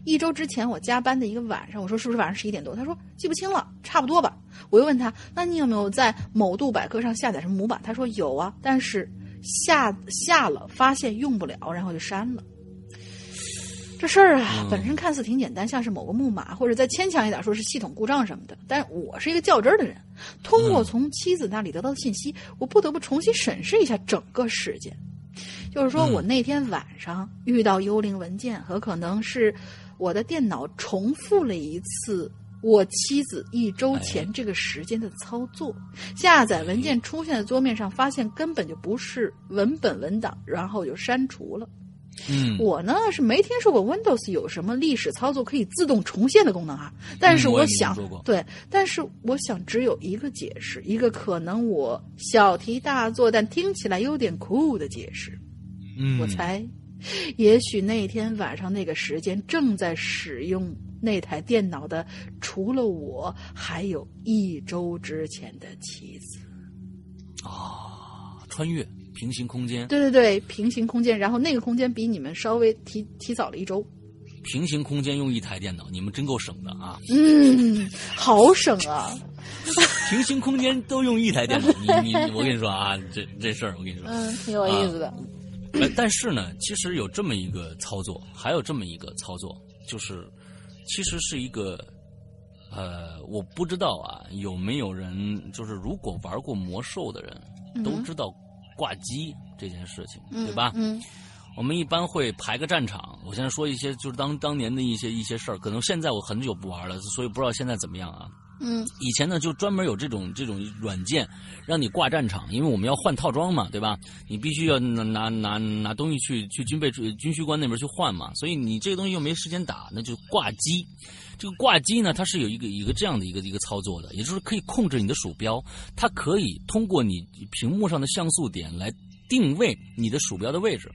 [SPEAKER 3] 一周之前我加班的一个晚上，我说是不是晚上十一点多？他说记不清了，差不多吧。我又问他，那你有没有在某度百科上下载什么模板？他说有啊，但是下下了发现用不了，然后就删了。这事儿啊，本身看似挺简单，像是某个木马，或者再牵强一点说是系统故障什么的。但我是一个较真儿的人，通过从妻子那里得到的信息，我不得不重新审视一下整个事件。就是说我那天晚上遇到幽灵文件，和可能是我的电脑重复了一次我妻子一周前这个时间的操作。下载文件出现在桌面上，发现根本就不是文本文档，然后就删除了。
[SPEAKER 1] 嗯，
[SPEAKER 3] 我呢是没听说过 Windows 有什么历史操作可以自动重现的功能啊，但是我想，
[SPEAKER 1] 嗯、我
[SPEAKER 3] 对，但是我想只有一个解释，一个可能我小题大做但听起来有点酷的解释。
[SPEAKER 1] 嗯，
[SPEAKER 3] 我猜，也许那天晚上那个时间正在使用那台电脑的，除了我，还有一周之前的妻子。
[SPEAKER 1] 啊，穿越。平行空间，
[SPEAKER 3] 对对对，平行空间，然后那个空间比你们稍微提提早了一周。
[SPEAKER 1] 平行空间用一台电脑，你们真够省的啊！
[SPEAKER 3] 嗯，好省啊！
[SPEAKER 1] 平行空间都用一台电脑，你你我跟你说啊，这这事儿我跟你说，
[SPEAKER 3] 嗯，挺有意思的。
[SPEAKER 1] 呃，但是呢，其实有这么一个操作，还有这么一个操作，就是其实是一个。呃，我不知道啊，有没有人就是如果玩过魔兽的人、嗯、都知道。挂机这件事情，对吧？
[SPEAKER 3] 嗯，嗯
[SPEAKER 1] 我们一般会排个战场。我现在说一些就是当当年的一些一些事儿，可能现在我很久不玩了，所以不知道现在怎么样啊。
[SPEAKER 3] 嗯，
[SPEAKER 1] 以前呢就专门有这种这种软件让你挂战场，因为我们要换套装嘛，对吧？你必须要拿拿拿拿东西去去军备军需官那边去换嘛，所以你这个东西又没时间打，那就挂机。这个挂机呢，它是有一个一个这样的一个一个操作的，也就是可以控制你的鼠标，它可以通过你屏幕上的像素点来定位你的鼠标的位置。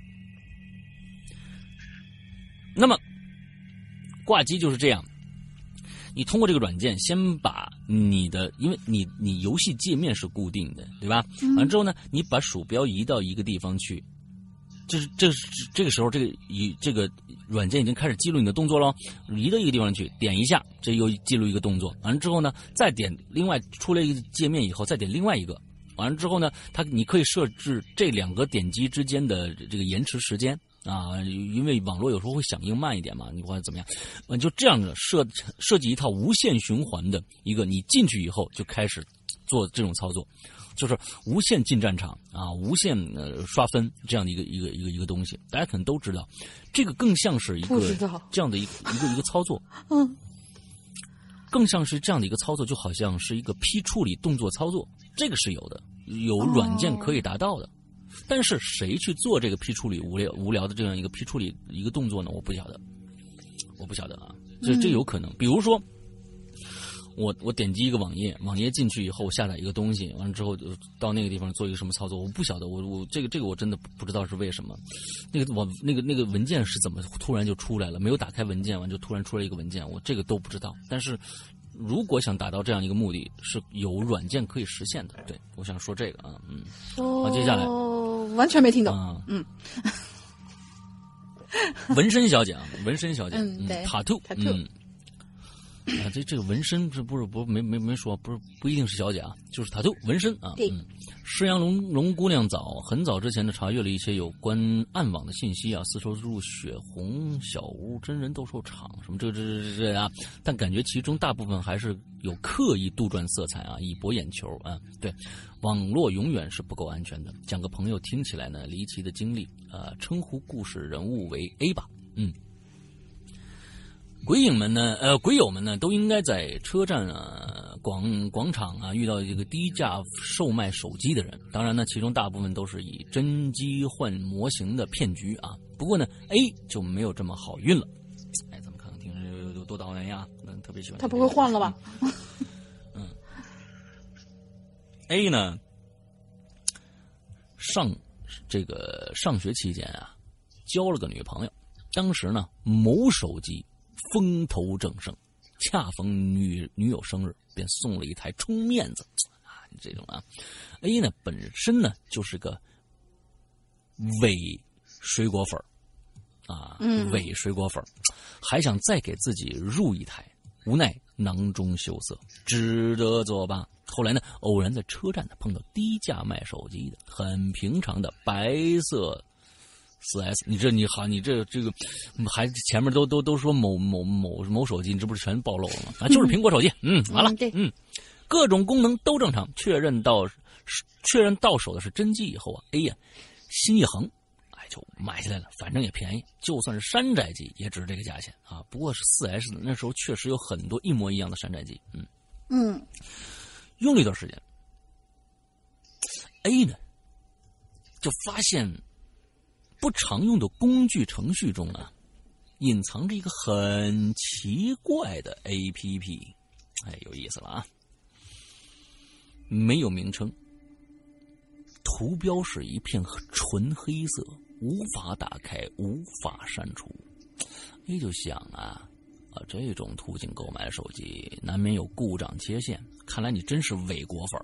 [SPEAKER 1] 那么挂机就是这样，你通过这个软件先把你的，因为你你游戏界面是固定的，对吧？
[SPEAKER 3] 嗯、
[SPEAKER 1] 完之后呢，你把鼠标移到一个地方去，这是这是这个时候这个以这个软件已经开始记录你的动作了，移到一个地方去，点一下，这又记录一个动作。完了之后呢，再点另外出来一个界面以后，再点另外一个。完了之后呢，它你可以设置这两个点击之间的这个延迟时间啊，因为网络有时候会响应慢一点嘛，你或者怎么样，嗯，就这样的设设计一套无限循环的一个，你进去以后就开始做这种操作。就是无限进战场啊，无限呃刷分这样的一个一个一个一个东西，大家可能都知道，这个更像是一个这样的一个一个一个操作，
[SPEAKER 3] 嗯，
[SPEAKER 1] 更像是这样的一个操作，就好像是一个批处理动作操作，这个是有的，有软件可以达到的，哦、但是谁去做这个批处理无聊无聊的这样一个批处理一个动作呢？我不晓得，我不晓得啊，这这有可能，比如说。我我点击一个网页，网页进去以后下载一个东西，完了之后就到那个地方做一个什么操作，我不晓得，我我这个这个我真的不知道是为什么，那个我那个那个文件是怎么突然就出来了，没有打开文件完就突然出来一个文件，我这个都不知道。但是如果想达到这样一个目的，是有软件可以实现的。对，我想说这个啊，嗯，
[SPEAKER 3] 哦，
[SPEAKER 1] 好，接下来
[SPEAKER 3] 完全没听懂，
[SPEAKER 1] 啊、
[SPEAKER 3] 嗯。
[SPEAKER 1] 纹身小姐啊，纹身小姐，
[SPEAKER 3] 嗯，对，
[SPEAKER 1] 塔兔，嗯。啊，这这个纹身这不是不没没没说，不是不一定是小姐啊，就是塔兔纹身啊。
[SPEAKER 3] 对，
[SPEAKER 1] 嗯，施阳龙龙姑娘早很早之前呢查阅了一些有关暗网的信息啊，丝绸之路、血红小屋、真人斗兽场什么这这这这啊，但感觉其中大部分还是有刻意杜撰色彩啊，以博眼球啊。对，网络永远是不够安全的。讲个朋友听起来呢离奇的经历啊，称呼故事人物为 A 吧，嗯。鬼影们呢，呃，鬼友们呢，都应该在车站啊、广广场啊遇到一个低价售卖手机的人。当然呢，其中大部分都是以真机换模型的骗局啊。不过呢 ，A 就没有这么好运了。哎，咱们看看听着有有多倒霉呀？嗯，特别喜欢。
[SPEAKER 3] 他不会换了吧？
[SPEAKER 1] 嗯 ，A 呢，上这个上学期间啊，交了个女朋友。当时呢，某手机风头正盛，恰逢女女友生日，便送了一台充面子啊，这种啊。A 呢本身呢就是个伪水果粉啊，
[SPEAKER 3] 嗯
[SPEAKER 1] 伪水果粉，还想再给自己入一台，无奈囊中羞涩，只得作罢。后来呢，偶然在车站呢碰到低价卖手机的，很平常的白色四 S， 你这你好，你这这个还前面都都都说某某某某手机，你这不是全暴露了吗？啊，就是苹果手机。嗯，完了，
[SPEAKER 3] 对，
[SPEAKER 1] 嗯，各种功能都正常，确认到确认到手的是真机以后啊，哎呀，心一横，哎，就买下来了，反正也便宜，就算是山寨机也值这个价钱啊。不过是四 S 的，那时候确实有很多一模一样的山寨机。嗯
[SPEAKER 3] 嗯，
[SPEAKER 1] 用了一段时间 ，A 呢就发现。不常用的工具程序中啊，隐藏着一个很奇怪的 A P P， 哎，有意思了啊！没有名称，图标是一片纯黑色，无法打开，无法删除。A 就想啊，啊，这种途径购买手机，难免有故障切线。看来你真是伪果粉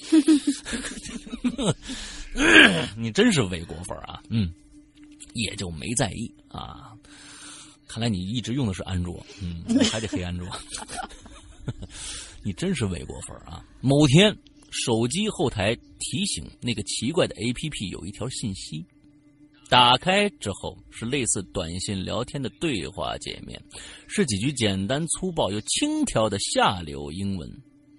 [SPEAKER 1] 儿，你真是伪果粉儿啊！嗯。也就没在意啊，看来你一直用的是安卓，嗯，还得黑安卓，你真是伪果粉啊！某天，手机后台提醒那个奇怪的 A P P 有一条信息，打开之后是类似短信聊天的对话界面，是几句简单粗暴又轻佻的下流英文。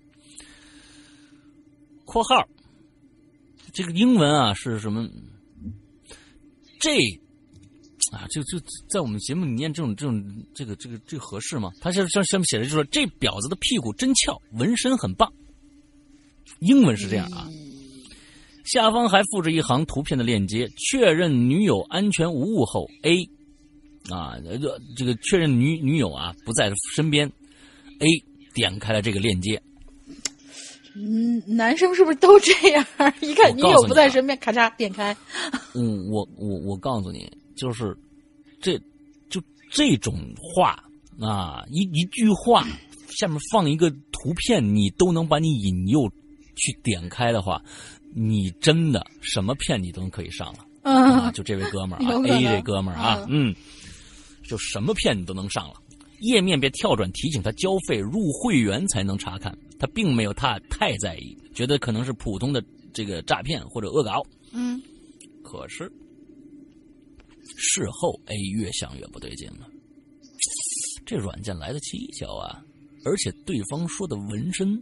[SPEAKER 1] 括号，这个英文啊是什么？这啊，就就在我们节目里念这种这种这个这个这个合适吗？他上上上面写的就是说这婊子的屁股真翘，纹身很棒。英文是这样啊，下方还附着一行图片的链接，确认女友安全无误后 ，A 啊，这个确认女女友啊不在身边 ，A 点开了这个链接。
[SPEAKER 3] 嗯，男生是不是都这样？一看女友不在身边，咔嚓点开。
[SPEAKER 1] 嗯，我我我告诉你，就是这就这种话啊，一一句话下面放一个图片，你都能把你引诱去点开的话，你真的什么片你都可以上了。嗯、啊，就这位哥们儿啊 ，A 这哥们儿啊，嗯，就什么片你都能上了。页面便跳转提醒他交费入会员才能查看，他并没有他太在意，觉得可能是普通的这个诈骗或者恶搞。
[SPEAKER 3] 嗯，
[SPEAKER 1] 可是事后 A 越想越不对劲了，这软件来得蹊跷啊！而且对方说的纹身，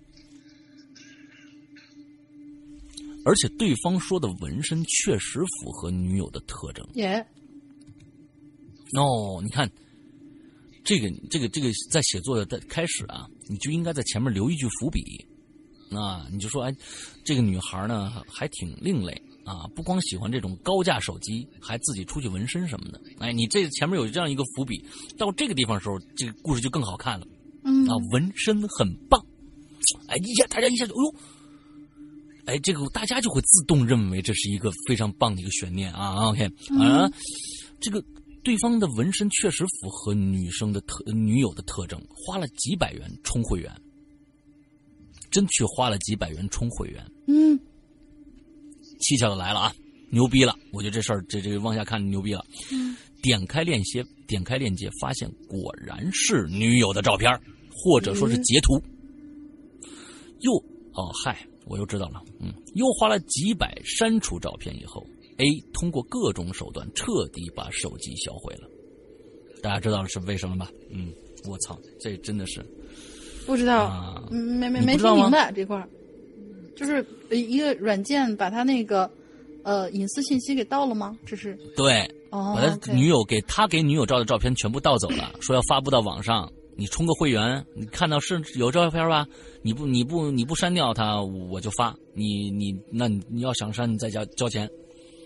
[SPEAKER 1] 而且对方说的纹身确实符合女友的特征。
[SPEAKER 3] 耶、
[SPEAKER 1] yeah. 哦，你看。这个这个这个在写作的开始啊，你就应该在前面留一句伏笔，啊，你就说哎，这个女孩呢还挺另类啊，不光喜欢这种高价手机，还自己出去纹身什么的。哎，你这前面有这样一个伏笔，到这个地方的时候，这个故事就更好看了。
[SPEAKER 3] 嗯
[SPEAKER 1] 啊，纹身很棒，哎，一下大家一下就，哎呦，哎，这个大家就会自动认为这是一个非常棒的一个悬念啊。OK 啊，嗯、这个。对方的纹身确实符合女生的特女友的特征，花了几百元充会员，真去花了几百元充会员。
[SPEAKER 3] 嗯，
[SPEAKER 1] 蹊跷的来了啊，牛逼了！我觉得这事儿这这个往下看牛逼了。
[SPEAKER 3] 嗯，
[SPEAKER 1] 点开链接，点开链接，发现果然是女友的照片，或者说是截图。嗯、又哦嗨，我又知道了，嗯，又花了几百删除照片以后。A 通过各种手段彻底把手机销毁了，大家知道是为什么吧？嗯，我操，这真的是
[SPEAKER 3] 不知道，
[SPEAKER 1] 啊、
[SPEAKER 3] 没没没听明白这块儿，就是一个软件把他那个呃隐私信息给盗了吗？这是
[SPEAKER 1] 对，
[SPEAKER 3] 哦，
[SPEAKER 1] 把他女友给他给女友照的照片全部盗走了，说要发布到网上。你充个会员，你看到是有照片吧？你不你不你不删掉它，我就发你你那你你要想删，你再交交钱。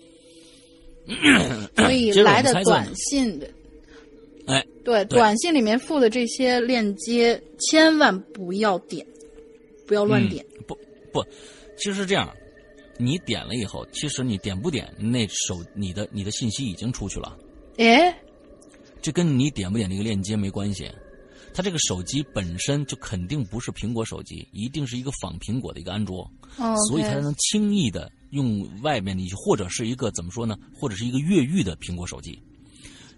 [SPEAKER 3] 所以来的短信的，
[SPEAKER 1] 哎，
[SPEAKER 3] 对，短信里面附的这些链接，千万不要点，不要乱点。
[SPEAKER 1] 嗯、不不，其实是这样，你点了以后，其实你点不点，那手你的你的信息已经出去了。
[SPEAKER 3] 哎，
[SPEAKER 1] 这跟你点不点那个链接没关系。它这个手机本身就肯定不是苹果手机，一定是一个仿苹果的一个安卓，
[SPEAKER 3] 哦 okay、
[SPEAKER 1] 所以它才能轻易的用外面的，或者是一个怎么说呢，或者是一个越狱的苹果手机，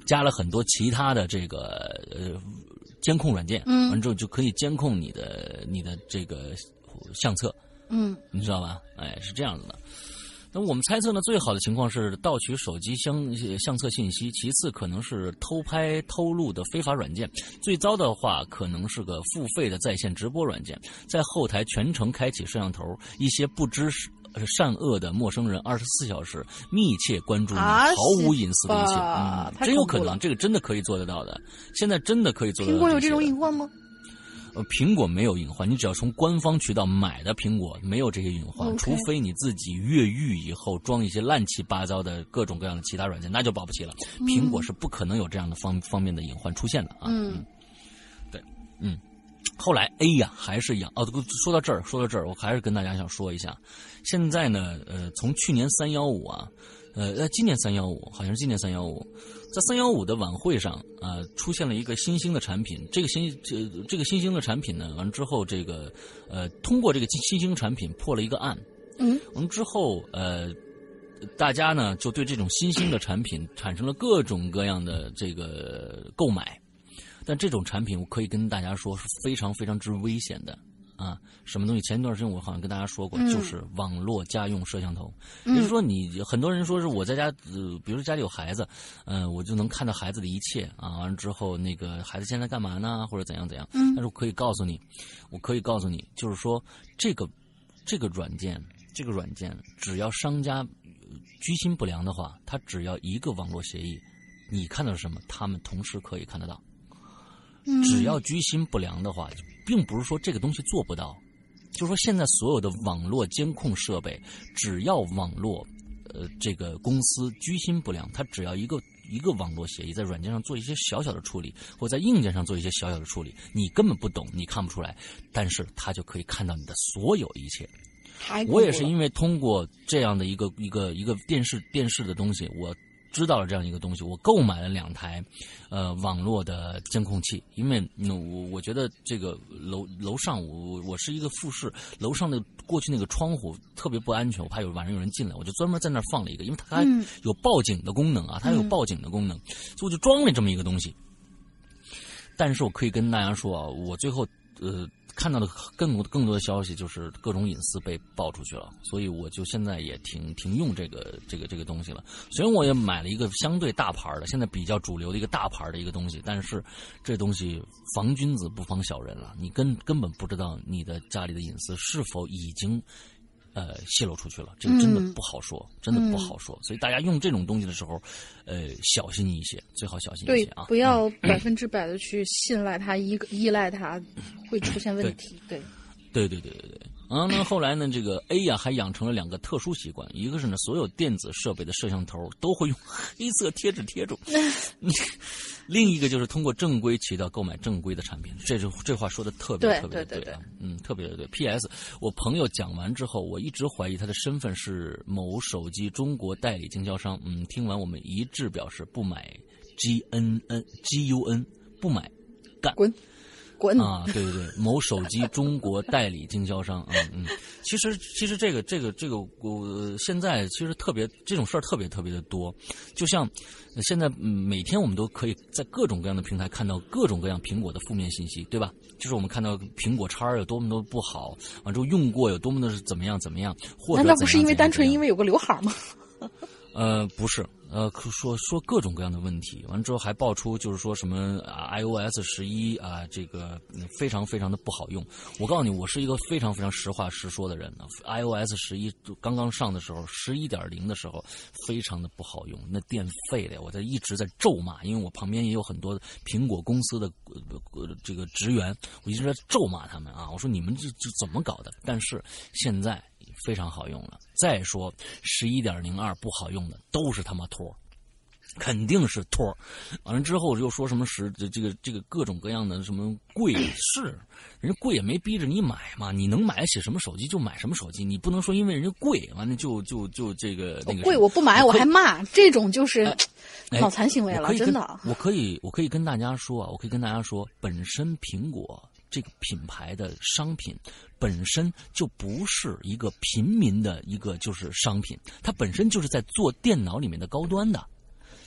[SPEAKER 1] 加了很多其他的这个呃监控软件，
[SPEAKER 3] 嗯，
[SPEAKER 1] 完之后就可以监控你的你的这个相册，
[SPEAKER 3] 嗯，
[SPEAKER 1] 你知道吧？哎，是这样子的。那我们猜测呢，最好的情况是盗取手机相相册信息，其次可能是偷拍偷录的非法软件，最糟的话可能是个付费的在线直播软件，在后台全程开启摄像头，一些不知善恶的陌生人二十四小时密切关注你，
[SPEAKER 3] 啊、
[SPEAKER 1] 毫无隐私的一切，
[SPEAKER 3] 嗯，
[SPEAKER 1] 真有可能，这个真的可以做得到的。现在真的可以做得到。
[SPEAKER 3] 苹果有这种隐患吗？
[SPEAKER 1] 呃，苹果没有隐患，你只要从官方渠道买的苹果没有这些隐患，
[SPEAKER 3] okay.
[SPEAKER 1] 除非你自己越狱以后装一些乱七八糟的各种各样的其他软件，那就保不齐了。
[SPEAKER 3] 嗯、
[SPEAKER 1] 苹果是不可能有这样的方方面的隐患出现的啊。
[SPEAKER 3] 嗯，
[SPEAKER 1] 嗯对，嗯。后来 A 呀还是一样哦。说到这儿，说到这儿，我还是跟大家想说一下，现在呢，呃，从去年三幺五啊，呃，今年三幺五好像是今年三幺五。在三幺五的晚会上啊、呃，出现了一个新兴的产品。这个新这这个新兴的产品呢，完了之后，这个呃，通过这个新兴产品破了一个案。
[SPEAKER 3] 嗯，
[SPEAKER 1] 完之后呃，大家呢就对这种新兴的产品产生了各种各样的这个购买。但这种产品我可以跟大家说是非常非常之危险的。啊，什么东西？前一段时间我好像跟大家说过，
[SPEAKER 3] 嗯、
[SPEAKER 1] 就是网络家用摄像头。
[SPEAKER 3] 嗯、
[SPEAKER 1] 也就是说你，你很多人说是我在家，呃，比如说家里有孩子，嗯、呃，我就能看到孩子的一切啊。完了之后，那个孩子现在干嘛呢？或者怎样怎样？
[SPEAKER 3] 嗯。
[SPEAKER 1] 但是我可以告诉你，我可以告诉你，就是说这个这个软件，这个软件，只要商家居心不良的话，它只要一个网络协议，你看到什么，他们同时可以看得到。只要居心不良的话，并不是说这个东西做不到，就是说现在所有的网络监控设备，只要网络，呃，这个公司居心不良，它只要一个一个网络协议，在软件上做一些小小的处理，或在硬件上做一些小小的处理，你根本不懂，你看不出来，但是它就可以看到你的所有一切。我也是因为通过这样的一个一个一个电视电视的东西，我知道了这样一个东西，我购买了两台，呃，网络的监控器，因为嗯，我我觉得这个楼楼上我我是一个复式，楼上的过去那个窗户特别不安全，我怕有晚上有人进来，我就专门在那儿放了一个，因为它还有报警的功能啊，它有报警的功能，所以我就装了这么一个东西。但是我可以跟大家说啊，我最后呃。看到的更多更多的消息就是各种隐私被爆出去了，所以我就现在也停停用这个这个这个东西了。虽然我也买了一个相对大牌的，现在比较主流的一个大牌的一个东西，但是这东西防君子不防小人了，你根根本不知道你的家里的隐私是否已经呃泄露出去了，这个真的不好说，嗯、真的不好说。所以大家用这种东西的时候，呃，小心一些，最好小心一些啊，
[SPEAKER 3] 对，不要百分之百的去信赖它，依依赖它。会出现问题，对，
[SPEAKER 1] 对对对对对。然后呢，后来呢，这个 A 呀还养成了两个特殊习惯，一个是呢，所有电子设备的摄像头都会用黑色贴纸贴住，另一个就是通过正规渠道购买正规的产品。这就这话说的特别特别的对啊，嗯，特别的对。P S 我朋友讲完之后，我一直怀疑他的身份是某手机中国代理经销商。嗯，听完我们一致表示不买 G N N G U N 不买，干
[SPEAKER 3] 滚。滚
[SPEAKER 1] 啊！对对对，某手机中国代理经销商，嗯嗯，其实其实这个这个这个，我、呃、现在其实特别这种事儿特别特别的多，就像现在、嗯、每天我们都可以在各种各样的平台看到各种各样苹果的负面信息，对吧？就是我们看到苹果叉有多么的不好，完之后用过有多么的怎么样怎么样，或者
[SPEAKER 3] 难道不是因为单纯因为有个刘海吗？
[SPEAKER 1] 呃，不是，呃，说说各种各样的问题，完了之后还爆出就是说什么啊 iOS 十一啊，这个非常非常的不好用。我告诉你，我是一个非常非常实话实说的人呢。iOS 十一刚刚上的时候，十一点零的时候，非常的不好用，那电费的，我在一直在咒骂，因为我旁边也有很多苹果公司的呃这个职员，我一直在咒骂他们啊，我说你们这这怎么搞的？但是现在非常好用了。再说十一点零二不好用的都是他妈托，肯定是托。完了之后又说什么时这个这个各种各样的什么贵，是人家贵也没逼着你买嘛，你能买得起什么手机就买什么手机，你不能说因为人家贵完了就就就这个那个
[SPEAKER 3] 贵我不买我还骂，这种就是脑残行为了，真的。
[SPEAKER 1] 我可以我可以跟大家说啊，我可以跟大家说，本身苹果这个品牌的商品本身就不是一个平民的一个就是商品，它本身就是在做电脑里面的高端的。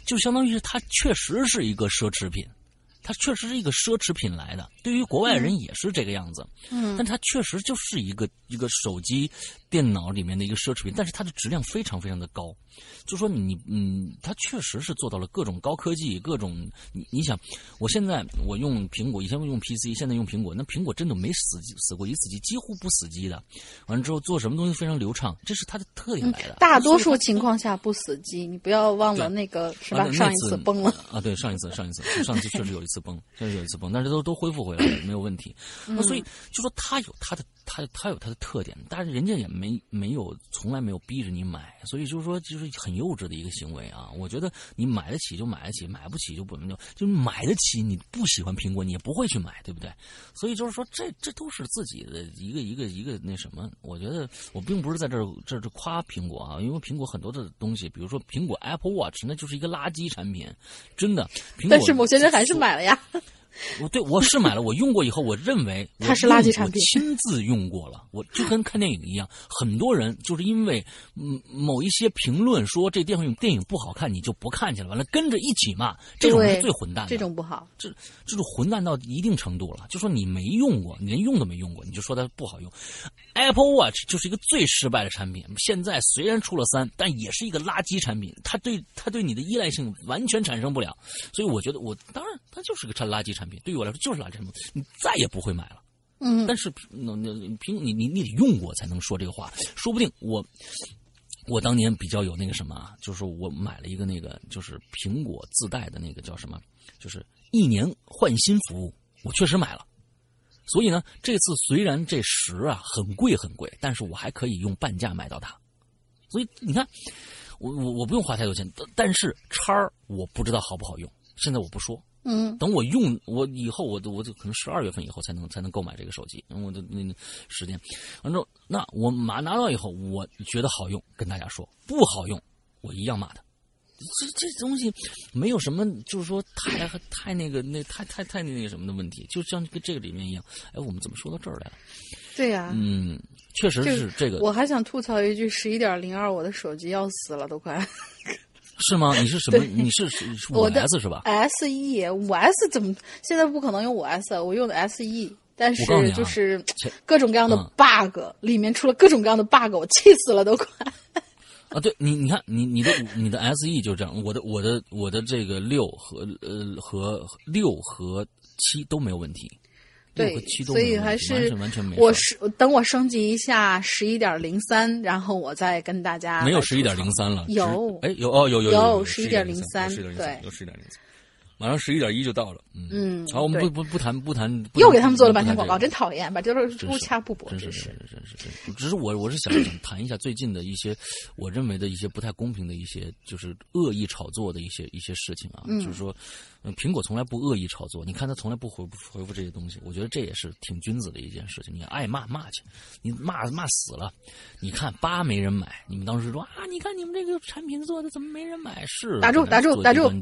[SPEAKER 1] 就相当于是它确实是一个奢侈品。它确实是一个奢侈品来的，对于国外人也是这个样子。嗯，但它确实就是一个一个手机、电脑里面的一个奢侈品，但是它的质量非常非常的高。就说你，嗯，它确实是做到了各种高科技，各种你你想，我现在我用苹果，以前用 P C， 现在用苹果，那苹果真的没死死过一次机，几乎不死机的。完了之后做什么东西非常流畅，这是它的特点来的。
[SPEAKER 3] 嗯、大多数情况下不死机，你不要忘了那个是吧？
[SPEAKER 1] 啊、
[SPEAKER 3] 上一次崩了
[SPEAKER 1] 啊，对，上一次上一次上一次确实有一次崩，确实有一次崩，但是都都恢复回来了，没有问题。那所以就说它有它的它它有它的特点，但是人家也没没有从来没有逼着你买，所以就是说就是很幼稚的一个行为啊。我觉得你买得起就买得起，买不起就不就就买得起，你不喜欢苹果你也不会去买，对不对？所以就是说这这都是自己的一个一个一个那什么。我觉得我并不是在这儿这这夸苹果啊，因为苹果很多的东西，比如说苹果 Apple Watch 那就是一个垃圾产品，真的。苹果
[SPEAKER 3] 但是某些人还是买了呀。
[SPEAKER 1] 我对我是买了，我用过以后，我认为
[SPEAKER 3] 它是垃圾产品，
[SPEAKER 1] 我亲自用过了，我就跟看电影一样，很多人就是因为嗯某一些评论说这电影电影不好看，你就不看去了，完了跟着一起骂，这种是最混蛋的，
[SPEAKER 3] 这种不好，
[SPEAKER 1] 这这种混蛋到一定程度了，就说你没用过，你连用都没用过，你就说它不好用。Apple Watch 就是一个最失败的产品，现在虽然出了三，但也是一个垃圾产品，它对它对你的依赖性完全产生不了，所以我觉得我当然它就是个垃圾产品。对于我来说就是垃圾产品，你再也不会买了。
[SPEAKER 3] 嗯，
[SPEAKER 1] 但是那那苹你你你得用过才能说这个话，说不定我我当年比较有那个什么，就是我买了一个那个就是苹果自带的那个叫什么，就是一年换新服务，我确实买了。所以呢，这次虽然这十啊很贵很贵，但是我还可以用半价买到它。所以你看，我我我不用花太多钱，但是叉儿我不知道好不好用，现在我不说。
[SPEAKER 3] 嗯，
[SPEAKER 1] 等我用我以后我我就可能十二月份以后才能才能购买这个手机，我的那个时间，完之后那我拿拿到以后，我觉得好用，跟大家说；不好用，我一样骂他。这这东西没有什么，就是说太太那个那太太太那个什么的问题，就像跟这个里面一样。哎，我们怎么说到这儿来了？
[SPEAKER 3] 对呀、啊，
[SPEAKER 1] 嗯，确实是这个。
[SPEAKER 3] 我还想吐槽一句：十一点零二，我的手机要死了，都快。
[SPEAKER 1] 是吗？你是什么？你是五 S 是吧
[SPEAKER 3] ？S E 五 S 怎么现在不可能用五 S？ 我用的 S E， 但是就是各种各样的 bug，、嗯、里面出了各种各样的 bug， 我气死了都快。
[SPEAKER 1] 啊，对你，你看你你的你的 S E 就这样，我的我的我的这个六和呃和六和七都没有问题。
[SPEAKER 3] 对，所以还是
[SPEAKER 1] 完全没
[SPEAKER 3] 我是等我升级一下十一点零三，然后我再跟大家
[SPEAKER 1] 没有十一点零三了，
[SPEAKER 3] 有
[SPEAKER 1] 哎有哦有有
[SPEAKER 3] 有十一点零三，
[SPEAKER 1] 对，有十一点零三，马上十一点一就到了，嗯
[SPEAKER 3] 嗯，
[SPEAKER 1] 好，我们不不不谈不谈，
[SPEAKER 3] 又给他们做了半天广告，真讨厌，把这都不掐不驳，
[SPEAKER 1] 真是真是真是真是，只是我我是想想谈一下最近的一些我认为的一些不太公平的一些就是恶意炒作的一些一些事情啊，就是说。嗯，苹果从来不恶意炒作，你看他从来不回回复这些东西，我觉得这也是挺君子的一件事情。你爱骂骂去，你骂骂死了。你看八没人买，你们当时说啊，你看你们这个产品做的怎么没人买？是
[SPEAKER 3] 打住打住打住。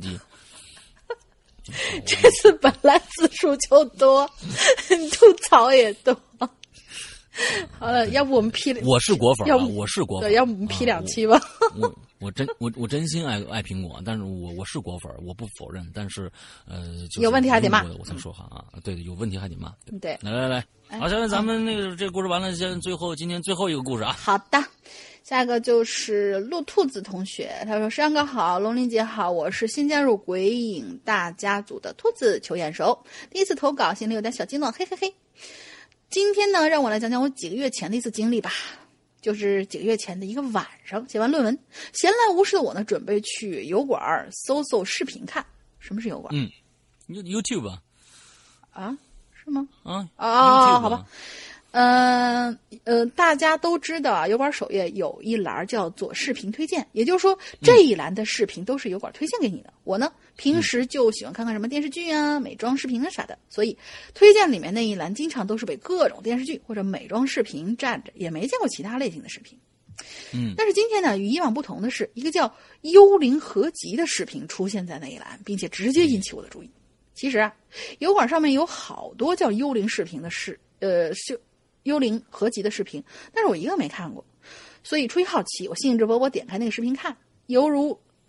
[SPEAKER 3] 这次本来字数就多，吐槽也多。好了，要不我们批？
[SPEAKER 1] 我是果粉、啊，
[SPEAKER 3] 要
[SPEAKER 1] 我是果粉，
[SPEAKER 3] 对，要不我们批两期吧。
[SPEAKER 1] 啊、我 我, 我真我我真心爱爱苹果，但是我我是果粉，我不否认，但是呃，就是、
[SPEAKER 3] 有问题还得骂，
[SPEAKER 1] 我才说话啊。对对，有问题还得骂。
[SPEAKER 3] 对，对
[SPEAKER 1] 来来来，好，现在咱们那个这个故事完了，先最后今天最后一个故事啊。
[SPEAKER 3] 好的。下一个就是陆兔子同学，他说：“山哥好，龙玲姐好，我是新加入鬼影大家族的兔子，求眼熟，第一次投稿，心里有点小激动，嘿嘿嘿。今天呢，让我来讲讲我几个月前的一次经历吧。就是几个月前的一个晚上，写完论文，闲来无事的我呢，准备去油管搜搜视频看。什么是油管？
[SPEAKER 1] 嗯 ，YouTube 啊？
[SPEAKER 3] 啊？是吗？
[SPEAKER 1] 啊
[SPEAKER 3] 啊，好吧。”嗯 呃, 呃，大家都知道啊，油管首页有一栏叫做视频推荐，也就是说这一栏的视频都是油管推荐给你的。嗯、我呢平时就喜欢看看什么电视剧啊、美妆视频啊啥的，所以推荐里面那一栏经常都是被各种电视剧或者美妆视频占着，也没见过其他类型的视频。
[SPEAKER 1] 嗯，
[SPEAKER 3] 但是今天呢，与以往不同的是，一个叫“幽灵合集”的视频出现在那一栏，并且直接引起我的注意。其实啊，油管上面有好多叫幽灵视频的视，呃，是。幽灵合集的视频，但是我一个没看过，所以出于好奇，我兴致勃勃点开那个视频看，犹如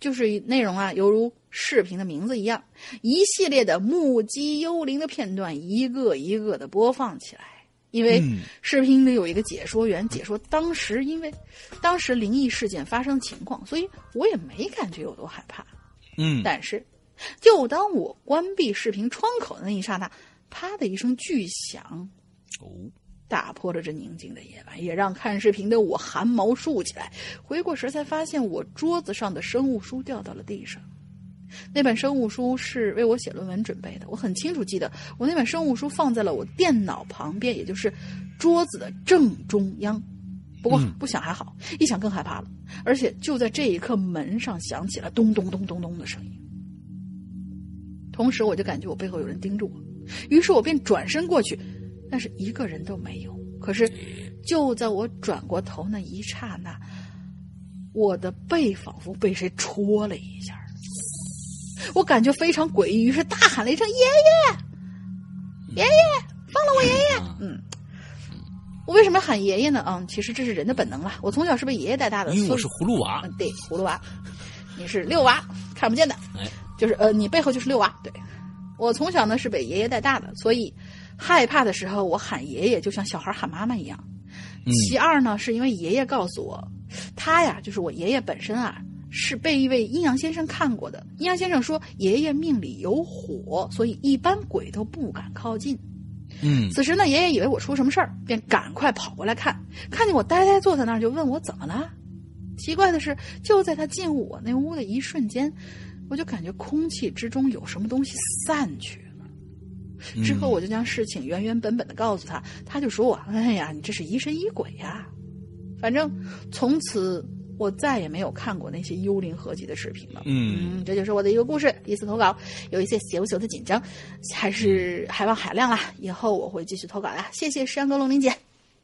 [SPEAKER 3] 就是内容啊，犹如视频的名字一样，一系列的目击幽灵的片段一个一个的播放起来。因为视频里有一个解说员解说当时因为当时灵异事件发生的情况，所以我也没感觉有多害怕。
[SPEAKER 1] 嗯，
[SPEAKER 3] 但是就当我关闭视频窗口的那一刹那，啪的一声巨响，
[SPEAKER 1] 哦，
[SPEAKER 3] 打破了这宁静的夜晚，也让看视频的我汗毛竖起来。回过神才发现我桌子上的生物书掉到了地上。那本生物书是为我写论文准备的，我很清楚记得我那本生物书放在了我电脑旁边，也就是桌子的正中央。不过不想还好，一想更害怕了。而且就在这一刻，门上响起了咚咚咚咚咚的声音，同时我就感觉我背后有人盯着我，于是我便转身过去，但是一个人都没有。可是就在我转过头那一刹那，我的背仿佛被谁戳了一下，我感觉非常诡异，于是大喊了一声：“爷爷，爷爷，放了我爷爷！”嗯，我为什么喊爷爷呢？嗯，其实这是人的本能了。我从小是被爷爷带大的，
[SPEAKER 1] 因为我是葫芦娃。
[SPEAKER 3] 嗯，对，葫芦娃，你是六娃，看不见的。
[SPEAKER 1] 哎，
[SPEAKER 3] 就是呃，你背后就是六娃。对，我从小呢是被爷爷带大的，所以害怕的时候我喊爷爷，就像小孩喊妈妈一样。
[SPEAKER 1] 嗯、
[SPEAKER 3] 其二呢，是因为爷爷告诉我，他呀，就是我爷爷本身啊。是被一位阴阳先生看过的。阴阳先生说，爷爷命里有火，所以一般鬼都不敢靠近。
[SPEAKER 1] 嗯，
[SPEAKER 3] 此时呢，爷爷以为我出什么事儿，便赶快跑过来看，看见我呆呆坐在那儿，就问我怎么了。奇怪的是，就在他进我那屋的一瞬间，我就感觉空气之中有什么东西散去了。之后我就将事情原原本本的告诉他，他就说我，哎呀，你这是疑神疑鬼呀。反正从此我再也没有看过那些幽灵合集的视频了。
[SPEAKER 1] 嗯,
[SPEAKER 3] 嗯，这就是我的一个故事。第一次投稿有一些小小的紧张，还是还望海量啦。以后我会继续投稿的。谢谢山哥龙鳞姐。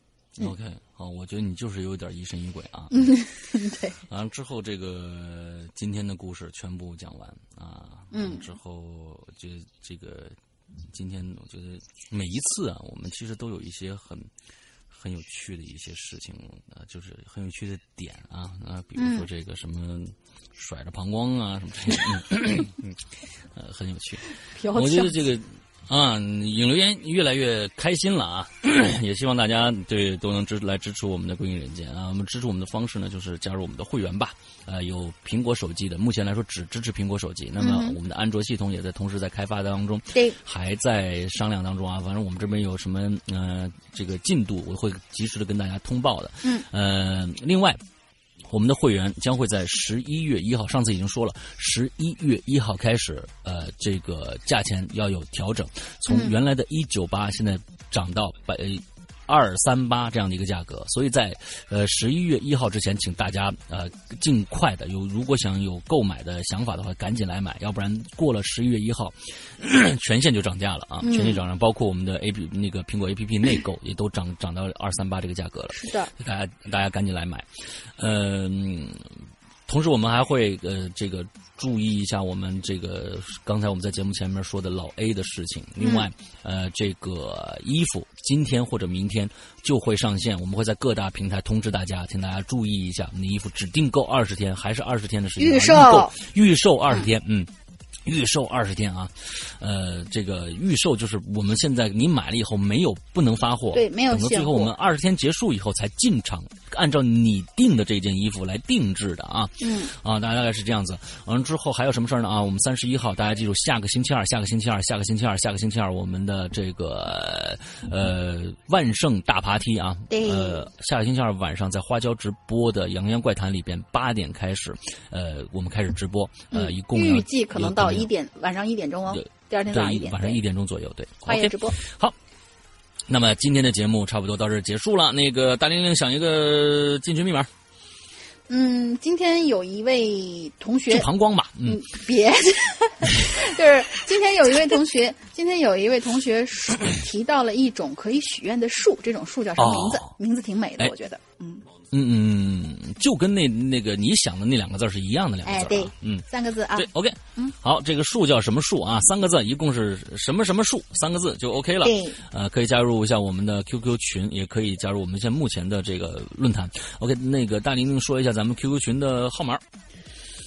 [SPEAKER 1] OK， 好，我觉得你就是有点疑神疑鬼啊。
[SPEAKER 3] 嗯，对。
[SPEAKER 1] 完了之后，这个今天的故事全部讲完啊。
[SPEAKER 3] 嗯。
[SPEAKER 1] 之后就这个今天，我觉得每一次啊，我们其实都有一些很。很有趣的一些事情，呃，就是很有趣的点啊啊，比如说这个什么甩着膀胱啊，什么这些，嗯嗯，呃，很有趣。我觉得这个啊，引留言越来越开心了啊，也希望大家对都能支来支持我们的归隐人间啊。我们支持我们的方式呢，就是加入我们的会员吧。呃，有苹果手机的，目前来说只支持苹果手机。那么我们的安卓系统也在同时在开发当中，
[SPEAKER 3] 对，
[SPEAKER 1] 还在商量当中啊。反正我们这边有什么呃这个进度，我会及时的跟大家通报的。
[SPEAKER 3] 嗯，
[SPEAKER 1] 呃，另外。我们的会员将会在十一月一号，上次已经说了，十一月一号开始，呃，这个价钱要有调整，从原来的一九八现在涨到百二三八这样的一个价格，所以在呃十一月一号之前，请大家呃尽快的有如果想有购买的想法的话，赶紧来买，要不然过了十一月一号，全线就涨价了啊，全线涨价，包括我们的 A P 那个苹果 A P P 内购也都涨涨到二三八这个价格了，
[SPEAKER 3] 是的，
[SPEAKER 1] 大家大家赶紧来买，嗯、呃。同时，我们还会呃，这个注意一下我们这个刚才我们在节目前面说的老 A 的事情。另外，呃，这个衣服今天或者明天就会上线，我们会在各大平台通知大家，请大家注意一下，我们的衣服只订购二十天，还是二十天的时间？
[SPEAKER 3] 预售，
[SPEAKER 1] 预售二十天，嗯。预售二十天啊，呃，这个预售就是我们现在你买了以后没有不能发货，
[SPEAKER 3] 对，没有
[SPEAKER 1] 等到最后我们二十天结束以后才进场，按照你订的这件衣服来定制的啊，
[SPEAKER 3] 嗯，
[SPEAKER 1] 啊，大概大概是这样子。完了之后还有什么事儿呢？啊，我们三十一号大家记住，下个星期二，下个星期二，下个星期二，下个星期二，我们的这个呃万圣大爬梯啊，
[SPEAKER 3] 对，
[SPEAKER 1] 呃，下个星期二晚上在花椒直播的《洋洋怪谈》里边八点开始，呃，我们开始直播，呃，一共
[SPEAKER 3] 预计可能到一点，晚上一点钟哦，第二天早上一点，
[SPEAKER 1] 晚上一点钟左右，对，
[SPEAKER 3] 跨夜直播。
[SPEAKER 1] 好，那么今天的节目差不多到这儿结束了。那个大玲玲想一个进群密码。
[SPEAKER 3] 嗯，今天有一位同学，
[SPEAKER 1] 就膀胱吧，嗯，
[SPEAKER 3] 嗯别，就是今天有一位同学，今天有一位同学提到了一种可以许愿的树，这种树叫什么名字？
[SPEAKER 1] 哦、
[SPEAKER 3] 名字挺美的，
[SPEAKER 1] 哎、
[SPEAKER 3] 我觉得，嗯。
[SPEAKER 1] 嗯嗯，就跟那那个你想的那两个字是一样的两个字、啊，
[SPEAKER 3] 哎，对，
[SPEAKER 1] 嗯，
[SPEAKER 3] 三个字啊，
[SPEAKER 1] 对 ，OK，
[SPEAKER 3] 嗯，
[SPEAKER 1] 好，这个树叫什么树啊？三个字，一共是什么什么树？三个字就 OK 了。
[SPEAKER 3] 对，
[SPEAKER 1] 呃，可以加入一下我们的 Q Q 群，也可以加入我们现在目前的这个论坛。OK， 那个大玲玲说一下咱们 Q Q 群的号码。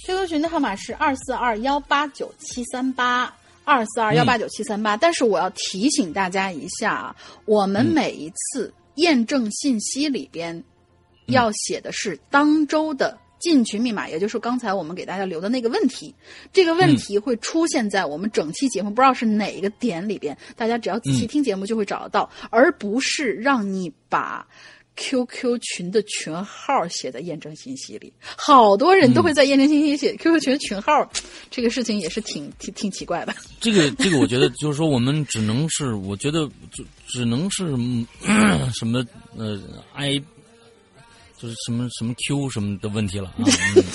[SPEAKER 3] Q Q 群的号码是二四二幺八九七三八。二四二幺八九七三八，但是我要提醒大家一下啊，我们每一次验证信息里边要写的是当周的进群密码，也就是刚才我们给大家留的那个问题。这个问题会出现在我们整期节目，不知道是哪一个点里边，大家只要仔细听节目就会找得到，而不是让你把Q Q 群的群号写在验证信息里。好多人都会在验证信息写 Q Q 群群号，嗯、这个事情也是挺挺挺奇怪的。
[SPEAKER 1] 这个这个，我觉得就是说，我们只能是，我觉得就只能是、嗯、什么呃 I， 就是什么什么 Q 什么的问题了啊。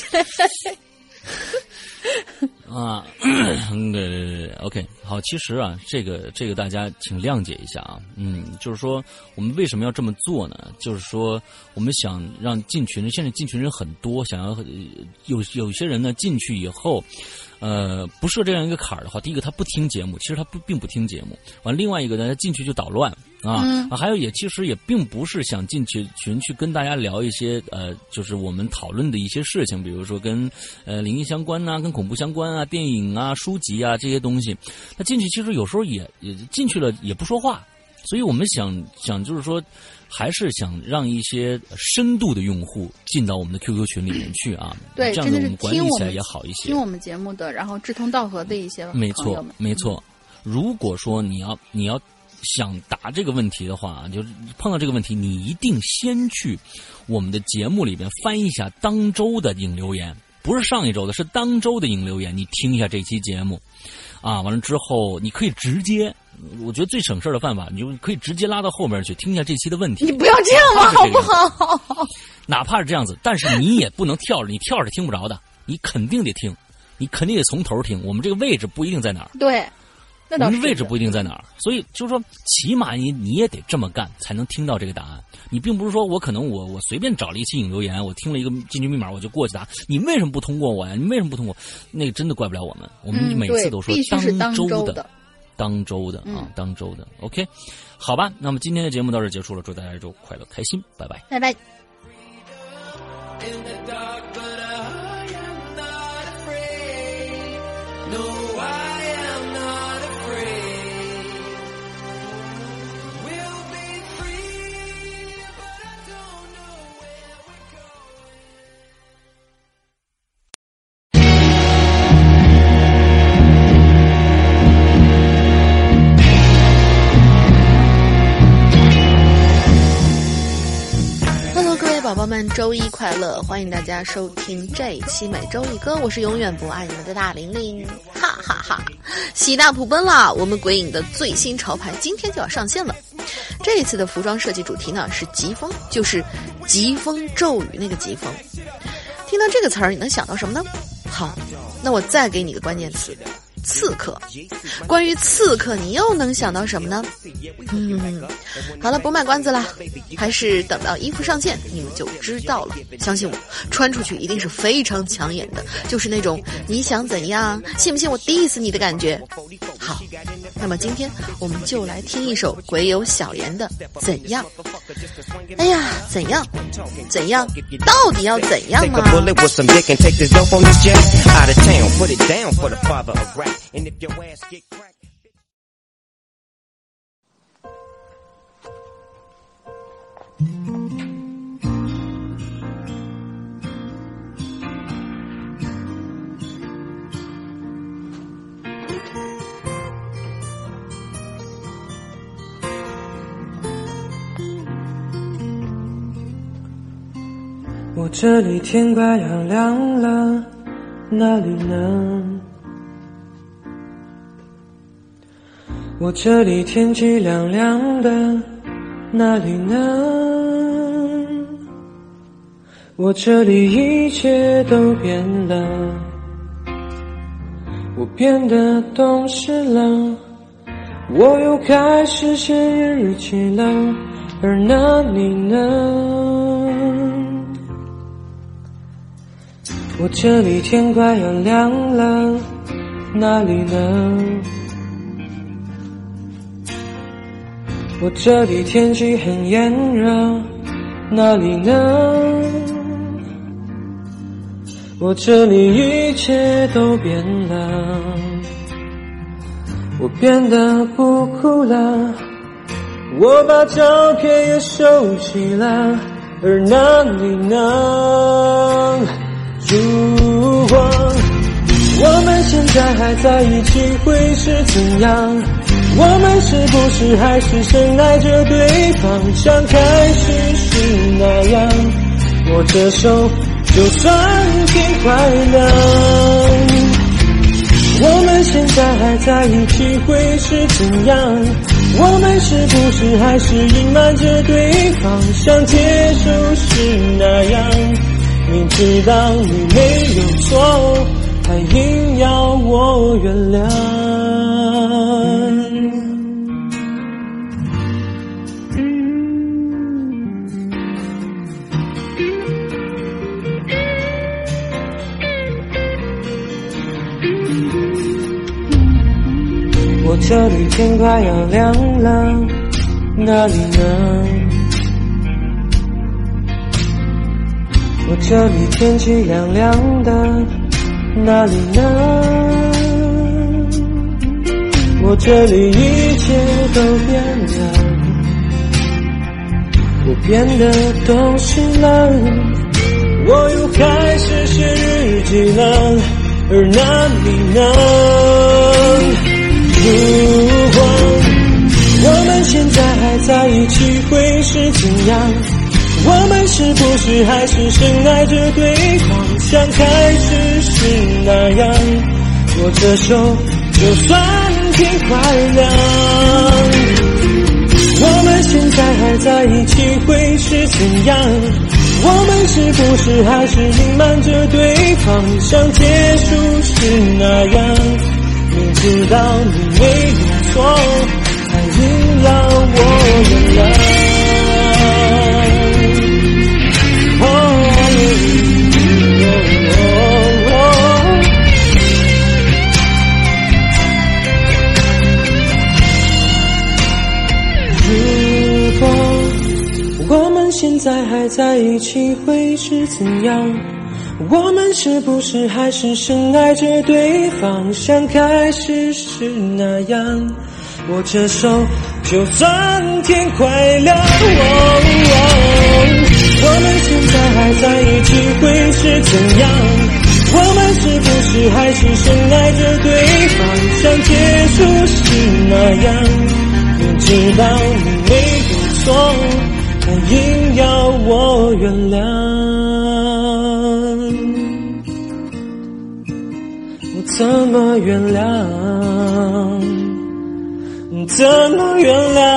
[SPEAKER 1] 嗯啊，对对对对 ，OK， 好，其实啊，这个这个大家请谅解一下啊，嗯，就是说我们为什么要这么做呢？就是说我们想让进群人，现在进群人很多，想要有有些人呢进去以后，呃，不设这样一个坎儿的话，第一个他不听节目，其实他不并不听节目，完，另外一个呢，他进去就捣乱。啊、嗯、啊，还有也其实也并不是想进去群去跟大家聊一些呃，就是我们讨论的一些事情，比如说跟呃灵异相关呐、啊，跟恐怖相关啊，电影啊、书籍啊这些东西。他进去其实有时候也也进去了也不说话，所以我们想想就是说，还是想让一些深度的用户进到我们的 Q Q 群里面去啊，
[SPEAKER 3] 对，
[SPEAKER 1] 这样子我们管理起来也好一些。
[SPEAKER 3] 听我们节目的，然后志同道合的一些朋友们，
[SPEAKER 1] 没错没错。如果说你要你要。想答这个问题的话，就是碰到这个问题，你一定先去我们的节目里边翻一下当周的引留言，不是上一周的，是当周的引留言。你听一下这期节目，啊，完了之后你可以直接，我觉得最省事的办法，你就可以直接拉到后面去听一下这期的问题。
[SPEAKER 3] 你不要这样嘛，好不好？
[SPEAKER 1] 哪怕是这样子，但是你也不能跳着，你跳着听不着的，你肯定得听，你肯定得从头听。我们这个位置不一定在哪儿。
[SPEAKER 3] 对。
[SPEAKER 1] 我们位置不一定在哪儿，所以就是说，起码你你也得这么干，才能听到这个答案。你并不是说我可能我我随便找了一期引留言，我听了一个进群密码，我就过去答。你为什么不通过我呀？你为什么不通过？那个真的怪不了我们。我们每次都说当周的，嗯、当周的啊，当周的。OK， 好吧，那么今天的节目到这结束了，祝大家一周快乐开心，拜拜，
[SPEAKER 3] 拜拜。宝宝们，周一快乐！欢迎大家收听这一期每周一歌，我是永远不爱你们的大玲玲，哈哈哈！喜大普奔啦！我们鬼影的最新潮牌今天就要上线了。这一次的服装设计主题呢是疾风，就是疾风骤雨那个疾风。听到这个词儿，你能想到什么呢？好，那我再给你个关键词。刺客，关于刺客，你又能想到什么呢？嗯，好了，不卖关子了，还是等到衣服上线，你们就知道了。相信我，穿出去一定是非常抢眼的，就是那种你想怎样，信不信我 diss 你的感觉。好，那么今天我们就来听一首鬼友小妍的《怎样》。哎呀，怎样？怎样？到底要怎样嘛？And if your ass get cracked.
[SPEAKER 4] 我这里天快要亮了，哪里呢？我这里天气凉凉的，哪里呢？我这里一切都变了，我变得懂事了，我又开始写日记了，而那你呢？我这里天快要亮了，哪里呢？我这里天气很炎热，哪里呢？ 我这里一切都变了，我变得不哭了，我把照片也收起了，而那你呢？如果我们现在还在一起会是怎样？我们是不是还是深爱着对方，像开始是那样？握着手就算天快亮。我们现在还在一起会是怎样？我们是不是还是隐瞒着对方，像接受是那样？明知道你没有错，还硬要我原谅。我这里天快要亮了，哪里呢？我这里天气凉凉的，哪里呢？我这里一切都变了，我变得懂事了，我又开始写日记了，而那你呢？如果我们现在还在一起会是怎样？我们是不是还是深爱着对方，像开始是那样？握着手就算天快亮。我们现在还在一起会是怎样？我们是不是还是隐瞒着对方，像结束是那样？明知道你没有错，还硬要我原谅。如果我们现在还在一起会是怎样？我们是不是还是深爱着对方，像开始时那样？握着手就算天快亮。哦哦，我们现在还在一起会是怎样？我们是不是还是深爱着对方，像结束时那样？明知道你没有错，还硬要我原谅。我怎么原谅？怎么原谅？